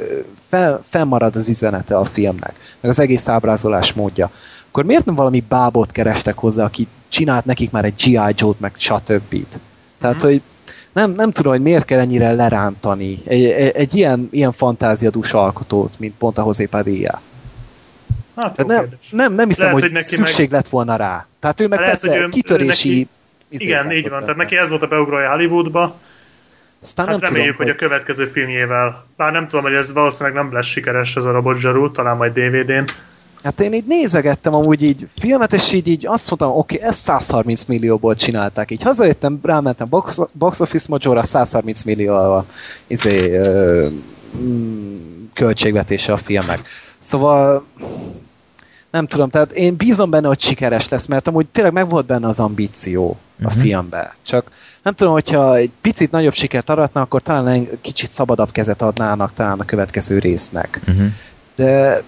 fel, fennmarad az üzenete a filmnek, meg az egész ábrázolás módja. Akkor miért nem valami bábot kerestek hozzá, aki csinált nekik már egy gé i. Joe-t, meg stb. Tehát, mm. hogy nem, nem tudom, hogy miért kell ennyire lerántani egy, egy, egy ilyen, ilyen fantáziadús alkotót, mint pont a José Padilla. Hát, nem, nem, nem hiszem, lehet, hogy, hogy szükség meg... lett volna rá. Tehát ő meg lehet, persze ő, kitörési... Neki... Igen, így van. Tehát neki ez volt a beugrója Hollywoodba. Aztán hát nem reméljük, tudom, hogy a következő filmjével, bár nem tudom, hogy ez valószínűleg nem lesz sikeres ez a Robot Zsaru, talán majd dé vé dén. Hát én így nézegettem amúgy így filmet, és így, így azt mondtam, oké, okay, ezt száz harminc millióból csinálták. Így hazajöttem, rámentem Box, box Office Mojo-ra, száz harminc millióval izé, ö, mm, költségvetése a filmnek. Szóval nem tudom, tehát én bízom benne, hogy sikeres lesz, mert amúgy tényleg meg volt benne az ambíció a uh-huh. filmben. Csak nem tudom, hogyha egy picit nagyobb sikert aratna, akkor talán egy kicsit szabadabb kezet adnának talán a következő résznek. Uh-huh. De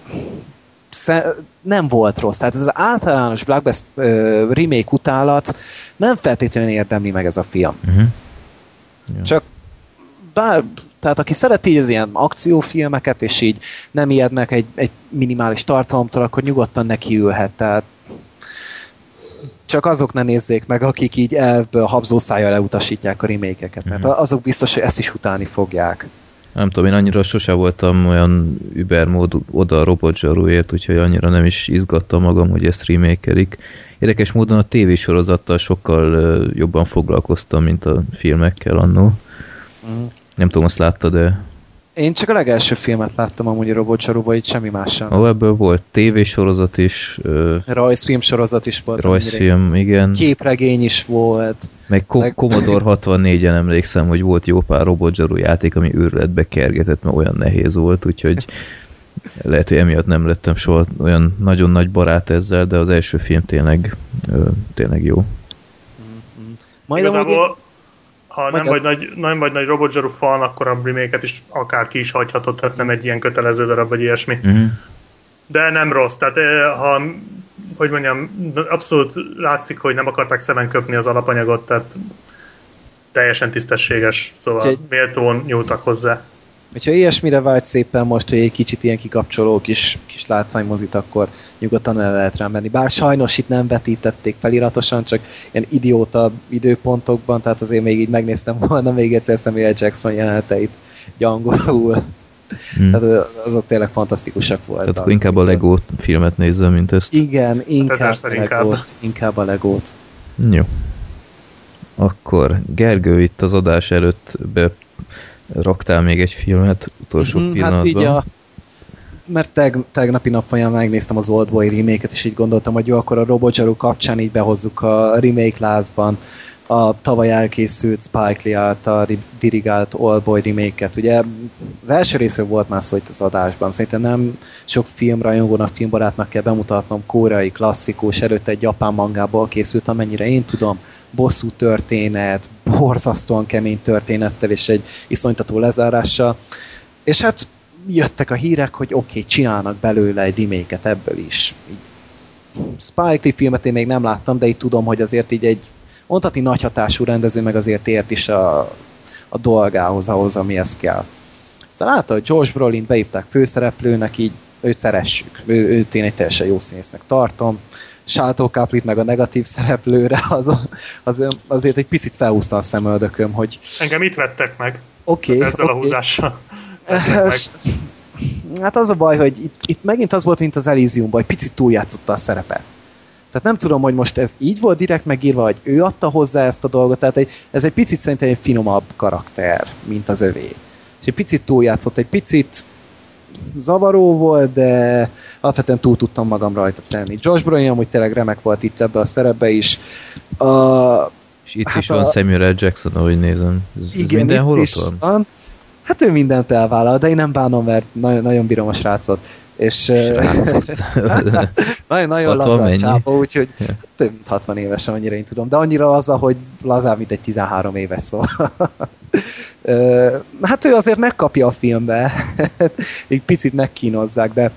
nem volt rossz. Tehát ez az általános blockbuster uh, remake utálat nem feltétlenül érdemli meg ez a film. Uh-huh. Ja. Csak bár, tehát aki szereti az ilyen akciófilmeket, és így nem ijed meg egy, egy minimális tartalomtól, akkor nyugodtan nekiülhet. Tehát csak azok ne nézzék meg, akik így elvből habzószájjal leutasítják a remake-eket, mert uh-huh. azok biztos, hogy ezt is utálni fogják. Nem tudom, én annyira sose voltam olyan übermód oda a Robot Zsaruért, úgyhogy annyira nem is izgattam magam, hogy ezt remake-elik. Érdekes módon a tévésorozattal sokkal uh, jobban foglalkoztam, mint a filmekkel annó. Uh-huh. Nem tudom, azt láttad, de... Én csak a legelső filmet láttam amúgy a Robot Zsaruba, itt semmi más sem. Ó, ebből volt tévésorozat is. Uh, rajzfilm sorozat is volt. Rajzfilm, igen. Képregény is volt. Meg, meg... Commodore hatvannégyen emlékszem, hogy volt jó pár Robot Zsaru játék, ami őrületbe kergetett, mert olyan nehéz volt, úgyhogy lehet, hogy emiatt nem lettem soha olyan nagyon nagy barát ezzel, de az első film tényleg, uh, tényleg jó. Mm-hmm. Majd igazából... Ha nem vagy, nagy, nem vagy nagy Robot Zsaru fan, akkor a remake-et is akár ki is hagyhatod, tehát nem egy ilyen kötelező darab, vagy ilyesmi. Uh-huh. De nem rossz, tehát ha, hogy mondjam, abszolút látszik, hogy nem akarták szemen köpni az alapanyagot, tehát teljesen tisztességes, szóval Úgyhogy... méltón nyúltak hozzá. Ha ilyesmire vágy szépen most, hogy egy kicsit ilyen kikapcsoló kis, kis látványmozit, akkor nyugodtan el lehet rá menni. Bár sajnos itt nem vetítették feliratosan, csak ilyen idióta időpontokban, tehát azért még így megnéztem volna még egyszer Samuel Jackson jeleneteit angolul. Hmm. Tehát azok tényleg fantasztikusak voltak. Tehát akkor inkább a Lego filmet nézem, mint ezt. Igen, inkább hát a Legót. Inkább a Legót. Jó. Akkor Gergő itt az adás előtt be raktál még egy filmet utolsó mm, pillanatban. Hát így a... Mert teg, tegnapi nap folyamán megnéztem az Oldboy remake-et, és így gondoltam, hogy jó, akkor a Robot Zsaru kapcsán így behozzuk a remake lázban a tavaly elkészült Spike Lee által dirigált Oldboy remake-et. Ugye az első részről volt már szó itt az adásban. Szerintem nem sok filmrajongónak, filmbarátnak kell bemutatnom, koreai klasszikus, előtte egy japán mangából készült, amennyire én tudom, bosszú történet, borzasztóan kemény történettel és egy iszonytató lezárással. És hát jöttek a hírek, hogy oké, okay, csinálnak belőle egy remake-et ebből is. Így Spike Lee filmet én még nem láttam, de így tudom, hogy azért így egy mondhatni nagy hatású rendező, meg azért ért is a, a dolgához, ahhoz, amihez kell. Aztán látta, hogy Josh Brolin beívták főszereplőnek, így őt szeressük. Ő, őt én egy teljesen jó színésznek tartom. Sáltó Kaplit meg a negatív szereplőre, az, az, azért egy picit felhúzta a szemöldököm, hogy... Engem itt vettek meg. Oké. Okay, ezzel okay. a húzással. Hát az a baj, hogy itt, itt megint az volt, mint az Elysiumban, hogy picit túljátszotta a szerepet. Tehát nem tudom, hogy most ez így volt direkt megírva, hogy ő adta hozzá ezt a dolgot, tehát egy, ez egy picit szerintem egy finomabb karakter, mint az övé. És egy picit túljátszott, egy picit zavaró volt, de alapvetően túl tudtam magam rajta tenni. Josh Brolin amúgy tényleg remek volt itt ebbe a szerepbe is. A, és itt hát is a, van Samuel L. Jackson, ahogy nézem. Ez, igen, ez mindenhol ott van? van? Hát ő mindent elvállal, de én nem bánom, mert nagyon, nagyon bírom a srácot. És nagyon-nagyon laza csápa, úgyhogy ja. több mint hatvan éves, annyira én tudom, de annyira laza, hogy lazább, mint egy tizenhárom éves, szóval. Hát ő azért megkapja a filmbe, egy picit megkínozzák, de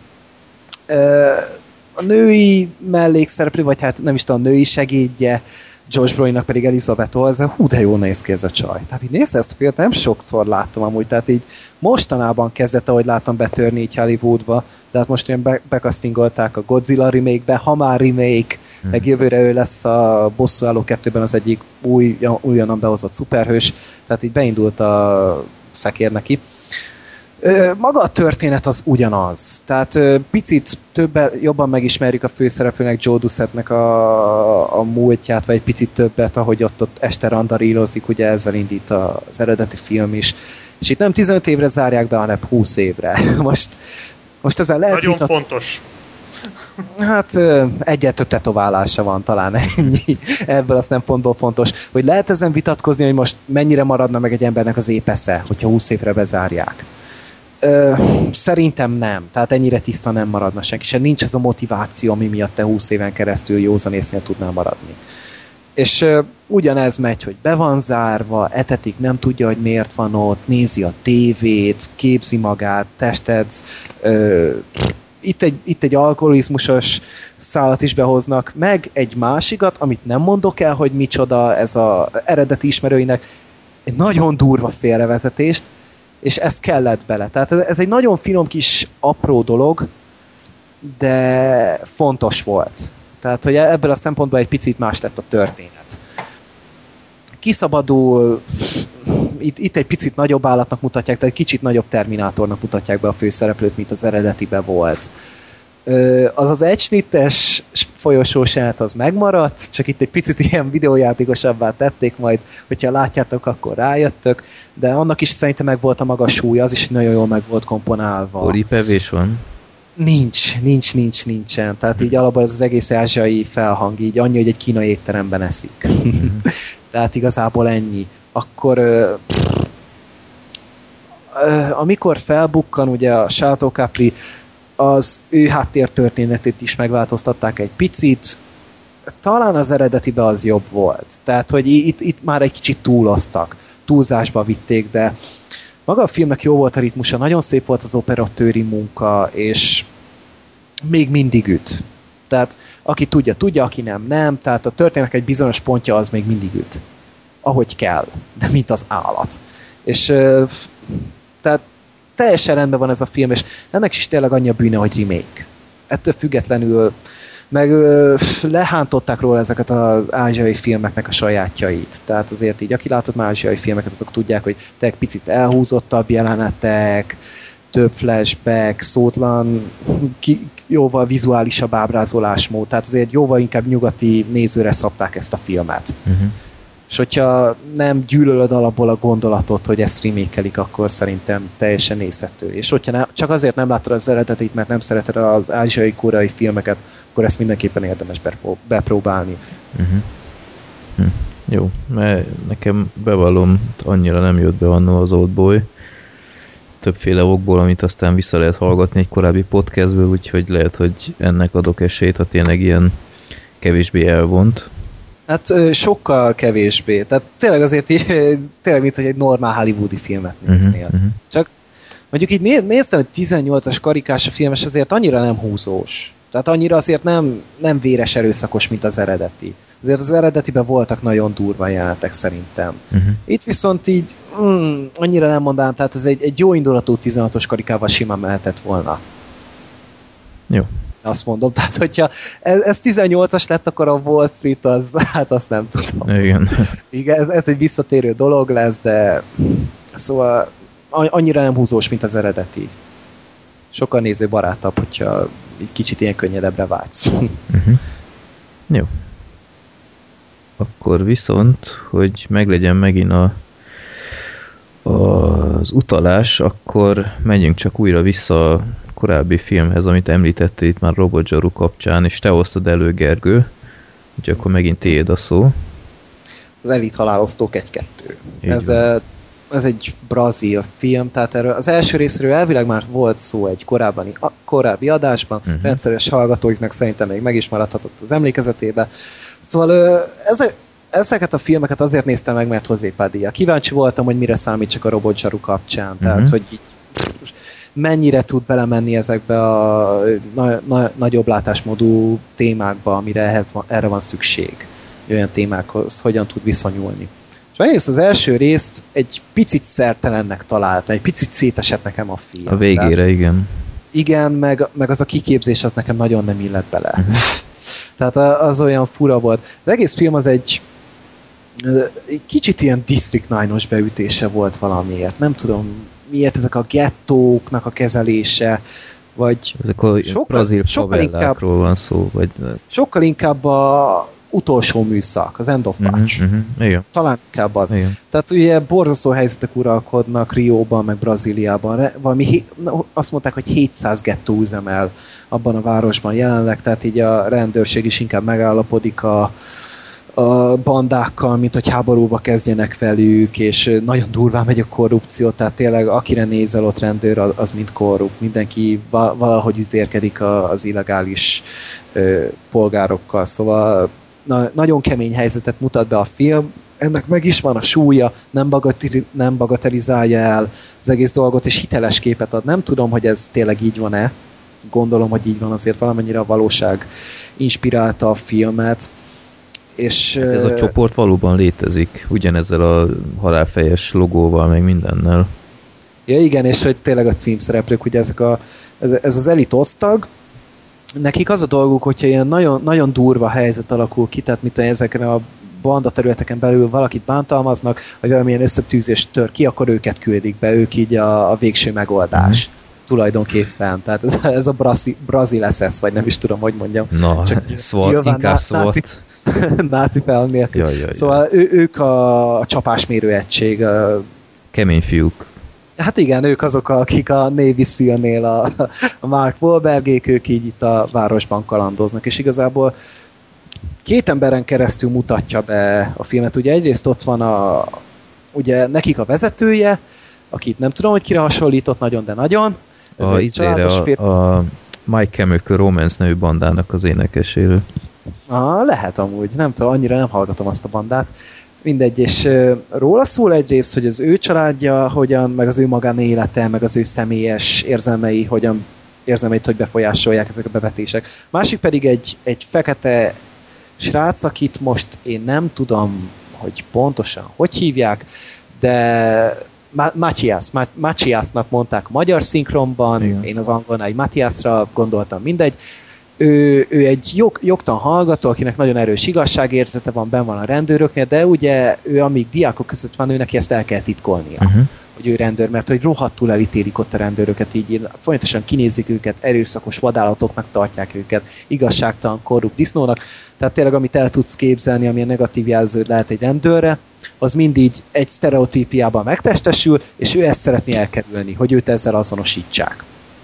a női mellékszereplő, vagy hát nem is tudom, a női segédje, Josh Brolinnak pedig Elizabeth Olsen, hú de jól néz ki ez a csaj. Tehát így nézd ezt a filmet, nem sokszor láttam amúgy, tehát így mostanában kezdett, ahogy láttam betörni így Hollywoodba, de hát most ilyen be- bekasztingolták a Godzilla remake-be, ha már remake, hmm. meg jövőre ő lesz a Bosszúálló kettőben az egyik új, újonnan behozott szuperhős, tehát így beindult a szekér neki. Maga a történet az ugyanaz. Tehát picit többet, jobban megismerjük a főszereplőnek, Joe Dussettnek a, a múltját, vagy egy picit többet, ahogy ott, ott este randarírozik, ugye ezzel indít az eredeti film is. És itt nem tizenöt évre zárják be, hanem húsz évre. Most, most ezzel lehet nagyon vitat... fontos. Hát egyre több tetoválása van, talán ennyi. Ebből a szempontból fontos. Hogy lehet ezen vitatkozni, hogy most mennyire maradna meg egy embernek az épesze, hogyha húsz évre bezárják. Ö, szerintem nem. Tehát ennyire tiszta nem maradna senki. Se nincs az a motiváció, ami miatt te húsz éven keresztül józanésznél tudnál maradni. És ö, ugyanez megy, hogy be van zárva, etetik, nem tudja, hogy miért van ott, nézi a tévét, képzi magát, testedz. Ö, itt, egy, itt egy alkoholizmusos szálat is behoznak, meg egy másikat, amit nem mondok el, hogy micsoda ez az eredeti ismerőinek, egy nagyon durva félrevezetést, és ez kellett bele. Tehát ez egy nagyon finom kis apró dolog, de fontos volt. Tehát, hogy ebből a szempontból egy picit más lett a történet. Kiszabadul, itt, itt egy picit nagyobb állatnak mutatják, tehát egy kicsit nagyobb Terminátornak mutatják be a főszereplőt, mint az eredetibe volt. Az az egysnittes folyosós jelenet az megmaradt, csak itt egy picit ilyen videójátékosabbá tették, majd, hogyha látjátok, akkor rájöttök, de annak is szerintem meg volt a maga súlya, az is nagyon jól meg volt komponálva. Oripevés van? Nincs, nincs, nincs, nincsen. Tehát így alapban ez az egész ázsiai felhang, így annyi, hogy egy kínai étteremben eszik. Tehát igazából ennyi. Akkor pff, amikor felbukkan ugye a Sáltó Capri, az ő háttértörténetét is megváltoztatták egy picit. Talán az eredetiben az jobb volt. Tehát, hogy itt, itt már egy kicsit túloztak. Túlzásba vitték, de maga a filmnek jó volt a ritmusa, nagyon szép volt az operatőri munka, és még mindig üt. Tehát aki tudja, tudja, aki nem, nem. Tehát a történetnek egy bizonyos pontja az még mindig üt. Ahogy kell, de mint az állat. És tehát teljesen rendben van ez a film, és ennek is tényleg annyi a bűne, hogy remake. Ettől függetlenül meg ö, lehántották róla ezeket az ázsiai filmeknek a sajátjait. Tehát azért így, aki látott már ázsiai filmeket, azok tudják, hogy tényleg picit elhúzottabb jelenetek, több flashback, szótlan, ki, jóval vizuálisabb ábrázolásmód, tehát azért jóval inkább nyugati nézőre szabták ezt a filmet. Uh-huh. És hogyha nem gyűlölöd alapból a gondolatot, hogy ezt remékelik, akkor szerintem teljesen nézhető. És hogyha ne, csak azért nem láttad az eredetit, mert nem szereted az ázsiai, koreai filmeket, akkor ezt mindenképpen érdemes bepróbálni. Uh-huh. Hm. Jó, mert nekem bevallom, annyira nem jött be annól az Oldboy. Többféle okból, amit aztán vissza lehet hallgatni egy korábbi podcastből, úgyhogy lehet, hogy ennek adok esélyt, ha tényleg ilyen kevésbé elvont. Hát sokkal kevésbé. Tehát tényleg azért így, tényleg mint hogy egy normál hollywoodi filmet néznél. Uh-huh, uh-huh. Csak mondjuk így néztem, hogy tizennyolcas karikás a film, és azért annyira nem húzós. Tehát annyira azért nem, nem véres erőszakos, mint az eredeti. Azért az eredetiben voltak nagyon durva jelenetek szerintem. Uh-huh. Itt viszont így mm, annyira nem mondanám, tehát ez egy, egy jó indulatú tizenhatos karikával simán mehetett volna. Jó. Azt mondom, tehát hogyha ez, ez tizennyolcas lett, akkor a Wall Street az, hát azt nem tudom. Igen. Igen, ez, ez egy visszatérő dolog lesz, de szóval annyira nem húzós, mint az eredeti. Sokkal nézőbarátabb, hogyha egy kicsit ilyen könnyedebbre vágysz. Uh-huh. Jó. Akkor viszont, hogy meglegyen megint a, a, az utalás, akkor menjünk csak újra vissza a korábbi filmhez, amit említettél itt már Robot Zsaru kapcsán, és te hoztad elő, Gergő, úgyhogy akkor megint tiéd a szó. Az Elit halálosztók egy kettő. Ez, ez egy brazil film, tehát erről az első részről elvileg már volt szó egy korábbi, korábbi adásban, uh-huh. rendszeres hallgatóiknak szerintem még meg is maradhatott az emlékezetébe. Szóval ez, ezeket a filmeket azért néztem meg, mert José Padilla. Kíváncsi voltam, hogy mire számít csak a Robot Zsaru kapcsán, uh-huh. tehát hogy így mennyire tud belemenni ezekbe a na- na- nagyobb látásmódú témákba, amire ehhez van, erre van szükség. Olyan témákhoz hogyan tud viszonyulni. És megnéztem az első részt, egy picit szertelennek találtam, egy picit szétesett nekem a film. A végére, tehát, igen. Igen, meg, meg az a kiképzés az nekem nagyon nem illett bele. Uh-huh. Tehát az olyan fura volt. Az egész film az egy, egy kicsit ilyen District nine-os beütése volt valamiért. Nem tudom, miért ezek a gettóknak a kezelése, vagy ezek a sokkal, brazil favellákról van szó, vagy... Sokkal inkább a utolsó műszak, az End of Watch. Uh-huh, uh-huh. Talán inkább az. Igen. Tehát ugye borzasztó helyzetek uralkodnak Rióban, meg Brazíliában. Valami, azt mondták, hogy hétszáz gettó üzemel abban a városban jelenleg, tehát így a rendőrség is inkább megállapodik a a bandákkal, mint hogy háborúba kezdjenek velük, és nagyon durván megy a korrupció, tehát tényleg akire nézel ott rendőr, az mind korrupt. Mindenki valahogy üzérkedik az illegális ö, polgárokkal. Szóval na, nagyon kemény helyzetet mutat be a film, ennek meg is van a súlya, nem, bagateri, nem bagatelizálja el az egész dolgot, és hiteles képet ad. Nem tudom, hogy ez tényleg így van-e. Gondolom, hogy így van, azért valamennyire a valóság inspirálta a filmet. És, hát ez a csoport valóban létezik, ugyanezzel a halálfejes logóval, meg mindennel. Ja igen, és hogy tényleg a címszereplők, ugye ezek a, ez, ez az elit osztag, nekik az a dolguk, hogyha ilyen nagyon, nagyon durva helyzet alakul ki, tehát mint ezeken a banda területeken belül valakit bántalmaznak, vagy valamilyen összetűzés tör ki, akkor őket küldik be, ők így a, a végső megoldás. Mm. Tulajdonképpen. Tehát ez, ez a Brazil, Brazil es es, vagy nem is tudom, hogy mondjam. Na, SWAT, inkább SWAT. Náci fel nélkül. Jaj, jaj, szóval ő, ők a, a csapásmérő egység. A... Kemény fiúk. Hát igen, ők azok, akik a Navy SEAL-nél a, a Mark Wahlbergék, ők így itt a városban kalandoznak, és igazából két emberen keresztül mutatja be a filmet. Ugye egyrészt ott van a, ugye nekik a vezetője, akit nem tudom, hogy kire hasonlított nagyon, de nagyon. Ez a, izére, a, a My Chemical Romance nevű bandának az énekeséről. Ah, lehet amúgy, nem tudom, annyira nem hallgatom azt a bandát. Mindegy, és uh, róla szól egyrészt, hogy az ő családja hogyan, meg az ő magánélete, meg az ő személyes érzelmei, hogyan érzelmeit, hogy befolyásolják ezek a bevetések. Másik pedig egy, egy fekete srác, akit most én nem tudom, hogy pontosan hogy hívják, de Matthias, Matthiasnak mondták a magyar szinkronban, igen. Én az angolnál egy Matthiasra gondoltam, mindegy. Ő, ő egy jog, jogtan hallgató, akinek nagyon erős igazságérzete van, benn van a rendőröknél, de ugye ő amíg diákok között van, ő neki ezt el kell titkolnia. Uh-huh. hogy ő rendőr, mert hogy rohadtul elítélik ott a rendőröket, így folyamatosan kinézik őket, erőszakos vadállatoknak tartják őket, igazságtalan, korrupt disznónak, tehát tényleg amit el tudsz képzelni, amilyen negatív jelző lehet egy rendőrre, az mindig egy sztereotípiában megtestesül, és ő ezt szeretné elkerülni, hogy őt ezzel azonosítsák.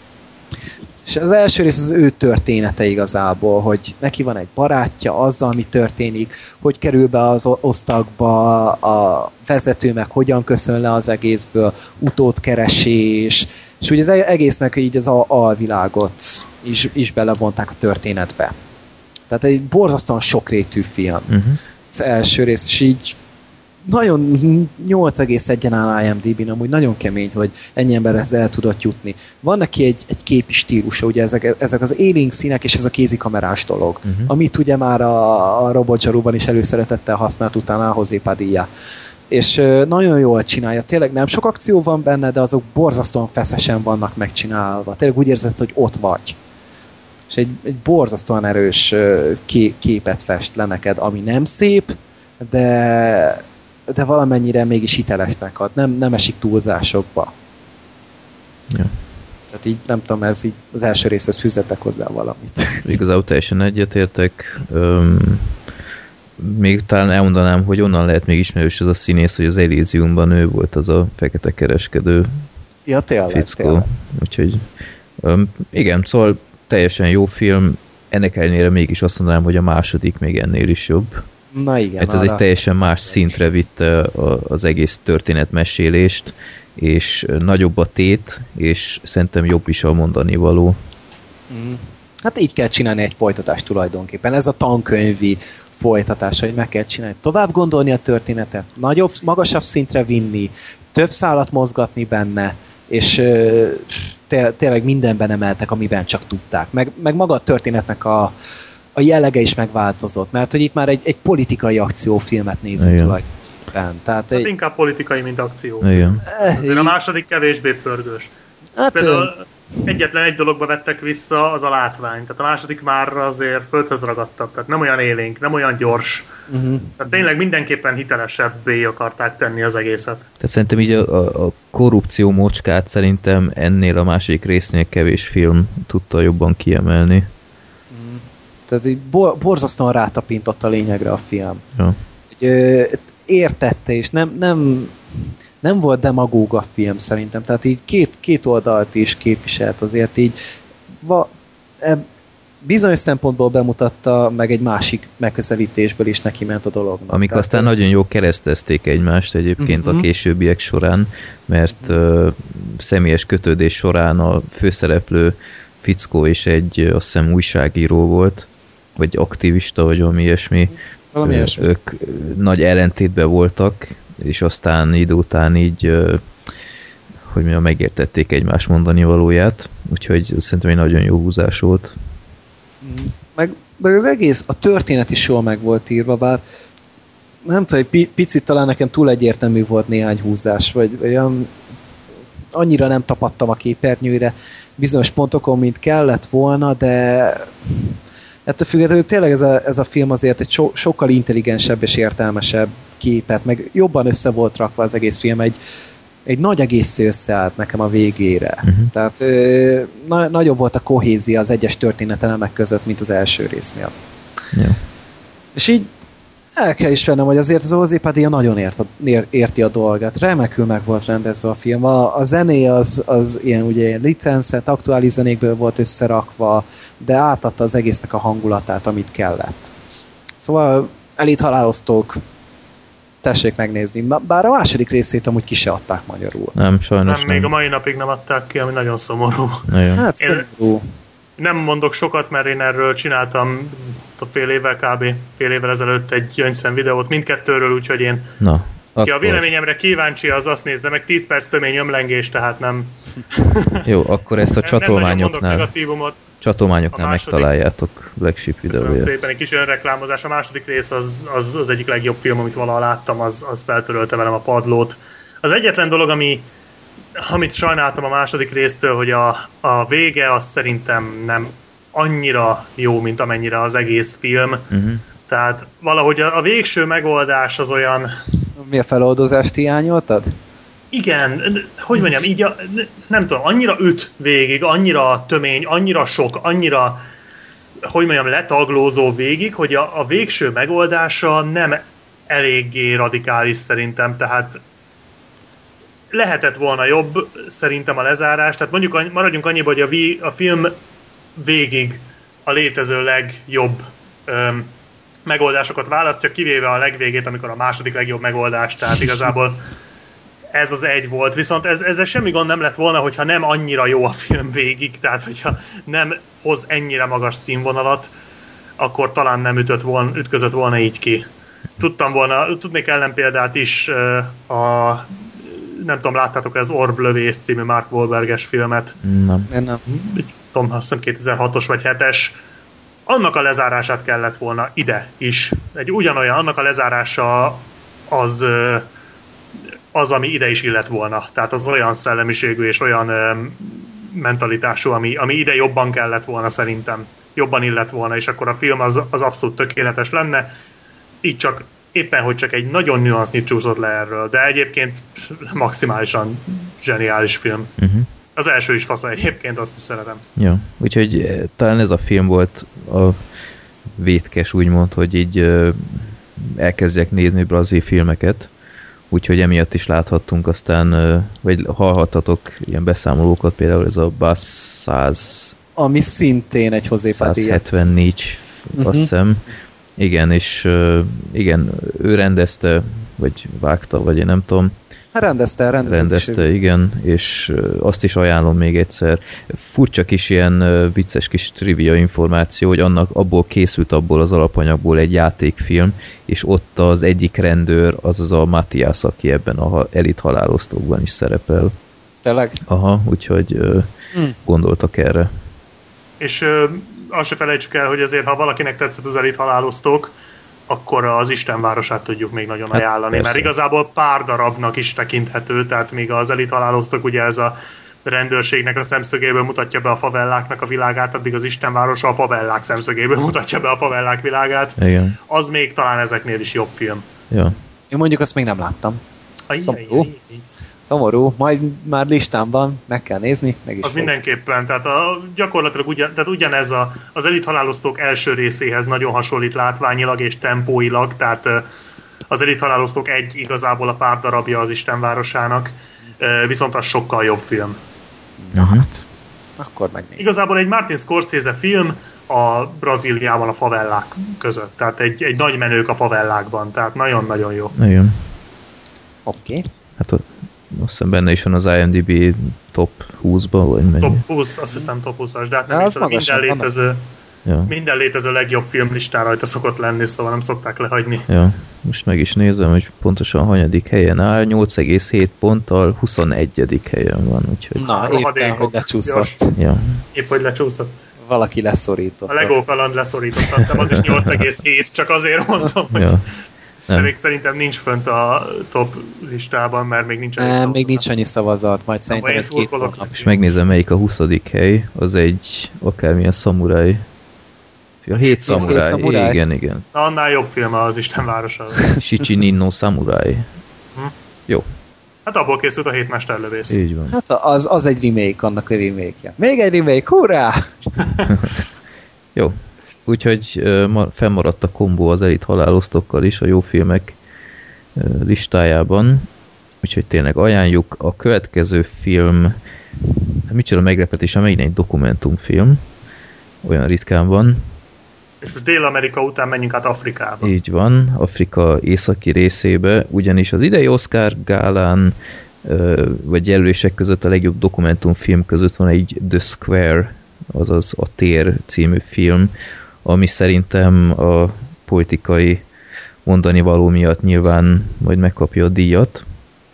És az első rész az ő története igazából, hogy neki van egy barátja, azzal, mi történik, hogy kerül be az osztagba, a vezető meg hogyan köszön le az egészből, utódkeresés, és ugye az egésznek így az alvilágot is, is belebonták a történetbe. Tehát egy borzasztóan sokrétű film. Uh-huh. Az első rész, és így nagyon nyolc egész egyen áll IMDb-n, amúgy nagyon kemény, hogy ennyi ember ezzel el tudott jutni. Van neki egy, egy képi stílusa, ugye ezek, ezek az élénk színek és ez a kézikamerás dolog, uh-huh. amit ugye már a, a Robot Zsaruban is előszeretettel használt utána a José Padilla. És uh, nagyon jól csinálja, tényleg nem sok akció van benne, de azok borzasztóan feszesen vannak megcsinálva. Tényleg úgy érzed, hogy ott vagy. És egy, egy borzasztóan erős uh, ké, képet fest le neked, ami nem szép, de de valamennyire mégis hitelesnek ad, nem, nem esik túlzásokba. Ja. Tehát így nem tudom, ez így az első részhez fűzettek hozzá valamit. Igazából teljesen egyetértek. Öm, még talán elmondanám, hogy onnan lehet még ismerős ez a színész, hogy az Elysiumban ő volt az a fekete kereskedő ja, tényleg, fickó. tényleg. Úgyhogy öm, igen, szóval teljesen jó film, ennek ellenére mégis azt mondanám, hogy a második még ennél is jobb. Na igen. Hát ez egy teljesen más szintre vitte az egész történetmesélést, és nagyobb a tét, és szerintem jobb is a mondani való. Mm. Hát így kell csinálni egy folytatást tulajdonképpen. Ez a tankönyvi folytatás, hogy meg kell csinálni. Tovább gondolni a történetet, nagyobb, magasabb szintre vinni, több szálat mozgatni benne, és té- tényleg mindenben emeltek, amiben csak tudták. Meg, meg maga a történetnek a a jellege is megváltozott, mert hogy itt már egy, egy politikai akciófilmet nézünk tulajdonképpen. Tehát hát egy... inkább politikai, mint akciófilm. Igen. Azért a második kevésbé pörgős. Hát például ön... egyetlen egy dologba vettek vissza, az a látvány. Tehát a második már azért földhöz ragadtabb. Tehát nem olyan élénk, nem olyan gyors. Uh-huh. Tehát tényleg mindenképpen hitelesebbé akarták tenni az egészet. Tehát szerintem így a, a, a korrupció mocskát szerintem ennél a második résznél kevés film tudta jobban kiemelni. Tehát így borzasztóan rátapintott a lényegre a film. Ja. Hogy, ö, értette, és nem, nem, nem volt demagóg a film szerintem. Tehát így két, két oldalt is képviselt azért így. Va, e, bizonyos szempontból bemutatta, meg egy másik megközelítésből is neki ment a dolognak. Amik Tehát aztán ő... nagyon jó keresztezték egymást egyébként uh-huh. a későbbiek során, mert uh, személyes kötődés során a főszereplő fickó is egy, azt hiszem, újságíró volt, vagy aktivista, vagy valami ilyesmi. Valami ilyesmi. Ők nagy ellentétben voltak, és aztán idő után így, hogy mondjam, megértették egymás mondani valóját, úgyhogy szerintem egy nagyon jó húzás volt. Meg, meg az egész, a történet is jól meg volt írva, bár nem tudom, egy picit talán nekem túl egyértelmű volt néhány húzás, vagy olyan annyira nem tapadtam a képernyőre bizonyos pontokon, mint kellett volna, de ettől függetlenül tényleg ez a, ez a film azért egy so, sokkal intelligensebb és értelmesebb képet, meg jobban össze volt rakva az egész film, egy, egy nagy egészé összeállt nekem a végére. Uh-huh. Tehát ö, na, nagyobb volt a kohézia az egyes történetelemek között, mint az első résznél. Yeah. És így el kell ismernem, hogy azért az José Padilla nagyon ért a, érti a dolgát. Remekül meg volt rendezve a film. A, a zené az, az ilyen ugye ilyen licenszet, aktuális zenékből volt összerakva, de átadta az egésznek a hangulatát, amit kellett. Szóval Elit haláloztók, tessék megnézni. Bár a második részét amúgy ki se adták magyarul. Nem, sajnos nem. nem. Még a mai napig nem adták ki, ami nagyon szomorú. Nagyon. Hát szomorú. Nem mondok sokat, mert én erről csináltam a fél évvel kb. Fél évvel ezelőtt egy gyöngyszem videót mindkettőről, úgyhogy én Na, ki akkor... a véleményemre kíváncsi, az azt nézze meg, tíz perc tömény ömlengés, tehát nem... Jó, akkor ezt a csatolmányoknál, csatolmányoknál második... megtaláljátok Black Sheep videóját. Köszönöm szépen, egy kis önreklámozás. A második rész az, az, az egyik legjobb film, amit valaha láttam, az, az feltörölte velem a padlót. Az egyetlen dolog, ami amit sajnáltam a második résztől, hogy a, a vége az szerintem nem annyira jó, mint amennyire az egész film. Uh-huh. Tehát valahogy a, a végső megoldás az olyan... Mi a feloldozást hiányoltad? igen, hogy mondjam, így a, nem tudom, annyira üt végig, annyira tömény, annyira sok, annyira, hogy mondjam, letaglózó végig, hogy a, a végső megoldása nem eléggé radikális szerintem, tehát lehetett volna jobb szerintem a lezárás, tehát mondjuk maradjunk annyiba, hogy a, vi, a film végig a létező legjobb öm, megoldásokat választja, kivéve a legvégét, amikor a második legjobb megoldás, tehát igazából ez az egy volt, viszont ez, ezzel semmi gond nem lett volna, hogyha nem annyira jó a film végig, tehát hogyha nem hoz ennyire magas színvonalat, akkor talán nem ütött volna, ütközött volna így ki. Tudtam volna, tudnék ellenpéldát is, a, nem tudom, láttátok az Orvlövész című Mark Wahlberges filmet? Nem. nem. Tom, azt hiszem kétezer-hatos vagy hetes. Annak a lezárását kellett volna ide is. Egy ugyanolyan, annak a lezárása az, az, ami ide is illet volna. Tehát az olyan szellemiségű és olyan mentalitású, ami, ami ide jobban kellett volna szerintem. Jobban illet volna, és akkor a film az, az abszolút tökéletes lenne. Így csak éppen, hogy csak egy nagyon nüansznyit csúszott le erről, de egyébként maximálisan zseniális film. Uh-huh. Az első is fasz egyébként, azt is szeretem. Ja, úgyhogy talán ez a film volt a vétkes, úgymond, hogy így elkezdjek nézni brazil filmeket, úgyhogy emiatt is láthattunk aztán, vagy hallhattatok ilyen beszámolókat, például ez a Buzz száz... Ami szintén egy hozépáti. száz hetvennégy, uh-huh. azt hiszem. Igen, és igen, ő rendezte, vagy vágta, vagy én nem tudom. Hát rendezte, rendezte. Rendezte, igen, és azt is ajánlom még egyszer. Furcsa kis ilyen vicces kis trivia információ, hogy annak abból készült, abból az alapanyagból egy játékfilm, és ott az egyik rendőr, azaz a Matthias, aki ebben a Elit halálosztókban is szerepel. Tényleg? Aha, úgyhogy hmm. gondoltak erre. És azt se felejtsük el, hogy azért, ha valakinek tetszett az Elit halálosztók, akkor az Istenvárosát tudjuk még nagyon hát ajánlani, persze. Mert igazából pár darabnak is tekinthető, tehát még az Elit halálosztók, ugye ez a rendőrségnek a szemszögéből mutatja be a favelláknak a világát, addig az Istenvárosa a favellák szemszögéből mutatja be a favellák világát. Igen. Az még talán ezeknél is jobb film. Ja. Én mondjuk azt még nem láttam. Ajj, Szomorú. ajj, ajj. Szomorú, majd már listámban meg kell nézni, meg is az fog. Mindenképpen, tehát a, gyakorlatilag ugyan, tehát ugyanez a, az Elit halálosztók első részéhez nagyon hasonlít látványilag és tempóilag, tehát az Elit halálosztók egy igazából a pár darabja az Istenvárosának, viszont az sokkal jobb film. Na hát, akkor megnézem. Igazából egy Martin Scorsese film a Brazíliában a favellák között, tehát egy, egy nagy menők a favellákban, tehát nagyon-nagyon jó. Igen. Oké. Okay. Hát azt hiszem benne is van az IMDb top húszban, vagy mennyi? Top húsz, azt hiszem top húszas, de hát nem hiszem, minden létező, ja. minden létező legjobb filmlistán rajta szokott lenni, szóval nem szokták lehagyni. Ja, most meg is nézem, hogy pontosan hanyadik helyen áll, nyolc egész hét ponttal huszonegyedik helyen van, úgyhogy... Na, éppen, hogy lecsúszott. Ja. Épp, hogy lecsúszott. Valaki leszorított. A Lego kaland leszorított, azt hiszem az is nyolc egész hét, csak azért mondom, hogy... Ja. De még szerintem nincs fönt a top listában, mert még nincs annyi Nem, szavazat. még nincs annyi szavazat, majd szerintem ez két hónap. És megnézem, melyik a huszadik hely, az egy akármilyen szamuráj. A hét szamuráj, igen, igen. Na, annál jobb film az Istenvárosa. Shichi Ninno Samurai. Hm? Jó. Hát abból készült a hét mesterlövész. Így van. Hát az, az egy remake, annak a remake-je. Még egy remake, hurrá! Jó. Úgyhogy uh, fennmaradt a kombó az Elit halálosztókkal is a jó filmek uh, listájában. Úgyhogy tényleg ajánljuk. A következő film, micsoda meglepetés, megint egy dokumentumfilm. Olyan ritkán van. És most Dél-Amerika után menjünk át Afrikába. Így van, Afrika északi részébe, ugyanis az idei Oscar gálán uh, vagy jelölések között a legjobb dokumentumfilm között van egy The Square, azaz a Tér című film, ami szerintem a politikai mondani való miatt nyilván majd megkapja a díjat,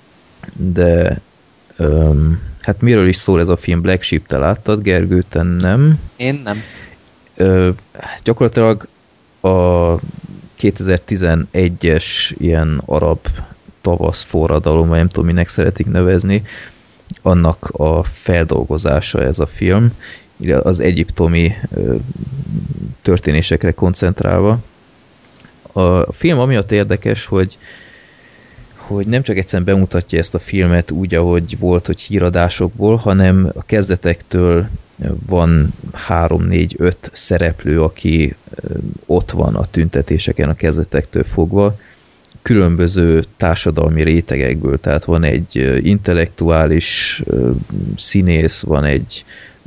de um, hát miről is szól ez a film? Black Sheep, te láttad, Gergő, te nem? Én nem. Uh, gyakorlatilag a kétezer-tizenegyes ilyen arab tavasz forradalom, vagy nem tudom, minek szeretik nevezni, annak a feldolgozása ez a film, az egyiptomi történésekre koncentrálva. A film amiatt érdekes, hogy, hogy nem csak egyszerűen bemutatja ezt a filmet úgy, ahogy volt, hogy híradásokból, hanem a kezdetektől van három, négy, öt szereplő, aki ott van a tüntetéseken a kezdetektől fogva, különböző társadalmi rétegekből, tehát van egy intellektuális színész, van egy,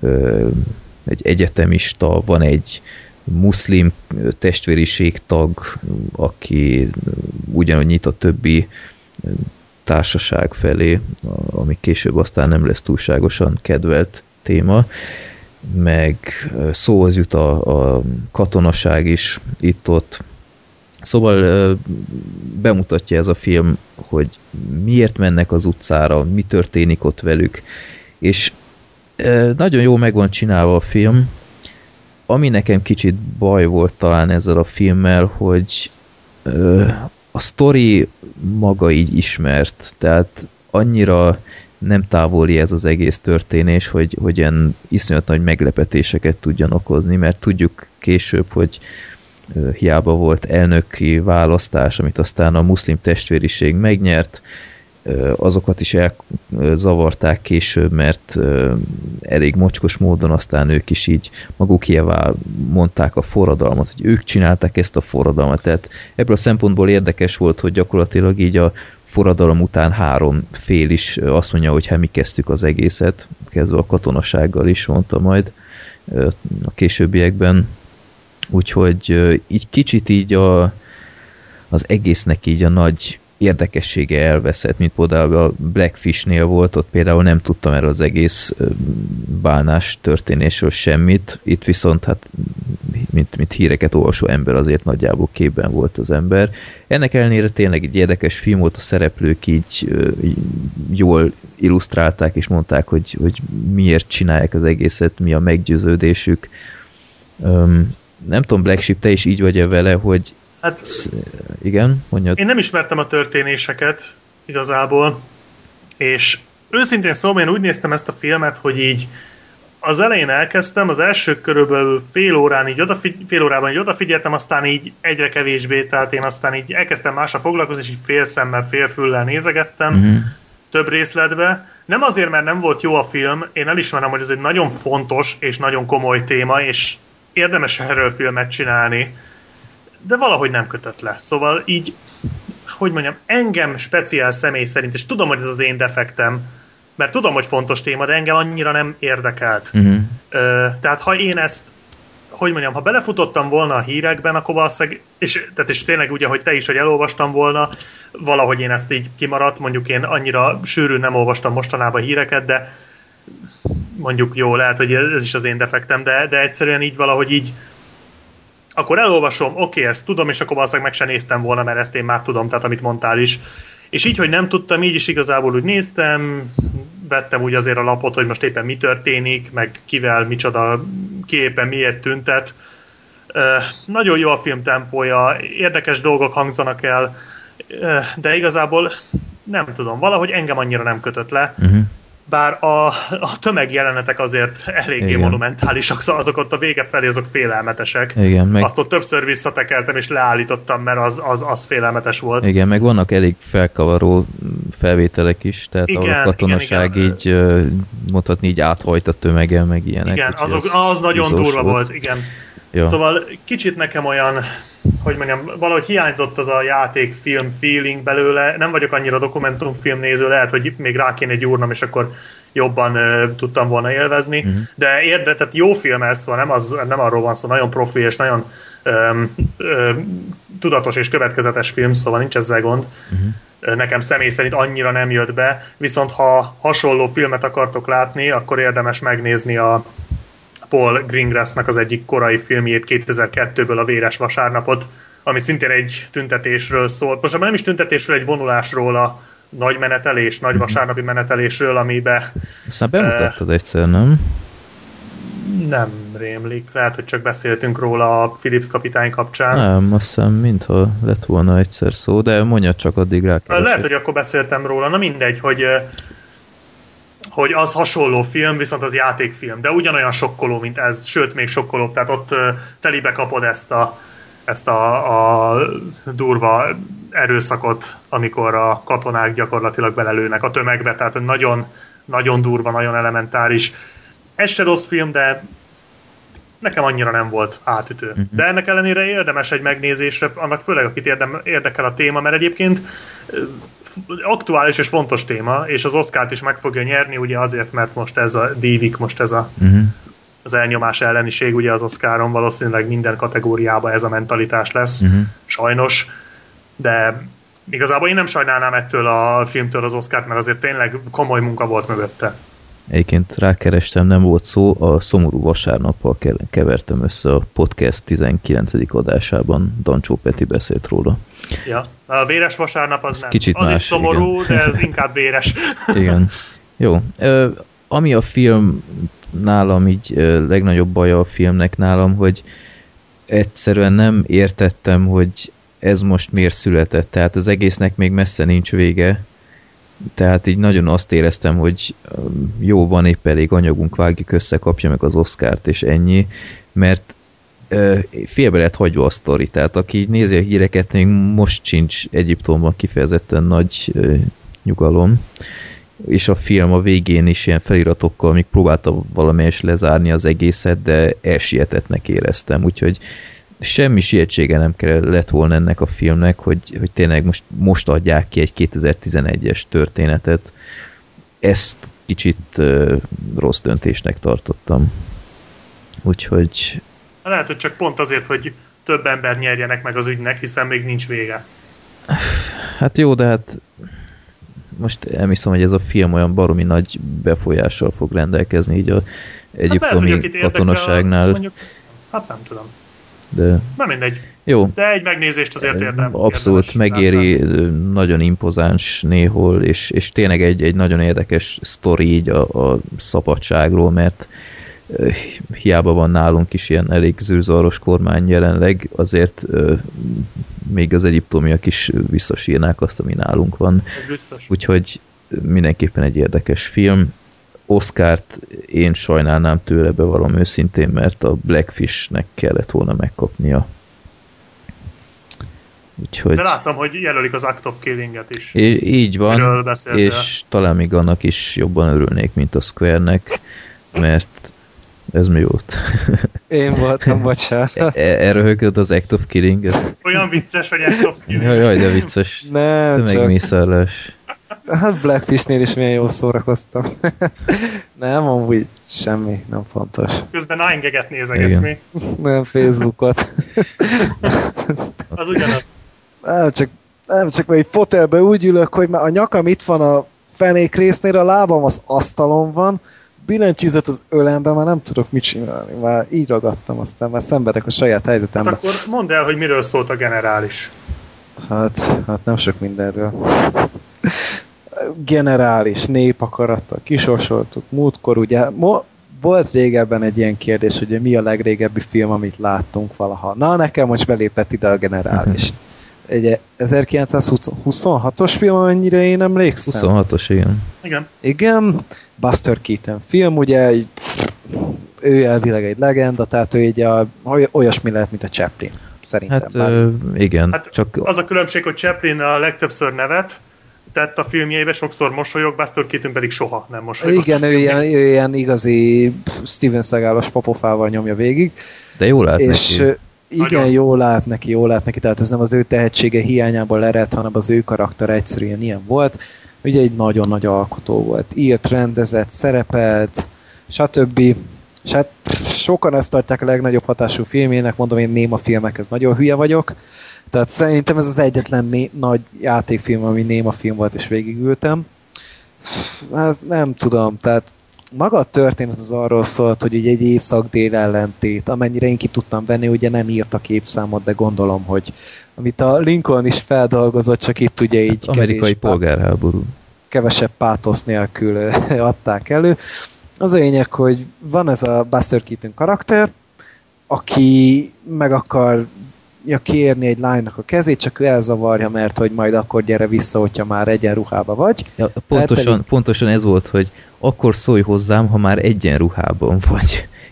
egy egyetemista, van egy muszlim testvériségtag, aki ugyanúgy nyit a többi társaság felé, ami később aztán nem lesz túlságosan kedvelt téma, meg szóhoz jut a, a katonaság is itt-ott. Szóval bemutatja ez a film, hogy miért mennek az utcára, mi történik ott velük, és nagyon jó meg van csinálva a film. Ami nekem kicsit baj volt talán ezzel a filmmel, hogy a sztori maga így ismert, tehát annyira nem távoli ez az egész történés, hogy, hogy ilyen iszonyat nagy meglepetéseket tudjon okozni, mert tudjuk később, hogy hiába volt elnöki választás, amit aztán a muszlim testvériség megnyert, azokat is elzavarták később, mert elég mocskos módon aztán ők is így magukévá mondták a forradalmat, hogy ők csinálták ezt a forradalmat. Tehát ebből a szempontból érdekes volt, hogy gyakorlatilag így a forradalom után három fél is azt mondja, hogy hát mi kezdtük az egészet, kezdve a katonasággal is, mondta majd a későbbiekben. Úgyhogy így kicsit így a, az egésznek így a nagy érdekessége elveszett, mint például a Blackfishnél volt, ott például nem tudtam erről az egész bálnás történésről semmit, itt viszont hát mint, mint híreket olvasó ember azért nagyjából képben volt az ember. Ennek ellenére tényleg egy érdekes film volt, a szereplők így, így jól illusztrálták és mondták, hogy, hogy miért csinálják az egészet, mi a meggyőződésük. Um, nem tudom, Black Sheep, te is így vagy-e vele, hogy hát, igen, mondjad. Én nem ismertem a történéseket igazából, és őszintén szóval én úgy néztem ezt a filmet, hogy így az elején elkezdtem, az első körülbelül fél órán így odafigy- fél órában így odafigyeltem, aztán így egyre kevésbé, tehát én aztán így elkezdtem másra foglalkozni, és így fél szemmel, fél füllel nézegettem, mm-hmm. több részletbe. Nem azért, mert nem volt jó a film, én elismerem, hogy ez egy nagyon fontos és nagyon komoly téma, és érdemes erről filmet csinálni, de valahogy nem kötött le. Szóval így, hogy mondjam, engem speciál személy szerint, és tudom, hogy ez az én defektem, mert tudom, hogy fontos téma, de engem annyira nem érdekelt. Uh-huh. Ö, tehát ha én ezt, hogy mondjam, ha belefutottam volna a hírekben, akkor valószínűleg, és, tehát és tényleg ugye, hogy te is, hogy elolvastam volna, valahogy én ezt így kimaradt, mondjuk én annyira sűrűn nem olvastam mostanában híreket, de mondjuk jó, lehet, hogy ez is az én defektem, de, de egyszerűen így valahogy így akkor elolvasom, oké, okay, ezt tudom, és akkor valószínűleg meg sem néztem volna, mert ezt én már tudom, tehát amit mondtál is. És így, hogy nem tudtam, így is igazából úgy néztem, vettem úgy azért a lapot, hogy most éppen mi történik, meg kivel, micsoda, ki éppen miért tüntet. Uh, nagyon jó a film tempója, érdekes dolgok hangzanak el, uh, de igazából nem tudom, valahogy engem annyira nem kötött le. Uh-huh. Bár a, a tömegjelenetek azért eléggé igen. monumentálisak, azok ott a vége felé azok félelmetesek. Igen, meg... Azt ott többször visszatekeltem és leállítottam, mert az, az, az félelmetes volt. Igen, meg vannak elég felkavaró felvételek is, tehát igen, ahol a katonaság igen, igen. így mondhatni így áthajt a tömegen, meg ilyenek. Igen, azok, az, az nagyon durva volt, volt igen. Ja. Szóval kicsit nekem olyan, hogy mondjam, valahogy hiányzott az a játékfilm feeling belőle, nem vagyok annyira dokumentumfilm néző, lehet, hogy még rá kéne gyúrnom, és akkor jobban uh, tudtam volna élvezni, uh-huh. de érde, tehát jó film ez, szóval nem, az, nem arról van szó, nagyon profi és nagyon um, um, tudatos és következetes film, szóval nincs ezzel gond. Uh-huh. Nekem személy szerint annyira nem jött be, viszont ha hasonló filmet akartok látni, akkor érdemes megnézni a Paul Greengrass-nak az egyik korai filmjét, kétezer-kettőből, a Véres vasárnapot, ami szintén egy tüntetésről szól. Most nem is tüntetésről, egy vonulásról, a nagy menetelés, nagy vasárnapi menetelésről, amibe... Aztán bemutattad uh, egyszer, nem? Nem rémlik. Lehet, hogy csak beszéltünk róla a Philips kapitány kapcsán. Nem, azt hiszem, mintha lett volna egyszer szó, de mondjad csak, addig rákeresek. Lehet, hogy akkor beszéltem róla. Na mindegy, hogy... hogy az hasonló film, viszont az játékfilm, de ugyanolyan sokkoló, mint ez, sőt, még sokkolóbb, tehát ott uh, telibe kapod ezt a ezt a, a durva erőszakot, amikor a katonák gyakorlatilag belelőnek a tömegbe, tehát nagyon, nagyon durva, nagyon elementáris. Ez se rossz film, de nekem annyira nem volt átütő. Uh-huh. De ennek ellenére érdemes egy megnézésre, annak főleg akit érdem, érdekel a téma, mert egyébként aktuális és fontos téma, és az Oscart is meg fogja nyerni, ugye azért, mert most ez a dívik, most ez a uh-huh. az elnyomás elleniség, ugye az Oscaron valószínűleg minden kategóriában ez a mentalitás lesz, uh-huh. sajnos, de igazából én nem sajnálnám ettől a filmtől az Oscart, mert azért tényleg komoly munka volt mögötte. Egyébként rákerestem, nem volt szó, a Szomorú vasárnappal kevertem össze a podcast tizenkilencedik adásában, Dancsó Peti beszélt róla. Ja, a véres vasárnap az ez nem. Kicsit az más, is szomorú, igen. De ez inkább véres. Igen. Jó. Ö, ami a film nálam így ö, legnagyobb baja a filmnek nálam, hogy egyszerűen nem értettem, hogy ez most miért született. Tehát az egésznek még messze nincs vége. Tehát így nagyon azt éreztem, hogy jó, van épp elég anyagunk, vágjuk össze, kapja meg az Oscart, és ennyi, mert ö, félbe lett hagyva a sztori. Tehát aki így nézi a híreket, még most sincs Egyiptomban kifejezetten nagy ö, nyugalom, és a film a végén is ilyen feliratokkal még próbálta valamelyes lezárni az egészet, de elsietettnek éreztem, úgyhogy semmi sietsége nem kellett volna ennek a filmnek, hogy, hogy tényleg most, most adják ki egy kétezer-tizenegyes történetet. Ezt kicsit uh, rossz döntésnek tartottam. Úgyhogy... Lehet, hogy csak pont azért, hogy több ember nyerjenek meg az ügynek, hiszen még nincs vége. Hát jó, de hát most elhiszem, hogy ez a film olyan baromi nagy befolyással fog rendelkezni így a egyiptomi hát katonaságnál. Mondjuk, hát nem tudom. De... Nem mindegy. Jó. De egy megnézést azért érdem. Abszolút megéri, nagyon impozáns néhol, és, és tényleg egy, egy nagyon érdekes sztori így a, a szabadságról, mert uh, hiába van nálunk is ilyen elég zűrzaros kormány jelenleg, azért uh, még az egyiptomiak is visszasírnák azt, ami nálunk van. Ez biztos. Úgyhogy mindenképpen egy érdekes film. Oscart én sajnálnám tőle, bevallom őszintén, mert a Blackfishnek kellett volna megkapnia. Úgyhogy... De láttam, hogy jelölik az Act of Killing-et is. Í- így van, és talán még annak is jobban örülnék, mint a Square-nek, mert ez mi volt? Én voltam, bocsánat. Elröhögöd az Act of Killing-et? Olyan vicces, hogy Act of Killing. Jaj, jaj, de vicces. Nem, te csak... megmészárlás. Hát Blackfishnél is milyen jól szórakoztam. Nem, amúgy semmi, nem fontos. Közben Nine Gag-et nézegetsz mi? Nem, Facebookot. Az ugyanaz. Nem, csak, nem, csak mert egy fotelbe úgy ülök, hogy már a nyakam itt van a fenék résznél, a lábam az asztalon van, billentyűzet az ölemben, már nem tudok mit csinálni. Már így ragadtam, aztán már szenvedek a saját helyzetemben. Hát akkor mondd el, hogy miről szólt a generális. Hát, hát nem sok mindenről. Generális, népakarata, kisorsoltuk, múltkor ugye, mo- volt régebben egy ilyen kérdés, hogy mi a legrégebbi film, amit láttunk valaha. Na, nekem most belépett ide a generális. Egy ezerkilencszázhuszonhatos film, amennyire én emlékszem. huszonhatos, igen. Igen. Igen, Buster Keaton film, ugye, ő elvileg egy legenda, tehát ő így a, olyasmi lehet, mint a Chaplin. Szerintem. Hát ö, igen. Hát csak... az a különbség, hogy Chaplin a legtöbbször nevet tett a filmjeibe, sokszor mosolyog, Buster Keaton pedig soha nem mosolyog. Igen, ő ilyen, ő ilyen igazi Steven Seagal-os papofával nyomja végig. De jól lát és neki. Igen, nagyon. jól lát neki, jól lát neki, tehát ez nem az ő tehetsége hiányából ered, hanem az ő karakter egyszerűen ilyen volt. Ugye egy nagyon nagy alkotó volt. Írt, rendezett, szerepelt, stb. És hát sokan ezt tartják a legnagyobb hatású filmjének, mondom, én néma filmekhez nagyon hülye vagyok. Tehát szerintem ez az egyetlen né- nagy játékfilm, ami néma film volt, és végigültem. Hát nem tudom, tehát maga a történet az arról szólt, hogy egy észak-dél ellentét, amennyire én ki tudtam venni, ugye nem írt a képszámot, de gondolom, hogy amit a Lincoln is feldolgozott, csak itt ugye így hát amerikai polgárháború. Kevesebb pátosz nélkül adták elő. Az a lényeg, hogy van ez a Buster Keaton karakter, aki meg akar ja, kérni egy lánynak a kezét, csak ő elzavarja, mert hogy majd akkor gyere vissza, hogyha már egyenruhába vagy. Ja, pontosan, pedig... pontosan ez volt, hogy akkor szólj hozzám, ha már egyenruhában vagy.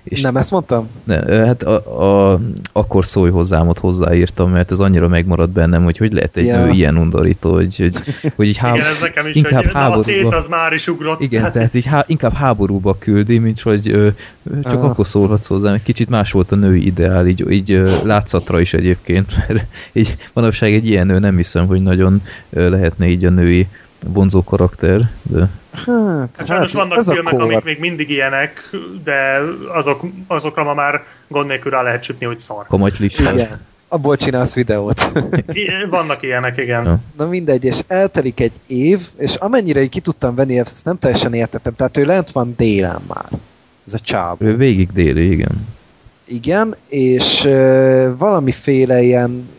És nem ezt mondtam? Ne, hát a, a, akkor szólj hozzám, ott hozzáírtam, mert ez annyira megmaradt bennem, hogy hogy lehet egy ja. nő ilyen undorító, hogy, hogy, hogy így háb... Igen, ez nekem is, inkább hogy háborúba... a cét az már is ugrott. Igen, tehát, tehát így há... inkább háborúba küldi, mint hogy ö, csak ah. akkor szólhatsz hozzám. Egy kicsit más volt a női ideál, így, így ö, látszatra is egyébként, mert így manapság egy ilyen nő nem hiszem, hogy nagyon ö, lehetne így a női vonzó karakter, de... Hát, hát sajnos hát, vannak filmek, amik még mindig ilyenek, de azok, azokra ma már gond nélkül rá lehet sütni, hogy szar. Kamatylistáz. Abból csinálsz videót. Vannak ilyenek, igen. Ja. Na mindegy, és eltelik egy év, és amennyire így ki tudtam venni, ezt nem teljesen értettem. Tehát ő lent van délen már. Ez a csábó. Ő végig déli, igen. Igen, és uh, valamiféle ilyen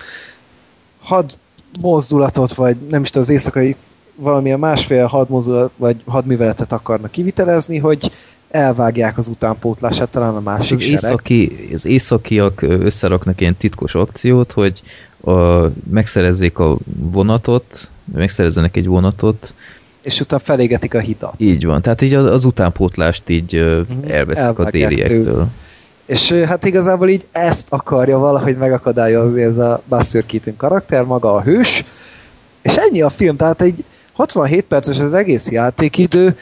had mozdulatot, vagy nem is tudom, az éjszakai valamilyen másféle hadmozdulat, vagy hadműveletet akarnak kivitelezni, hogy elvágják az utánpótlását, talán a másik az sereg. Északi, az északiak összeraknak ilyen titkos akciót, hogy a, megszerezzék a vonatot, megszerezzenek egy vonatot, és utána felégetik a hitat. Így van, tehát így az, az utánpótlást így uh-huh. elveszik a déliektől. És hát igazából így ezt akarja valahogy megakadályozni ez a Buster Keaton karakter, maga a hős, és ennyi a film, tehát egy hatvanhét perces az egész játékidő,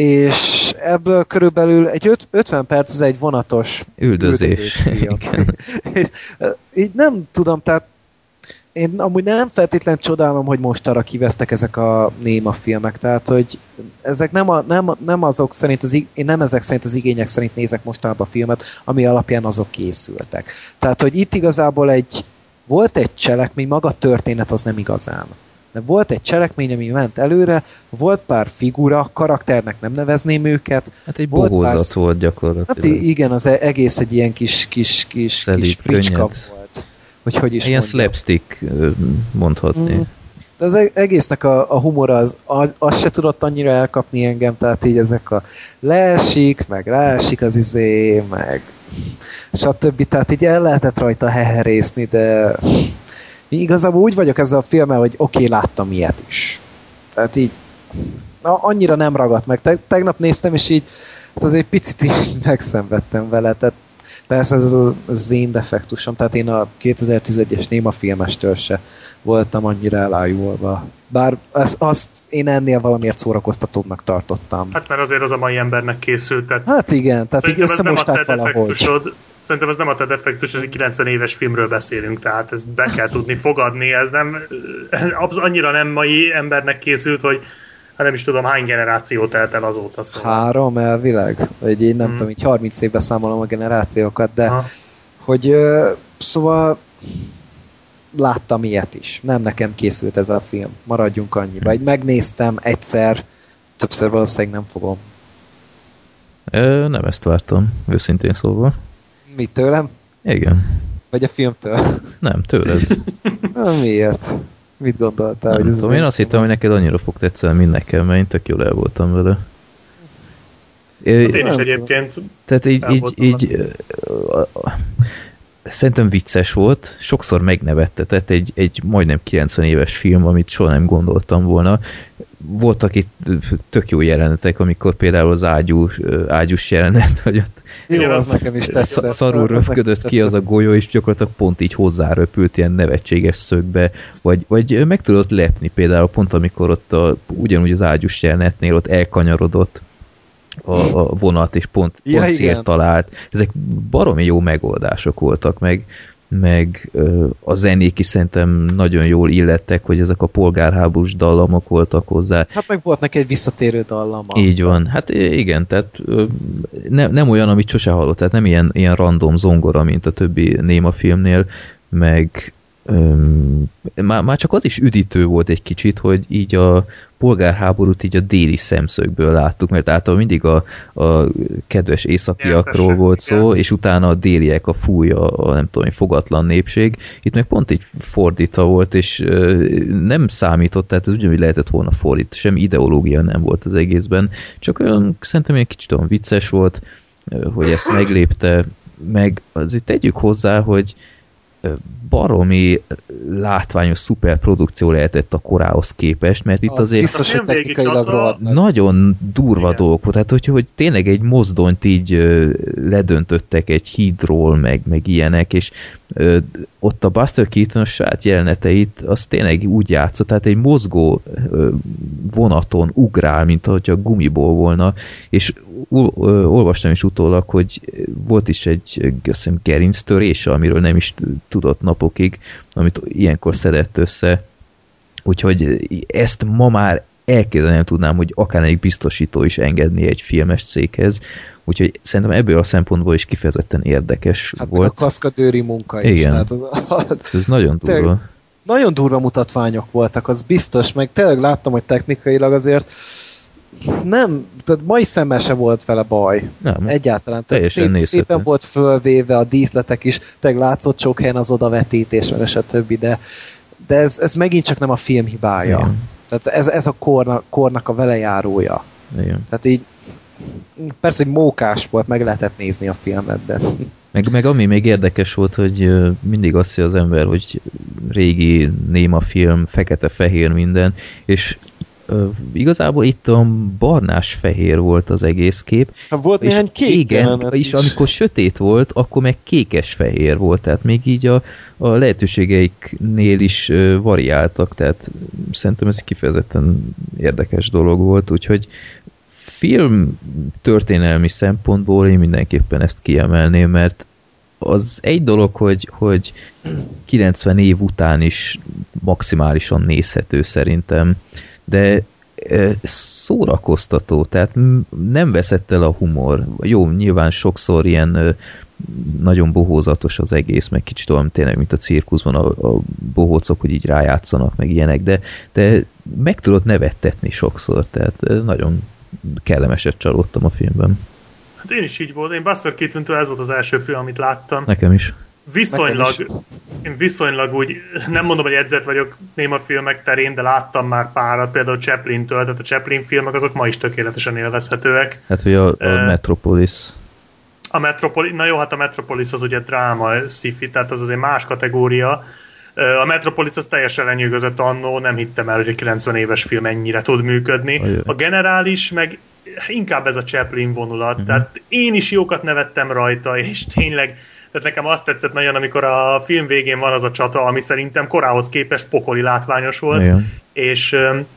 és ebből körülbelül egy ötven perc az egy vonatos üldözés. üldözés és így nem tudom, tehát én amúgy nem feltétlenül csodálom, hogy mostanra kivesztek ezek a néma filmek, tehát hogy ezek nem, a, nem, nem azok szerint, az, én nem ezek szerint az igények szerint nézek mostanában a filmet, ami alapján azok készültek. Tehát, hogy itt igazából egy, volt egy cselekmény, maga a történet az nem igazán. De volt egy cselekmény, ami ment előre, volt pár figura, karakternek nem nevezném őket. Hát egy bohózat pár... volt gyakorlatilag. Hát igen, az egész egy ilyen kis, kis, kis, Szelíd, kis fricska volt. Hogy hogy is ilyen mondjam. slapstick mondhatni. Mm. De az egésznek a, a humor az, az, az se tudott annyira elkapni engem, tehát így ezek a leesik, meg ráesik az izé, meg stb. Tehát így el lehetett rajta heherészni, de igazából úgy vagyok ezzel a filmmel, hogy oké, okay, láttam ilyet is. Tehát így na, annyira nem ragadt meg. Te, tegnap néztem, és így azért picit így megszenvedtem vele, tehát persze ez az, az én defektusom, tehát én a kétezer-tizenegyes néma filmestől se voltam annyira elájulva. Bár ezt, azt én ennél valamiért szórakoztatóbbnak tartottam. Hát mert azért az a mai embernek készült. Tehát hát igen, tehát így összemosták valahogy. Szerintem ez nem a te defektus, ez egy kilencven éves filmről beszélünk, tehát ezt be kell tudni fogadni, ez nem, az annyira nem mai embernek készült, hogy hát nem is tudom, hány generáció telt el azóta. Szóval. Három elvileg, vagy én nem hmm. tudom, így harminc évben számolom a generációkat, de ha. hogy szóval láttam ilyet is. Nem nekem készült ez a film. Maradjunk annyiba. Egy megnéztem egyszer, többször valószínűleg nem fogom. Ö, nem ezt vártam, őszintén szólva. Mit, tőlem? Igen. Vagy a filmtől? Nem, tőled. Na, miért? Mit gondoltál? Nem hogy ez tudom, én azt hittem, hogy neked annyira fog tetszeni, mint nekem, mert én tök jól el voltam vele. Hát én is egyébként. Tehát így, így, így szerintem vicces volt, sokszor megnevettetett egy, egy majdnem kilencven éves film, amit soha nem gondoltam volna. Voltak itt tök jó jelenetek, amikor például az ágyú, ágyús jelenet, hogy ott jó, az nekem is tetszett. Szarul röpködött ki az a golyó, és gyakorlatilag pont így hozzáröpült ilyen nevetséges szögbe, vagy, vagy meg tudott lepni például pont amikor ott a, ugyanúgy az ágyús jelenetnél ott elkanyarodott a, a vonat, és pont, ja, pont szélt talált. Ezek baromi jó megoldások voltak, meg, meg a zenék is szerintem nagyon jól illettek, hogy ezek a polgárháborús dallamok voltak hozzá. Hát meg volt neki egy visszatérő dallama. Így van. Hát igen, tehát ne, nem olyan, amit sose hallott, tehát nem ilyen, ilyen random zongora, mint a többi néma filmnél, meg öm, már, már csak az is üdítő volt egy kicsit, hogy így a polgárháborút így a déli szemszögből láttuk, mert általában mindig a, a kedves északiakról Értesen, volt szó, igen. És utána a déliek a fúj, a, a nem tudom, fogatlan népség. Itt meg pont így fordítva volt, és nem számított, tehát ez ugyanúgy lehetett volna fordít, semmi ideológia nem volt az egészben, csak olyan, szerintem egy kicsit olyan vicces volt, hogy ezt meglépte, meg azért tegyük hozzá, hogy baromi látványos szuperprodukció lehetett a korához képest, mert itt az azért biztos, hogy technikailag nagyon durva dolgok volt, tehát hogy, hogy tényleg egy mozdonyt így ö, ledöntöttek egy hídról, meg, meg ilyenek, és ö, ott a Buster Keaton a saját jeleneteit az tényleg úgy játszott, tehát egy mozgó ö, vonaton ugrál, mint ahogy a gumiból volna, és ol, ö, olvastam is utólag, hogy volt is egy gerinctörése, amiről nem is tudott napokig, amit ilyenkor szedett össze. Úgyhogy ezt ma már elképzelni nem tudnám, hogy akár egy biztosító is engedni egy filmes céghez. Úgyhogy szerintem ebből a szempontból is kifejezetten érdekes hát volt. Hát a kaszkadőri munka is. Igen. Tehát az, az, ez nagyon durva. Nagyon durva mutatványok voltak, az biztos, meg tényleg láttam, hogy technikailag azért nem, tehát mai szemmel se volt vele baj. Nem, egyáltalán. Tehát szép, szépen volt fölvéve, a díszletek is, tényleg látszott sok helyen az odavetítés, és a többi, de, de ez, ez megint csak nem a film hibája. Igen. Tehát ez, ez a kornak, kornak a velejárója. Igen. Tehát így persze, hogy mókás volt, meg lehetett nézni a filmet, de... Meg, meg ami még érdekes volt, hogy mindig azt hisz az ember, hogy régi néma film, fekete-fehér minden, és uh, igazából itt a barnás-fehér volt az egész kép. Volt néhány kék. Igen, és amikor sötét volt, akkor meg kékes-fehér volt, tehát még így a, a lehetőségeiknél is uh, variáltak, tehát szerintem ez kifejezetten érdekes dolog volt, úgyhogy film történelmi szempontból én mindenképpen ezt kiemelném, mert az egy dolog, hogy, hogy kilencven év után is maximálisan nézhető szerintem, de szórakoztató, tehát nem veszett el a humor. Jó, nyilván sokszor ilyen nagyon bohózatos az egész, meg kicsit olyan tényleg, mint a cirkuszban a, a bohócok, hogy így rájátszanak, meg ilyenek, de, de meg tudod nevettetni sokszor, tehát nagyon kellemeset csalódtam a filmben. Hát én is így volt. Én Buster Keaton-től ez volt az első film, amit láttam. Nekem is. Viszonylag, Nekem is. Én viszonylag úgy, nem mondom, hogy edzett vagyok néma filmek terén, de láttam már párat, például Chaplin-től, tehát a Chaplin filmek azok ma is tökéletesen élvezhetőek. Hát, hogy a, a uh, Metropolis. A Metropolis, na jó, hát a Metropolis az ugye dráma, sci-fi, tehát az azért más kategória. A Metropolis az teljesen lenyűgözött annó, nem hittem el, hogy egy kilencven éves film ennyire tud működni. Ajaj. A Generális meg inkább ez a Chaplin vonulat, uh-huh. Tehát én is jókat nevettem rajta, és tényleg, tehát nekem azt tetszett nagyon, amikor a film végén van az a csata, ami szerintem korához képest pokoli látványos volt, Ajaj. és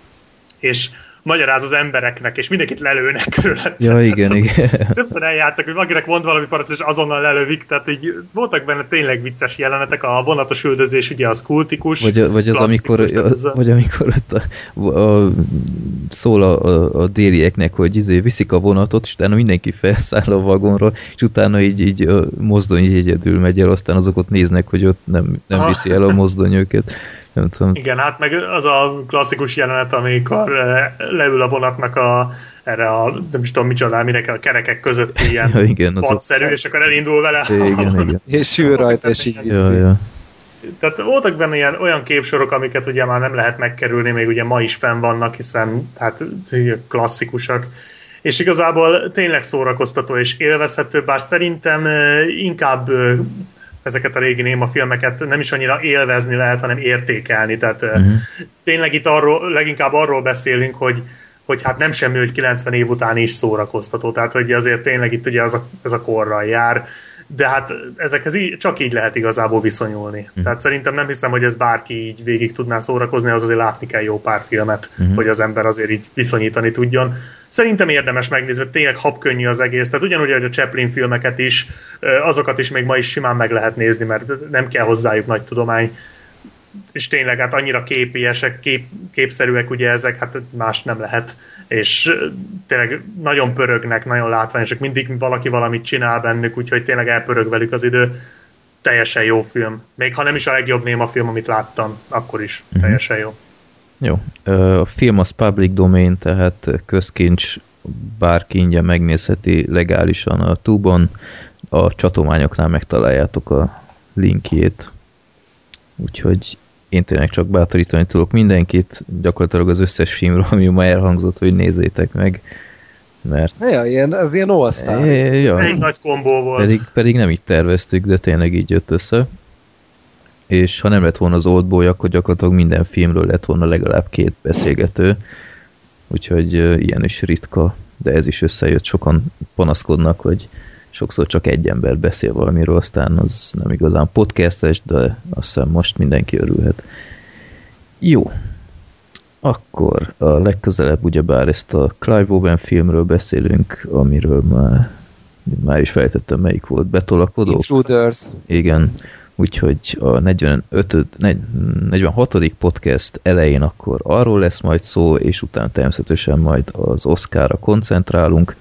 és magyaráz az embereknek, és mindenkit lelőnek körülötte. Ja, igen, igen. Többször eljátszak, hogy valakinek mond valami parancot, és azonnal lelövik, tehát így voltak benne tényleg vicces jelenetek, a vonatos üldözés ugye az kultikus. Vagy, vagy az, amikor, az, vagy amikor ott a, a, szól a, a, a délieknek, hogy izé, viszik a vonatot, és utána mindenki felszáll a vagonról, és utána így, így a mozdony így egyedül megy el, aztán azok ott néznek, hogy ott nem, nem viszi el a mozdony őket. Igen, hát meg az a klasszikus jelenet, amikor leül a vonatnak a, erre a, nem is tudom micsoda, minek a kerekek között ilyen ja, igen, padszerű, és akkor elindul vele. Igen, igen. És sül rajta, és így viszi. Ja, ja. Tehát voltak benne ilyen, olyan képsorok, amiket ugye már nem lehet megkerülni, még ugye ma is fenn vannak, hiszen hát klasszikusak. És igazából tényleg szórakoztató és élvezhető, bár szerintem inkább ezeket a régi néma filmeket nem is annyira élvezni lehet, hanem értékelni. Tehát uh-huh. tényleg itt arról, leginkább arról beszélünk, hogy, hogy hát nem semmi, hogy kilencven év után is szórakoztató. Tehát, hogy azért tényleg itt ugye az a, ez a korral jár. De hát ezekhez így, csak így lehet igazából viszonyulni. Uh-huh. Tehát szerintem nem hiszem, hogy ez bárki így végig tudná szórakozni, az azért látni kell jó pár filmet, uh-huh. hogy az ember azért így viszonyítani tudjon. Szerintem érdemes megnézni, hogy tényleg habkönnyű az egész. Tehát ugyanúgy, hogy a Chaplin filmeket is, azokat is még ma is simán meg lehet nézni, mert nem kell hozzájuk nagy tudomány. És tényleg hát annyira képiesek, kép, képszerűek ugye ezek, hát más nem lehet. És tényleg nagyon pörögnek, nagyon látványosak, mindig valaki valamit csinál bennük, úgyhogy tényleg elpörög velük az idő. Teljesen jó film. Még ha nem is a legjobb néma film, amit láttam, akkor is uh-huh. teljesen jó. Jó. A film az public domain, tehát közkincs, bárki ingyen megnézheti legálisan a Tube-on. A csatományoknál megtaláljátok a linkjét. Úgyhogy én tényleg csak bátorítani tudok mindenkit, gyakorlatilag az összes filmről, ami ma elhangzott, hogy nézzétek meg, mert... Ja, ilyen, ez ilyen all-star. Ja, ez egy nagy kombó volt. Pedig, pedig nem így terveztük, de tényleg így jött össze. és ha nem lett volna az Oldboy, akkor gyakorlatilag minden filmről lett volna legalább két beszélgető, úgyhogy uh, ilyen is ritka, de ez is összejött, sokan panaszkodnak, hogy sokszor csak egy ember beszél valamiről, aztán az nem igazán podcastes, de azt hiszem most mindenki örülhet. Jó. Akkor a legközelebb ugyebár ezt a Clive Owen filmről beszélünk, amiről már, már is felejtettem, melyik volt, Betolakodó. Intruders. Igen, úgyhogy a negyvenötöd, negyvenhatodik podcast elején akkor arról lesz majd szó, és utána természetesen majd az Oscarra koncentrálunk.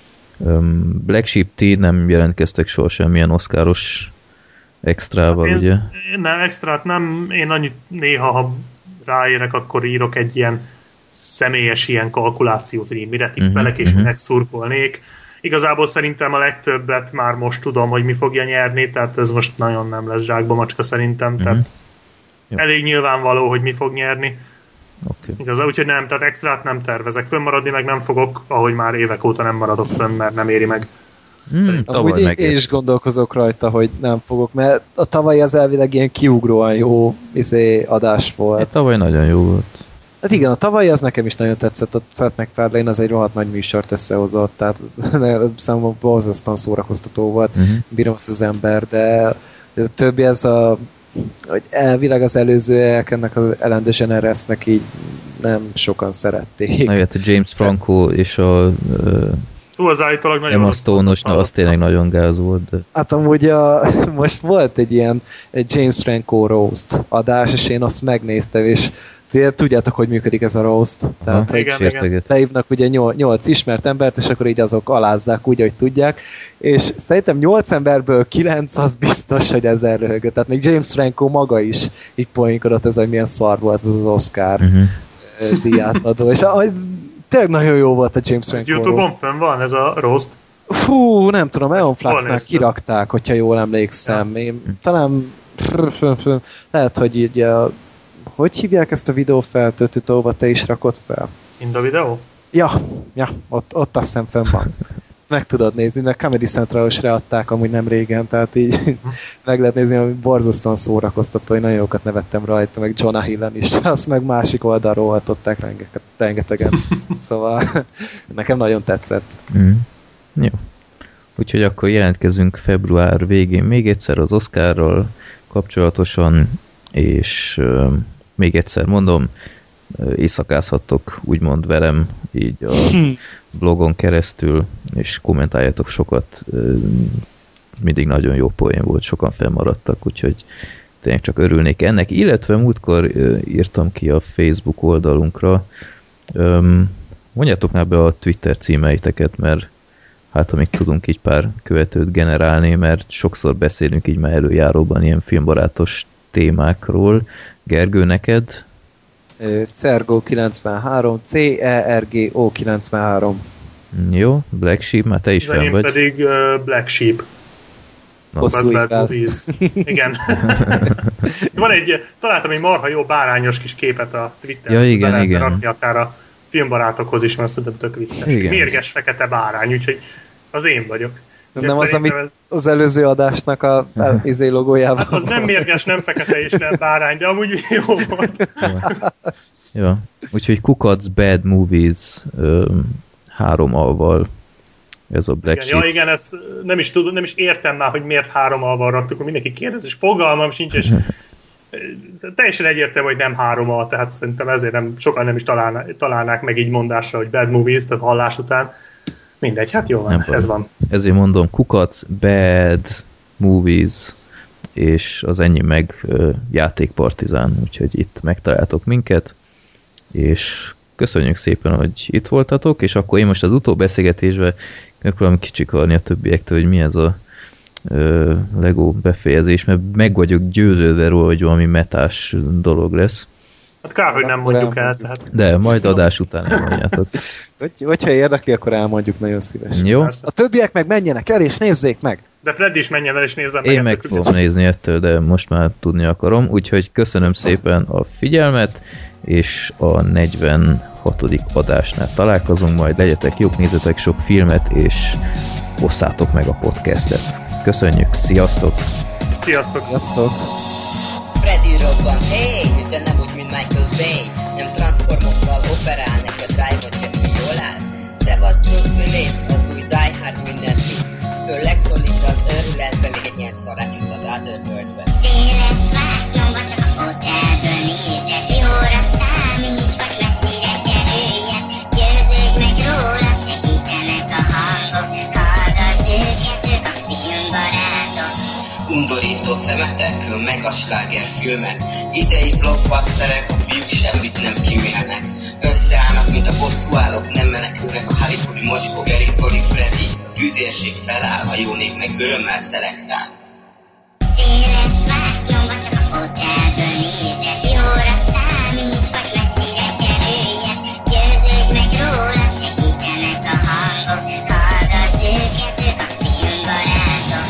Black Sheep, ti nem jelentkeztek soha semmilyen Oscaros extrával, hát ugye? Nem, extrát nem, én annyit néha, ha ráérek, akkor írok egy ilyen személyes ilyen kalkulációt, hogy én mire tippelek, uh-huh, és uh-huh. megszurkolnék. Igazából szerintem a legtöbbet már most tudom, hogy mi fogja nyerni, tehát ez most nagyon nem lesz zsákba macska szerintem, uh-huh. tehát Jó. elég nyilvánvaló, hogy mi fog nyerni. Okay. Igaz, úgyhogy nem, tehát extrát nem tervezek. Fönnmaradni meg nem fogok, ahogy már évek óta nem maradok fönn, mert nem éri meg. Hmm, Amúgy én, én is gondolkozok rajta, hogy nem fogok, mert a tavaly az elvileg ilyen kiugróan jó izé, adás volt. É, tavaly nagyon jó volt. Hát igen, a tavaly az nekem is nagyon tetszett, a Seth MacFarlane az egy rohadt nagy műsort összehozott, tehát számomra borzasztóan szórakoztató volt, uh-huh. bírom azt az ember, de a többi ez a hogy elvileg az előzőek ennek az Ellen DeGeneres-nek így nem sokan szerették. Na jött a James Franco és a Hú, az állítólag nagyon Emma Stone-os, na az tényleg nagyon gáz volt. De... Hát amúgy a, most volt egy ilyen egy James Franco roast adás, és én azt megnéztem, és tudjátok, hogy működik ez a roast. Aha, tehát, hogy igen, igen. leívnak ugye nyolc ismert embert, és akkor így azok alázzák úgy, hogy tudják. És szerintem nyolc emberből kilenc az biztos, hogy ezzel röhögött. Tehát még James Franco maga is így poénkodott ez, hogy milyen szar volt az az Oscar uh-huh. díjátadó. És az, tényleg nagyon jó volt a James Franco roast. YouTube-on fönn van ez a roast? Fú, nem tudom, Eon Flaxnál kirakták, hogyha jól emlékszem. Ja. Én, talán lehet, hogy így a hogy hívják ezt a videófeltöltőt, ahova te is rakod fel? Mind a videó? Ja, ja ott, ott azt hiszem fenn van. Meg tudod nézni, mert Comedy Central-os readták amúgy nem régen, tehát így meg lehet nézni, hogy borzasztóan szórakoztató, hogy nagyon jókat nevettem rajta, meg Jonah Hillen is, azt meg másik oldalról adották rengeteg, rengetegen. Szóval nekem nagyon tetszett. Mm. Jó. Úgyhogy akkor jelentkezünk február végén még egyszer az Oscarral kapcsolatosan, és uh, még egyszer mondom, uh, éjszakázhattok úgymond velem így a blogon keresztül, és kommentáljatok sokat, uh, mindig nagyon jó poén volt, sokan felmaradtak, úgyhogy tényleg csak örülnék ennek, illetve múltkor uh, írtam ki a Facebook oldalunkra, um, mondjátok már be a Twitter címeiteket, mert hát amíg tudunk így pár követőt generálni, mert sokszor beszélünk így már előjáróban ilyen filmbarátos témákról. Gergő, neked? Cergo kilencvenhárom, C E R G O kilencvenhárom. Jó, Black Sheep, már te is de fenn én vagy. pedig uh, Black Sheep. Hosszú igen. Van egy, találtam egy marha jó bárányos kis képet a Twitteren. Ja, igen, igen. Rakni akár a filmbarátokhoz is, mert szerintem tök vicces. Igen. Mérges fekete bárány, úgyhogy az én vagyok. Ez nem az, amit ez... az előző adásnak a izé logójában. Hát az nem mérges, nem fekete és nem bárány, de amúgy jó volt. Ja, úgyhogy Kukac Bad Movies um, három alval ez a Black igen, Sheep. Ja igen, ezt nem is, tudom, nem is értem már, hogy miért három alval raktuk, hogy mindenki kérdez, és fogalmam sincs, és teljesen egyértelmű, hogy nem három al, tehát szerintem ezért nem, sokan nem is találnák, találnák meg így mondásra, hogy Bad Movies, tehát hallás után. Mindegy, hát jó van, nem ez van. Ezért mondom, Kukac, Bad Movies, és az ennyi meg uh, játékpartizán, úgyhogy itt megtaláltok minket, és köszönjük szépen, hogy itt voltatok, és akkor én most az utóbeszélgetésben megpróbálom kicsikarni a többiektől, hogy mi ez a uh, Lego befejezés, mert meg vagyok győződve róla, hogy valami metás dolog lesz. Hát kár, hogy nem mondjuk el. Tehát... De majd adás után elmondjátok. Hogy, hogyha érdekli, akkor elmondjuk nagyon szívesen. Jó. A többiek meg menjenek el, és nézzék meg! De Fred is menjen el, és nézzem meg. Én meg fogom nézni ettől, de most már tudni akarom. Úgyhogy köszönöm szépen a figyelmet, és a negyvenhatodik adásnál találkozunk, majd legyetek jók, nézzetek sok filmet, és osszátok meg a podcastet. Köszönjük, sziasztok! Sziasztok! Sziasztok! Freddy robban, hey, de nem úgy, mint Michael Bay. Nem transformokkal operál, neki a drive-ot csak ki jól áll. Szevasz Bruce Willis, az új Die Hard mindent visz. Főleg szólít az őrületbe, még egy ilyen szarát juttat Otherworldbe. Széles vásznomba csak a fotelből nézed, jóra számíts, vagy messzire kerüljet. Győződj meg róla, segítenek a hangok, hallgasd őket, ők a filmbarátok. Undorító szemetek, meg a slágerfilmek. Idei blockbusterek, a fiúk semmit nem kimélnek. Összeállnak, mint a bosszúállók, nem menekülnek a Hollywoodi mocskó, Gary, Zoli, Freddy. A tűzérség feláll, a jó nép meg örömmel szelektál. Széles vásznomba csak a fotelből nézed, jóra számíts, vagy messzire kerüljet. Győződj meg róla, segítenek a hangok, hallgasd őket, ők a filmbarátok.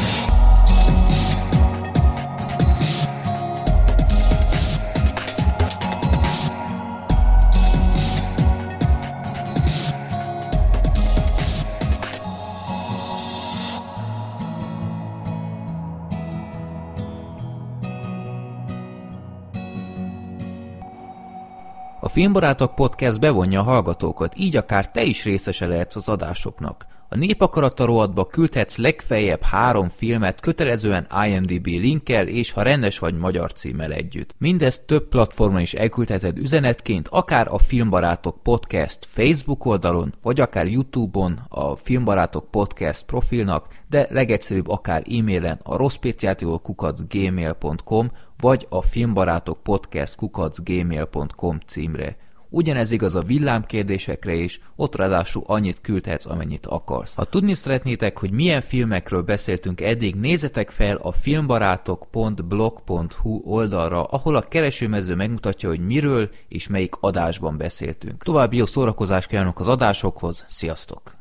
A Filmbarátok Podcast bevonja a hallgatókat, így akár te is részese lehetsz az adásoknak. A Népakarata rovatba küldhetsz legfeljebb három filmet kötelezően I M D B linkkel és ha rendes vagy magyar címmel együtt. Mindezt több platformon is elküldheted üzenetként, akár a Filmbarátok Podcast Facebook oldalon, vagy akár YouTube-on a Filmbarátok Podcast profilnak, de legegyszerűbb akár e-mailen a rosszpéciától kukac gmail pont com vagy a filmbarátok podcast kukac gmail pont com címre. Ugyanez igaz a villámkérdésekre is, ott ráadásul annyit küldhetsz, amennyit akarsz. Ha tudni szeretnétek, hogy milyen filmekről beszéltünk eddig, nézzetek fel a filmbarátok pont blog pont hu oldalra, ahol a keresőmező megmutatja, hogy miről és melyik adásban beszéltünk. További jó szórakozást kívánok az adásokhoz, sziasztok!